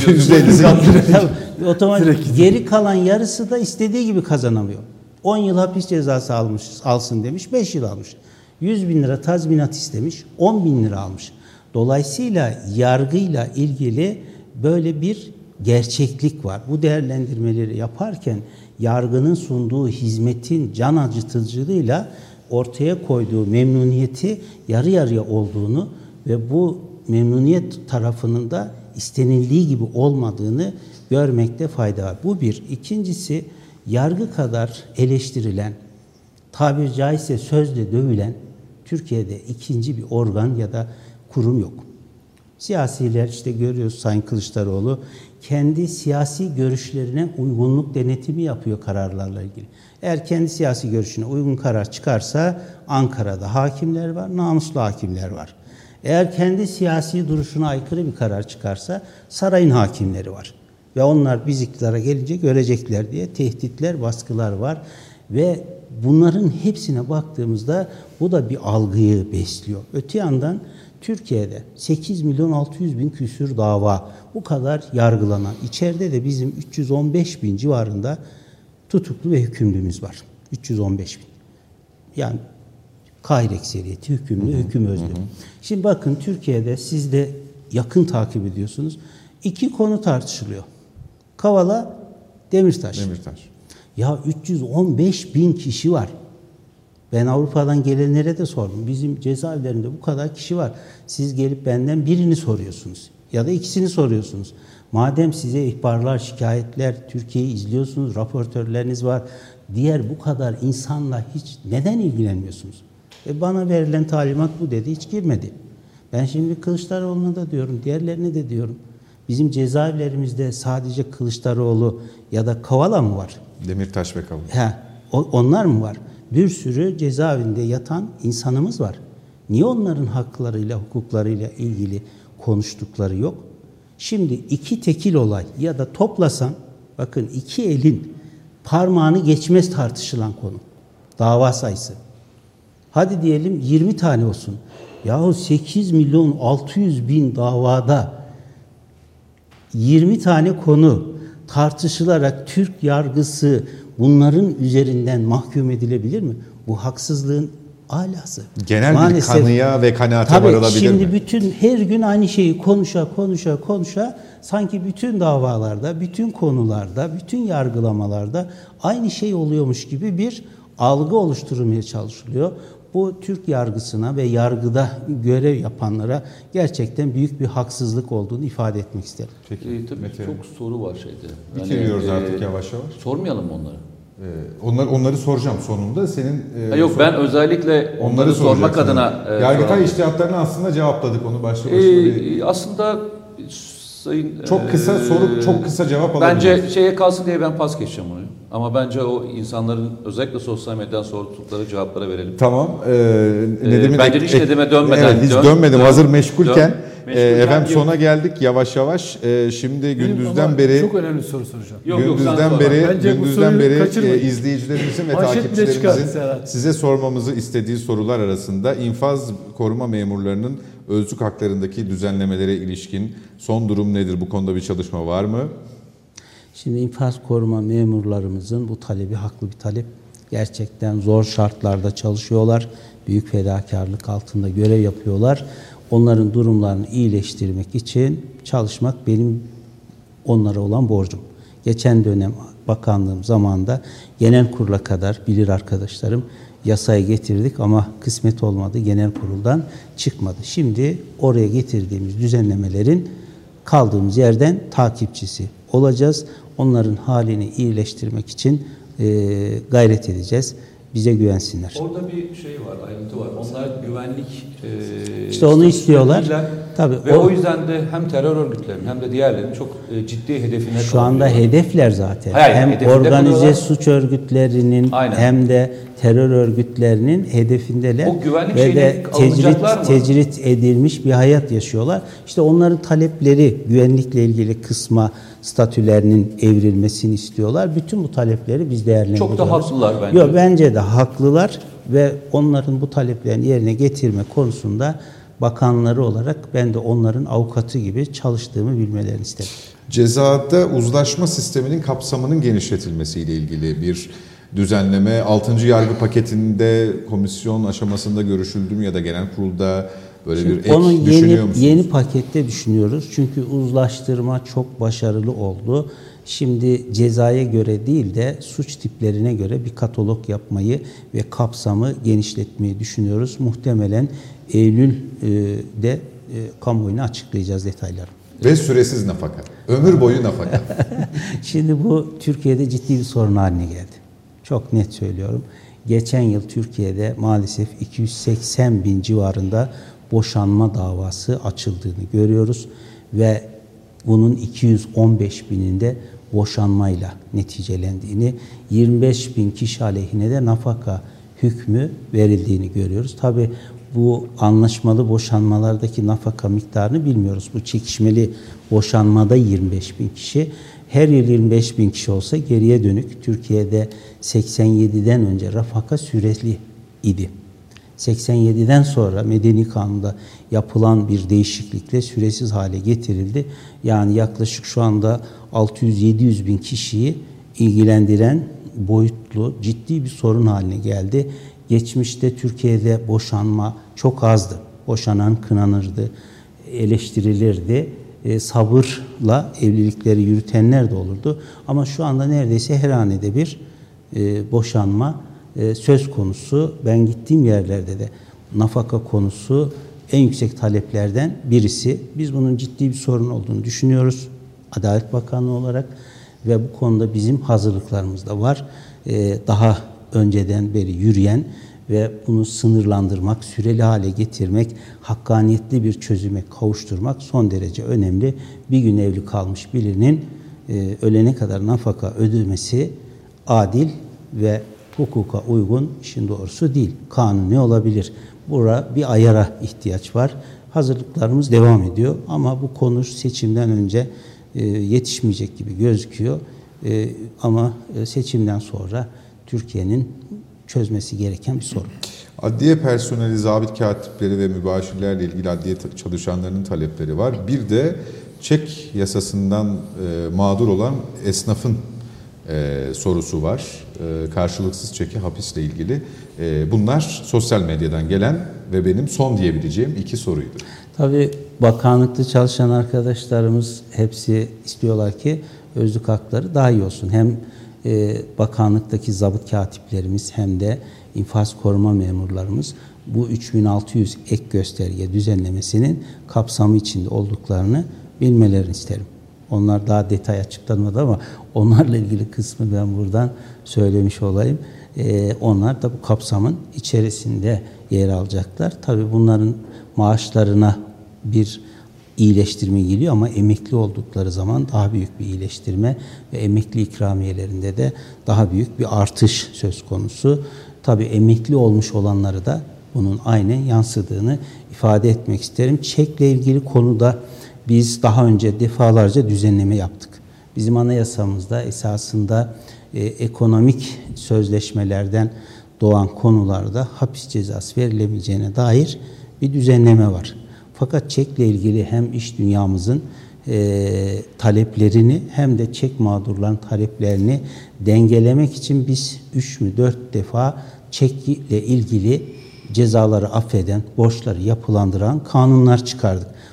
%50'si otomatik. Geri kalan yarısı da istediği gibi kazanamıyor. 10 yıl hapis cezası alsın demiş, 5 yıl almış. 100.000 lira tazminat istemiş, 10.000 lira almış. Dolayısıyla yargıyla ilgili böyle bir gerçeklik var. Bu değerlendirmeleri yaparken yargının sunduğu hizmetin can acıtıcılığıyla ortaya koyduğu memnuniyeti yarı yarıya olduğunu ve bu memnuniyet tarafının da istenildiği gibi olmadığını görmekte fayda var. Bu bir. İkincisi, yargı kadar eleştirilen, tabiri caizse sözle dövülen Türkiye'de ikinci bir organ ya da kurum yok. Siyasiler işte görüyoruz, Sayın Kılıçdaroğlu kendi siyasi görüşlerine uygunluk denetimi yapıyor kararlarla ilgili. Eğer kendi siyasi görüşüne uygun karar çıkarsa Ankara'da hakimler var, namuslu hakimler var. Eğer kendi siyasi duruşuna aykırı bir karar çıkarsa sarayın hakimleri var. Ve onlar biz iktidara gelince görecekler diye tehditler, baskılar var. Ve bunların hepsine baktığımızda bu da bir algıyı besliyor. Öte yandan Türkiye'de 8.600.000 küsür dava, bu kadar yargılanan, içeride de bizim 315.000 civarında tutuklu ve hükümlümüz var. 315.000. Yani kahir ekseriyeti, hükümlü, hüküm özlü. Şimdi bakın Türkiye'de siz de yakın takip ediyorsunuz. İki konu tartışılıyor. Kavala, Demirtaş. Ya 315.000 kişi var. Ben Avrupa'dan gelenlere de sordum. Bizim cezaevlerinde bu kadar kişi var. Siz gelip benden birini soruyorsunuz. Ya da ikisini soruyorsunuz. Madem size ihbarlar, şikayetler, Türkiye'yi izliyorsunuz, raportörleriniz var. Diğer bu kadar insanla hiç neden ilgilenmiyorsunuz? Bana verilen talimat bu dedi, hiç girmedi. Ben şimdi Kılıçdaroğlu'na da diyorum, diğerlerine de diyorum. Bizim cezaevlerimizde sadece Kılıçdaroğlu ya da Kavala mı var? Demirtaş ve Kavala. Onlar mı var? Bir sürü cezaevinde yatan insanımız var. Niye onların haklarıyla, hukuklarıyla ilgili konuştukları yok? Şimdi iki tekil olay ya da toplasan, bakın iki elin parmağını geçmez tartışılan konu. Dava sayısı. Hadi diyelim 20 tane olsun. Yahu 8.600.000 davada 20 tane konu tartışılarak Türk yargısı bunların üzerinden mahkum edilebilir mi? Bu haksızlığın alası. Genel maalesef, bir kanıya ve kanaate varılabilir şimdi mi? bütün her gün aynı şeyi konuşa sanki bütün davalarda, bütün konularda, bütün yargılamalarda aynı şey oluyormuş gibi bir algı oluşturulmaya çalışılıyor. Bu Türk yargısına ve yargıda görev yapanlara gerçekten büyük bir haksızlık olduğunu ifade etmek isterim. Peki, tabii çok soru var şeyde. Bitiriyoruz artık yavaş yavaş. Sormayalım mı onları? Onları soracağım sonunda. Senin yok ben özellikle onları sormak adına Yargıtay içtihatlarını aslında cevapladık, onu başlı başına. Aslında Sayın çok kısa soru, çok kısa cevap alabiliriz. Bence şeye kalsın diye ben pas geçeceğim onu. Ama bence o insanların özellikle sosyal medyadan sordukları cevaplara verelim. Tamam. Bence hiç Nedim'e dönmeden. Evet, hiç dönmedim. Hazır meşgulken. Efendim sona geldik yavaş yavaş. Şimdi gündüzden beri çok önemli soru soracağım. Gündüzden beri izleyicilerimizin ve takipçilerimizin size sormamızı istediği sorular arasında infaz koruma memurlarının özlük haklarındaki düzenlemelere ilişkin son durum nedir? Bu konuda bir çalışma var mı? Şimdi infaz koruma memurlarımızın bu talebi haklı bir talep. Gerçekten zor şartlarda çalışıyorlar. Büyük fedakarlık altında görev yapıyorlar. Onların durumlarını iyileştirmek için çalışmak benim onlara olan borcum. Geçen dönem bakanlığım zamanında genel kurula kadar bilir arkadaşlarım yasayı getirdik ama kısmet olmadı. Genel kuruldan çıkmadı. Şimdi oraya getirdiğimiz düzenlemelerin kaldığımız yerden takipçisi olacağız. Onların halini iyileştirmek için gayret edeceğiz. Bize güvensinler. Orada bir şey var, ayrıntı var. Onlar güvenlik işte onu istiyorlar. Tabii, ve o yüzden de hem terör örgütlerinin hem de diğerlerinin çok ciddi hedefine şu anda hedefler zaten. Hayır, hem organize suç örgütlerinin hem de terör örgütlerinin hedefindeler. O güvenlik ve de tecrit edilmiş bir hayat yaşıyorlar. İşte onların talepleri güvenlikle ilgili kısma statülerinin evrilmesini istiyorlar. Bütün bu talepleri biz değerlendiriyoruz. Çok da haklılar bence. Yok, bence de haklılar ve onların bu taleplerini yerine getirme konusunda bakanları olarak ben de onların avukatı gibi çalıştığımı bilmelerini isterim. Cezada uzlaşma sisteminin kapsamının genişletilmesiyle ilgili bir düzenleme 6. yargı paketinde komisyon aşamasında görüşüldü mü ya da genel kurulda böyle bir ek düşünüyor musunuz? Yeni pakette düşünüyoruz. Çünkü uzlaştırma çok başarılı oldu. Şimdi cezaya göre değil de suç tiplerine göre bir katalog yapmayı ve kapsamı genişletmeyi düşünüyoruz. Muhtemelen Eylül'de kamuoyuna açıklayacağız detayları. Ve süresiz nafaka. Ömür boyu nafaka. Şimdi bu Türkiye'de ciddi bir sorun haline geldi. Çok net söylüyorum. Geçen yıl Türkiye'de maalesef 280 bin civarında boşanma davası açıldığını görüyoruz. Ve bunun 215 bininde boşanmayla neticelendiğini, 25 bin kişi aleyhine de nafaka hükmü verildiğini görüyoruz. Tabii bu anlaşmalı boşanmalardaki nafaka miktarını bilmiyoruz. Bu çekişmeli boşanmada 25 bin kişi. Her yıl 25 bin kişi olsa geriye dönük Türkiye'de 87'den önce nafaka süreli idi. 87'den sonra Medeni Kanun'da yapılan bir değişiklikle süresiz hale getirildi. Yani yaklaşık şu anda 600-700 bin kişiyi ilgilendiren boyutlu ciddi bir sorun haline geldi. Geçmişte Türkiye'de boşanma çok azdı. Boşanan kınanırdı, eleştirilirdi. Sabırla evlilikleri yürütenler de olurdu. Ama şu anda neredeyse her hanede bir boşanma söz konusu. Ben gittiğim yerlerde de nafaka konusu en yüksek taleplerden birisi. Biz bunun ciddi bir sorun olduğunu düşünüyoruz Adalet Bakanlığı olarak ve bu konuda bizim hazırlıklarımız da var. Daha önceden beri yürüyen ve bunu sınırlandırmak, süreli hale getirmek, hakkaniyetli bir çözüme kavuşturmak son derece önemli. Bir gün evli kalmış birinin ölene kadar nafaka ödemesi adil ve hukuka uygun, işin doğrusu değil. Kanuni olabilir. Burada bir ayara ihtiyaç var. Hazırlıklarımız devam ediyor ama bu konu seçimden önce yetişmeyecek gibi gözüküyor. Ama seçimden sonra Türkiye'nin çözmesi gereken bir sorun. Adliye personeli, zabit katipleri ve mübaşirlerle ilgili adliye çalışanlarının talepleri var. Bir de çek yasasından mağdur olan esnafın sorusu var. Karşılıksız çeki hapisle ilgili. Bunlar sosyal medyadan gelen ve benim son diyebileceğim 2 soruydu. Tabii bakanlıkta çalışan arkadaşlarımız hepsi istiyorlar ki özlük hakları daha iyi olsun. Hem bakanlıktaki zabıt katiplerimiz hem de infaz koruma memurlarımız bu 3600 ek gösterge düzenlemesinin kapsamı içinde olduklarını bilmelerini isterim. Onlar daha detay açıklanmadı ama onlarla ilgili kısmı ben buradan söylemiş olayım. Onlar da bu kapsamın içerisinde yer alacaklar. Tabii bunların maaşlarına bir iyileştirme geliyor ama emekli oldukları zaman daha büyük bir iyileştirme ve emekli ikramiyelerinde de daha büyük bir artış söz konusu. Tabii emekli olmuş olanları da bunun aynen yansıdığını ifade etmek isterim. Çekle ilgili konuda biz daha önce defalarca düzenleme yaptık. Bizim anayasamızda esasında ekonomik sözleşmelerden doğan konularda hapis cezası verilebileceğine dair bir düzenleme var. Fakat çekle ilgili hem iş dünyamızın taleplerini hem de çek mağdurların taleplerini dengelemek için biz 3 mü 4 defa çekle ilgili cezaları affeden, borçları yapılandıran kanunlar çıkardık.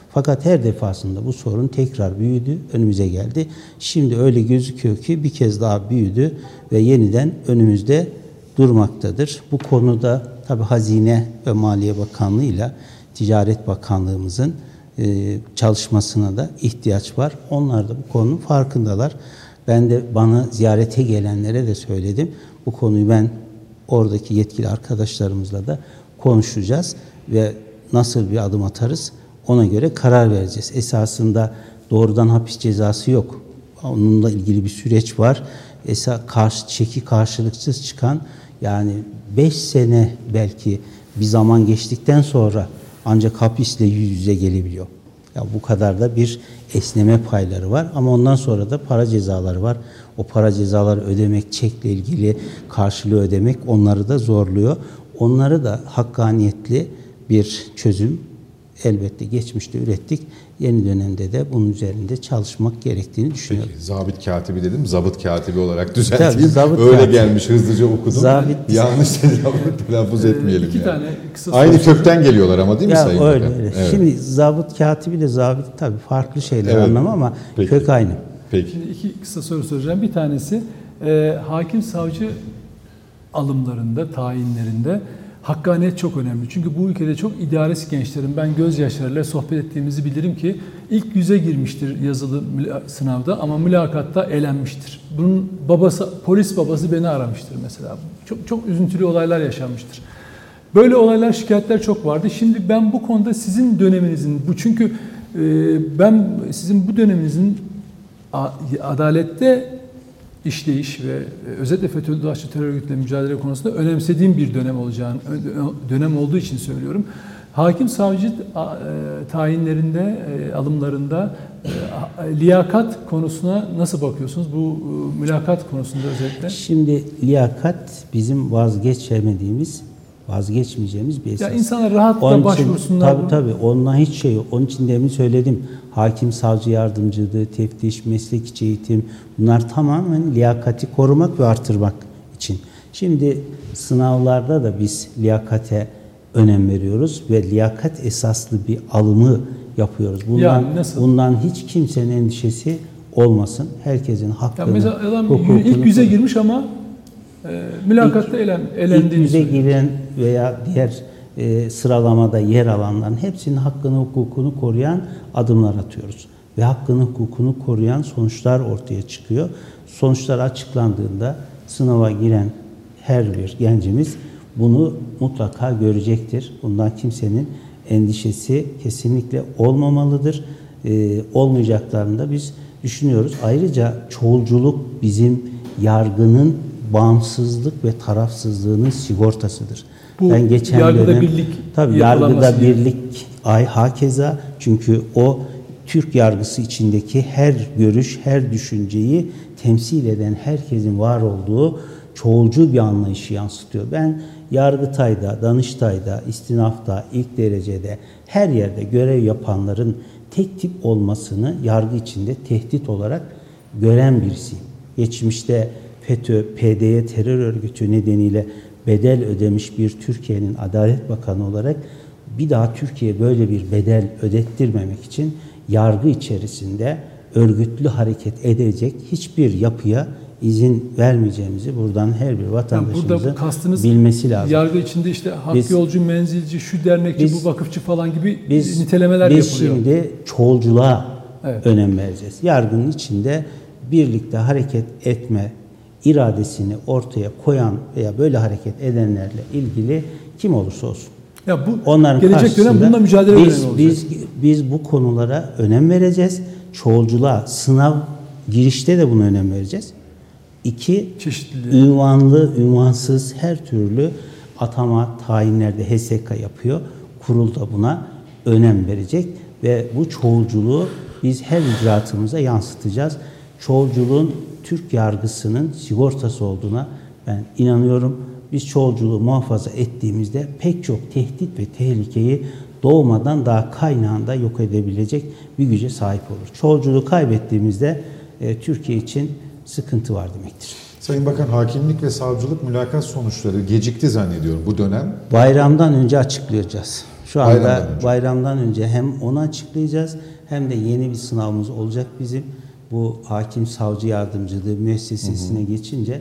Fakat her defasında bu sorun tekrar büyüdü, önümüze geldi. Şimdi öyle gözüküyor ki bir kez daha büyüdü ve yeniden önümüzde durmaktadır. Bu konuda tabii Hazine ve Maliye Bakanlığı ile Ticaret Bakanlığımızın çalışmasına da ihtiyaç var. Onlar da bu konunun farkındalar. Ben de bana ziyarete gelenlere de söyledim. Bu konuyu ben oradaki yetkili arkadaşlarımızla da konuşacağız ve nasıl bir adım atarız ona göre karar vereceğiz. Esasında doğrudan hapis cezası yok. Onunla ilgili bir süreç var. Çeki karşılıksız çıkan, yani 5 sene belki bir zaman geçtikten sonra ancak hapisle yüz yüze gelebiliyor. Ya bu kadar da bir esneme payları var ama ondan sonra da para cezaları var. O para cezaları ödemek, çekle ilgili karşılığı ödemek onları da zorluyor. Onları da hakkaniyetli bir çözüm elbette geçmişte ürettik. Yeni dönemde de bunun üzerinde çalışmak gerektiğini düşünüyorum. Peki, zabıt katibi dedim, zabıt katibi olarak düzelteyim. Tabii, öyle katibi. gelmiş, hızlıca okudum. Yanlış telaffuz etmeyelim. İki yani. tane kısa Aynı soru. kökten geliyorlar ama değil mi Ya Sayın öyle, Bakan? öyle. Evet. Şimdi zabıt katibi de zabit tabii farklı şeyler Evet. anlamı ama Peki. kök aynı. Peki. Şimdi iki kısa soru soracağım. Bir tanesi hakim savcı alımlarında, tayinlerinde hakkaniyet çok önemli. Çünkü bu ülkede çok idealist gençlerin ben gözyaşlarıyla sohbet ettiğimizi bilirim ki ilk 100'e girmiştir yazılı sınavda ama mülakatta elenmiştir. Bunun babası, polis babası beni aramıştır mesela. Çok üzüntülü olaylar yaşanmıştır. Böyle olaylar, şikayetler çok vardı. Şimdi ben bu konuda sizin döneminizin, çünkü ben sizin bu döneminizin adalette işleyiş ve özellikle FETÖ-DAEŞ terör örgütüyle mücadele konusunda önemsediğim bir dönem olduğu için söylüyorum. Hakim savcı tayinlerinde, alımlarında liyakat konusuna nasıl bakıyorsunuz? Bu mülakat konusunda özellikle. Şimdi liyakat bizim vazgeçmeyeceğimiz bir esas. Ya insanlar rahatla başvursunlar. Tabii ondan hiç şey yok. Onun için demin söyledim. Hakim, savcı yardımcılığı, teftiş, meslek içi eğitim, bunlar tamamen liyakati korumak ve artırmak için. Şimdi sınavlarda da biz liyakate önem veriyoruz ve liyakat esaslı bir alımı yapıyoruz. Bundan hiç kimsenin endişesi olmasın. Herkesin hakkını, mesela adam hukukunu... ilk 100'e girmiş ama mülakatta elendiğini İlk yüze söylüyor. giren veya diğer sıralamada yer alanların hepsinin hakkını, hukukunu koruyan adımlar atıyoruz. Ve hakkını, hukukunu koruyan sonuçlar ortaya çıkıyor. Sonuçlar açıklandığında sınava giren her bir gencimiz bunu mutlaka görecektir. Bundan kimsenin endişesi kesinlikle olmamalıdır. Olmayacaklarını da biz düşünüyoruz. Ayrıca çoğulculuk bizim yargının bağımsızlık ve tarafsızlığının sigortasıdır. Bu ben geçen yargıda dönem, birlik tabii yapılanması yargıda diye. birlik hakeza, çünkü o Türk yargısı içindeki her görüş, her düşünceyi temsil eden herkesin var olduğu çoğulcu bir anlayışı yansıtıyor. Ben Yargıtay'da, Danıştay'da, istinafta, ilk derecede her yerde görev yapanların tek tip olmasını yargı içinde tehdit olarak gören birisiyim. Geçmişte FETÖ, PDY terör örgütü nedeniyle bedel ödemiş bir Türkiye'nin Adalet Bakanı olarak bir daha Türkiye böyle bir bedel ödettirmemek için yargı içerisinde örgütlü hareket edecek hiçbir yapıya izin vermeyeceğimizi buradan her bir vatandaşımızın bilmesi lazım. Yargı içinde işte hak yolcu, menzilci, şu dernekçi, bu vakıfçı falan gibi nitelemeler biz yapılıyor. Biz şimdi çoğulculuğa önem vereceğiz. Yargının içinde birlikte hareket etme iradesini ortaya koyan veya böyle hareket edenlerle ilgili kim olursa olsun. Ya bu onların gelecek dönem bununla mücadele olacak. Biz bu konulara önem vereceğiz. Çoğulculuğa, sınav girişte de buna önem vereceğiz. 2, ünvanlı, ünvansız her türlü atama, tayinlerde HSK yapıyor. Kurul da buna önem verecek ve bu çoğulculuğu biz her icraatımıza yansıtacağız. Çoğulculuğun Türk yargısının sigortası olduğuna ben inanıyorum. Biz çoğulculuğu muhafaza ettiğimizde pek çok tehdit ve tehlikeyi doğmadan daha kaynağında yok edebilecek bir güce sahip olur. Çoğulculuğu kaybettiğimizde Türkiye için sıkıntı var demektir. Sayın Bakan, hakimlik ve savcılık mülakat sonuçları gecikti zannediyorum bu dönem. Bayramdan önce açıklayacağız. Şu anda Bayramdan önce. bayramdan önce hem onu açıklayacağız hem de yeni bir sınavımız olacak bizim. Bu hakim savcı yardımcılığı müessesesine geçince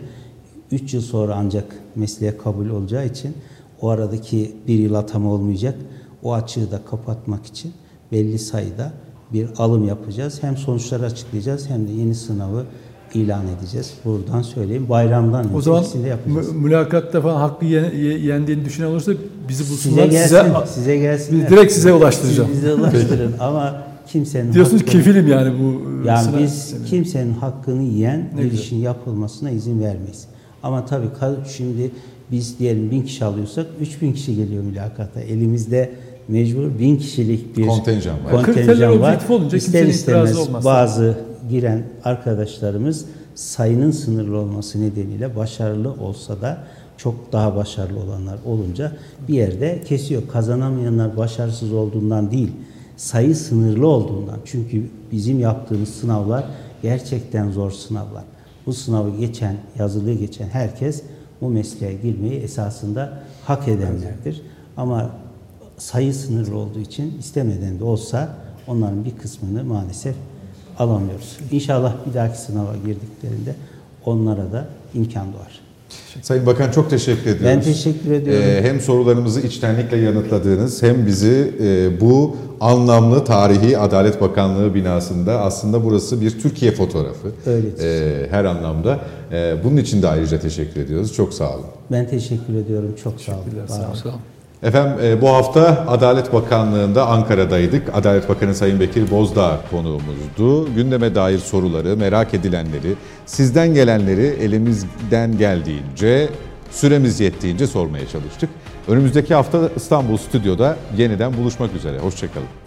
3 yıl sonra ancak mesleğe kabul olacağı için o aradaki bir yıl atama olmayacak. O açığı da kapatmak için belli sayıda bir alım yapacağız. Hem sonuçları açıklayacağız hem de yeni sınavı ilan edeceğiz. Buradan söyleyeyim. Bayramdan önce O zaman ikisini de yapacağız. mülakatta falan hakkı yendiğini düşünen olursa bizi Size bulsunlar. gelsin, size gelsin. Direkt size ulaştıracağım. Bize ulaştırın ama kimsenin Diyorsunuz hakkını, kefilim yani bu yani sınav biz sistemi. kimsenin hakkını yiyen Ne bir güzel. işin yapılmasına izin vermeyiz. Ama tabii şimdi biz diyelim 1000 kişi alıyorsak 3000 kişi geliyor mülakata. Elimizde mecbur 1000 kişilik bir Kontenjan var. Kriterler kontenjan var. objektif olunca İster kimsenin istemez itirazı olmaz. bazı giren arkadaşlarımız sayının sınırlı olması nedeniyle başarılı olsa da çok daha başarılı olanlar olunca bir yerde kesiyor. Kazanamayanlar başarısız olduğundan değil, sayı sınırlı olduğundan. Çünkü bizim yaptığımız sınavlar gerçekten zor sınavlar. Bu sınavı geçen, yazılığı geçen herkes bu mesleğe girmeyi esasında hak edenlerdir. Ama sayı sınırlı olduğu için istemeden de olsa onların bir kısmını maalesef alamıyoruz. İnşallah bir dahaki sınava girdiklerinde onlara da imkan doğar. Sayın Bakan çok teşekkür ediyoruz. Ben teşekkür ediyorum. Hem sorularımızı içtenlikle yanıtladığınız hem bizi bu anlamlı tarihi Adalet Bakanlığı binasında aslında burası bir Türkiye fotoğrafı. Öyle. Her anlamda. Bunun için de ayrıca teşekkür ediyoruz. Çok sağ olun. Ben teşekkür ediyorum. Çok sağ olun. Sağ olun. Efendim bu hafta Adalet Bakanlığı'nda Ankara'daydık. Adalet Bakanı Sayın Bekir Bozdağ konuğumuzdu. Gündeme dair soruları, merak edilenleri, sizden gelenleri elimizden geldiğince, süremiz yettiğince sormaya çalıştık. Önümüzdeki hafta İstanbul Stüdyo'da yeniden buluşmak üzere. Hoşçakalın.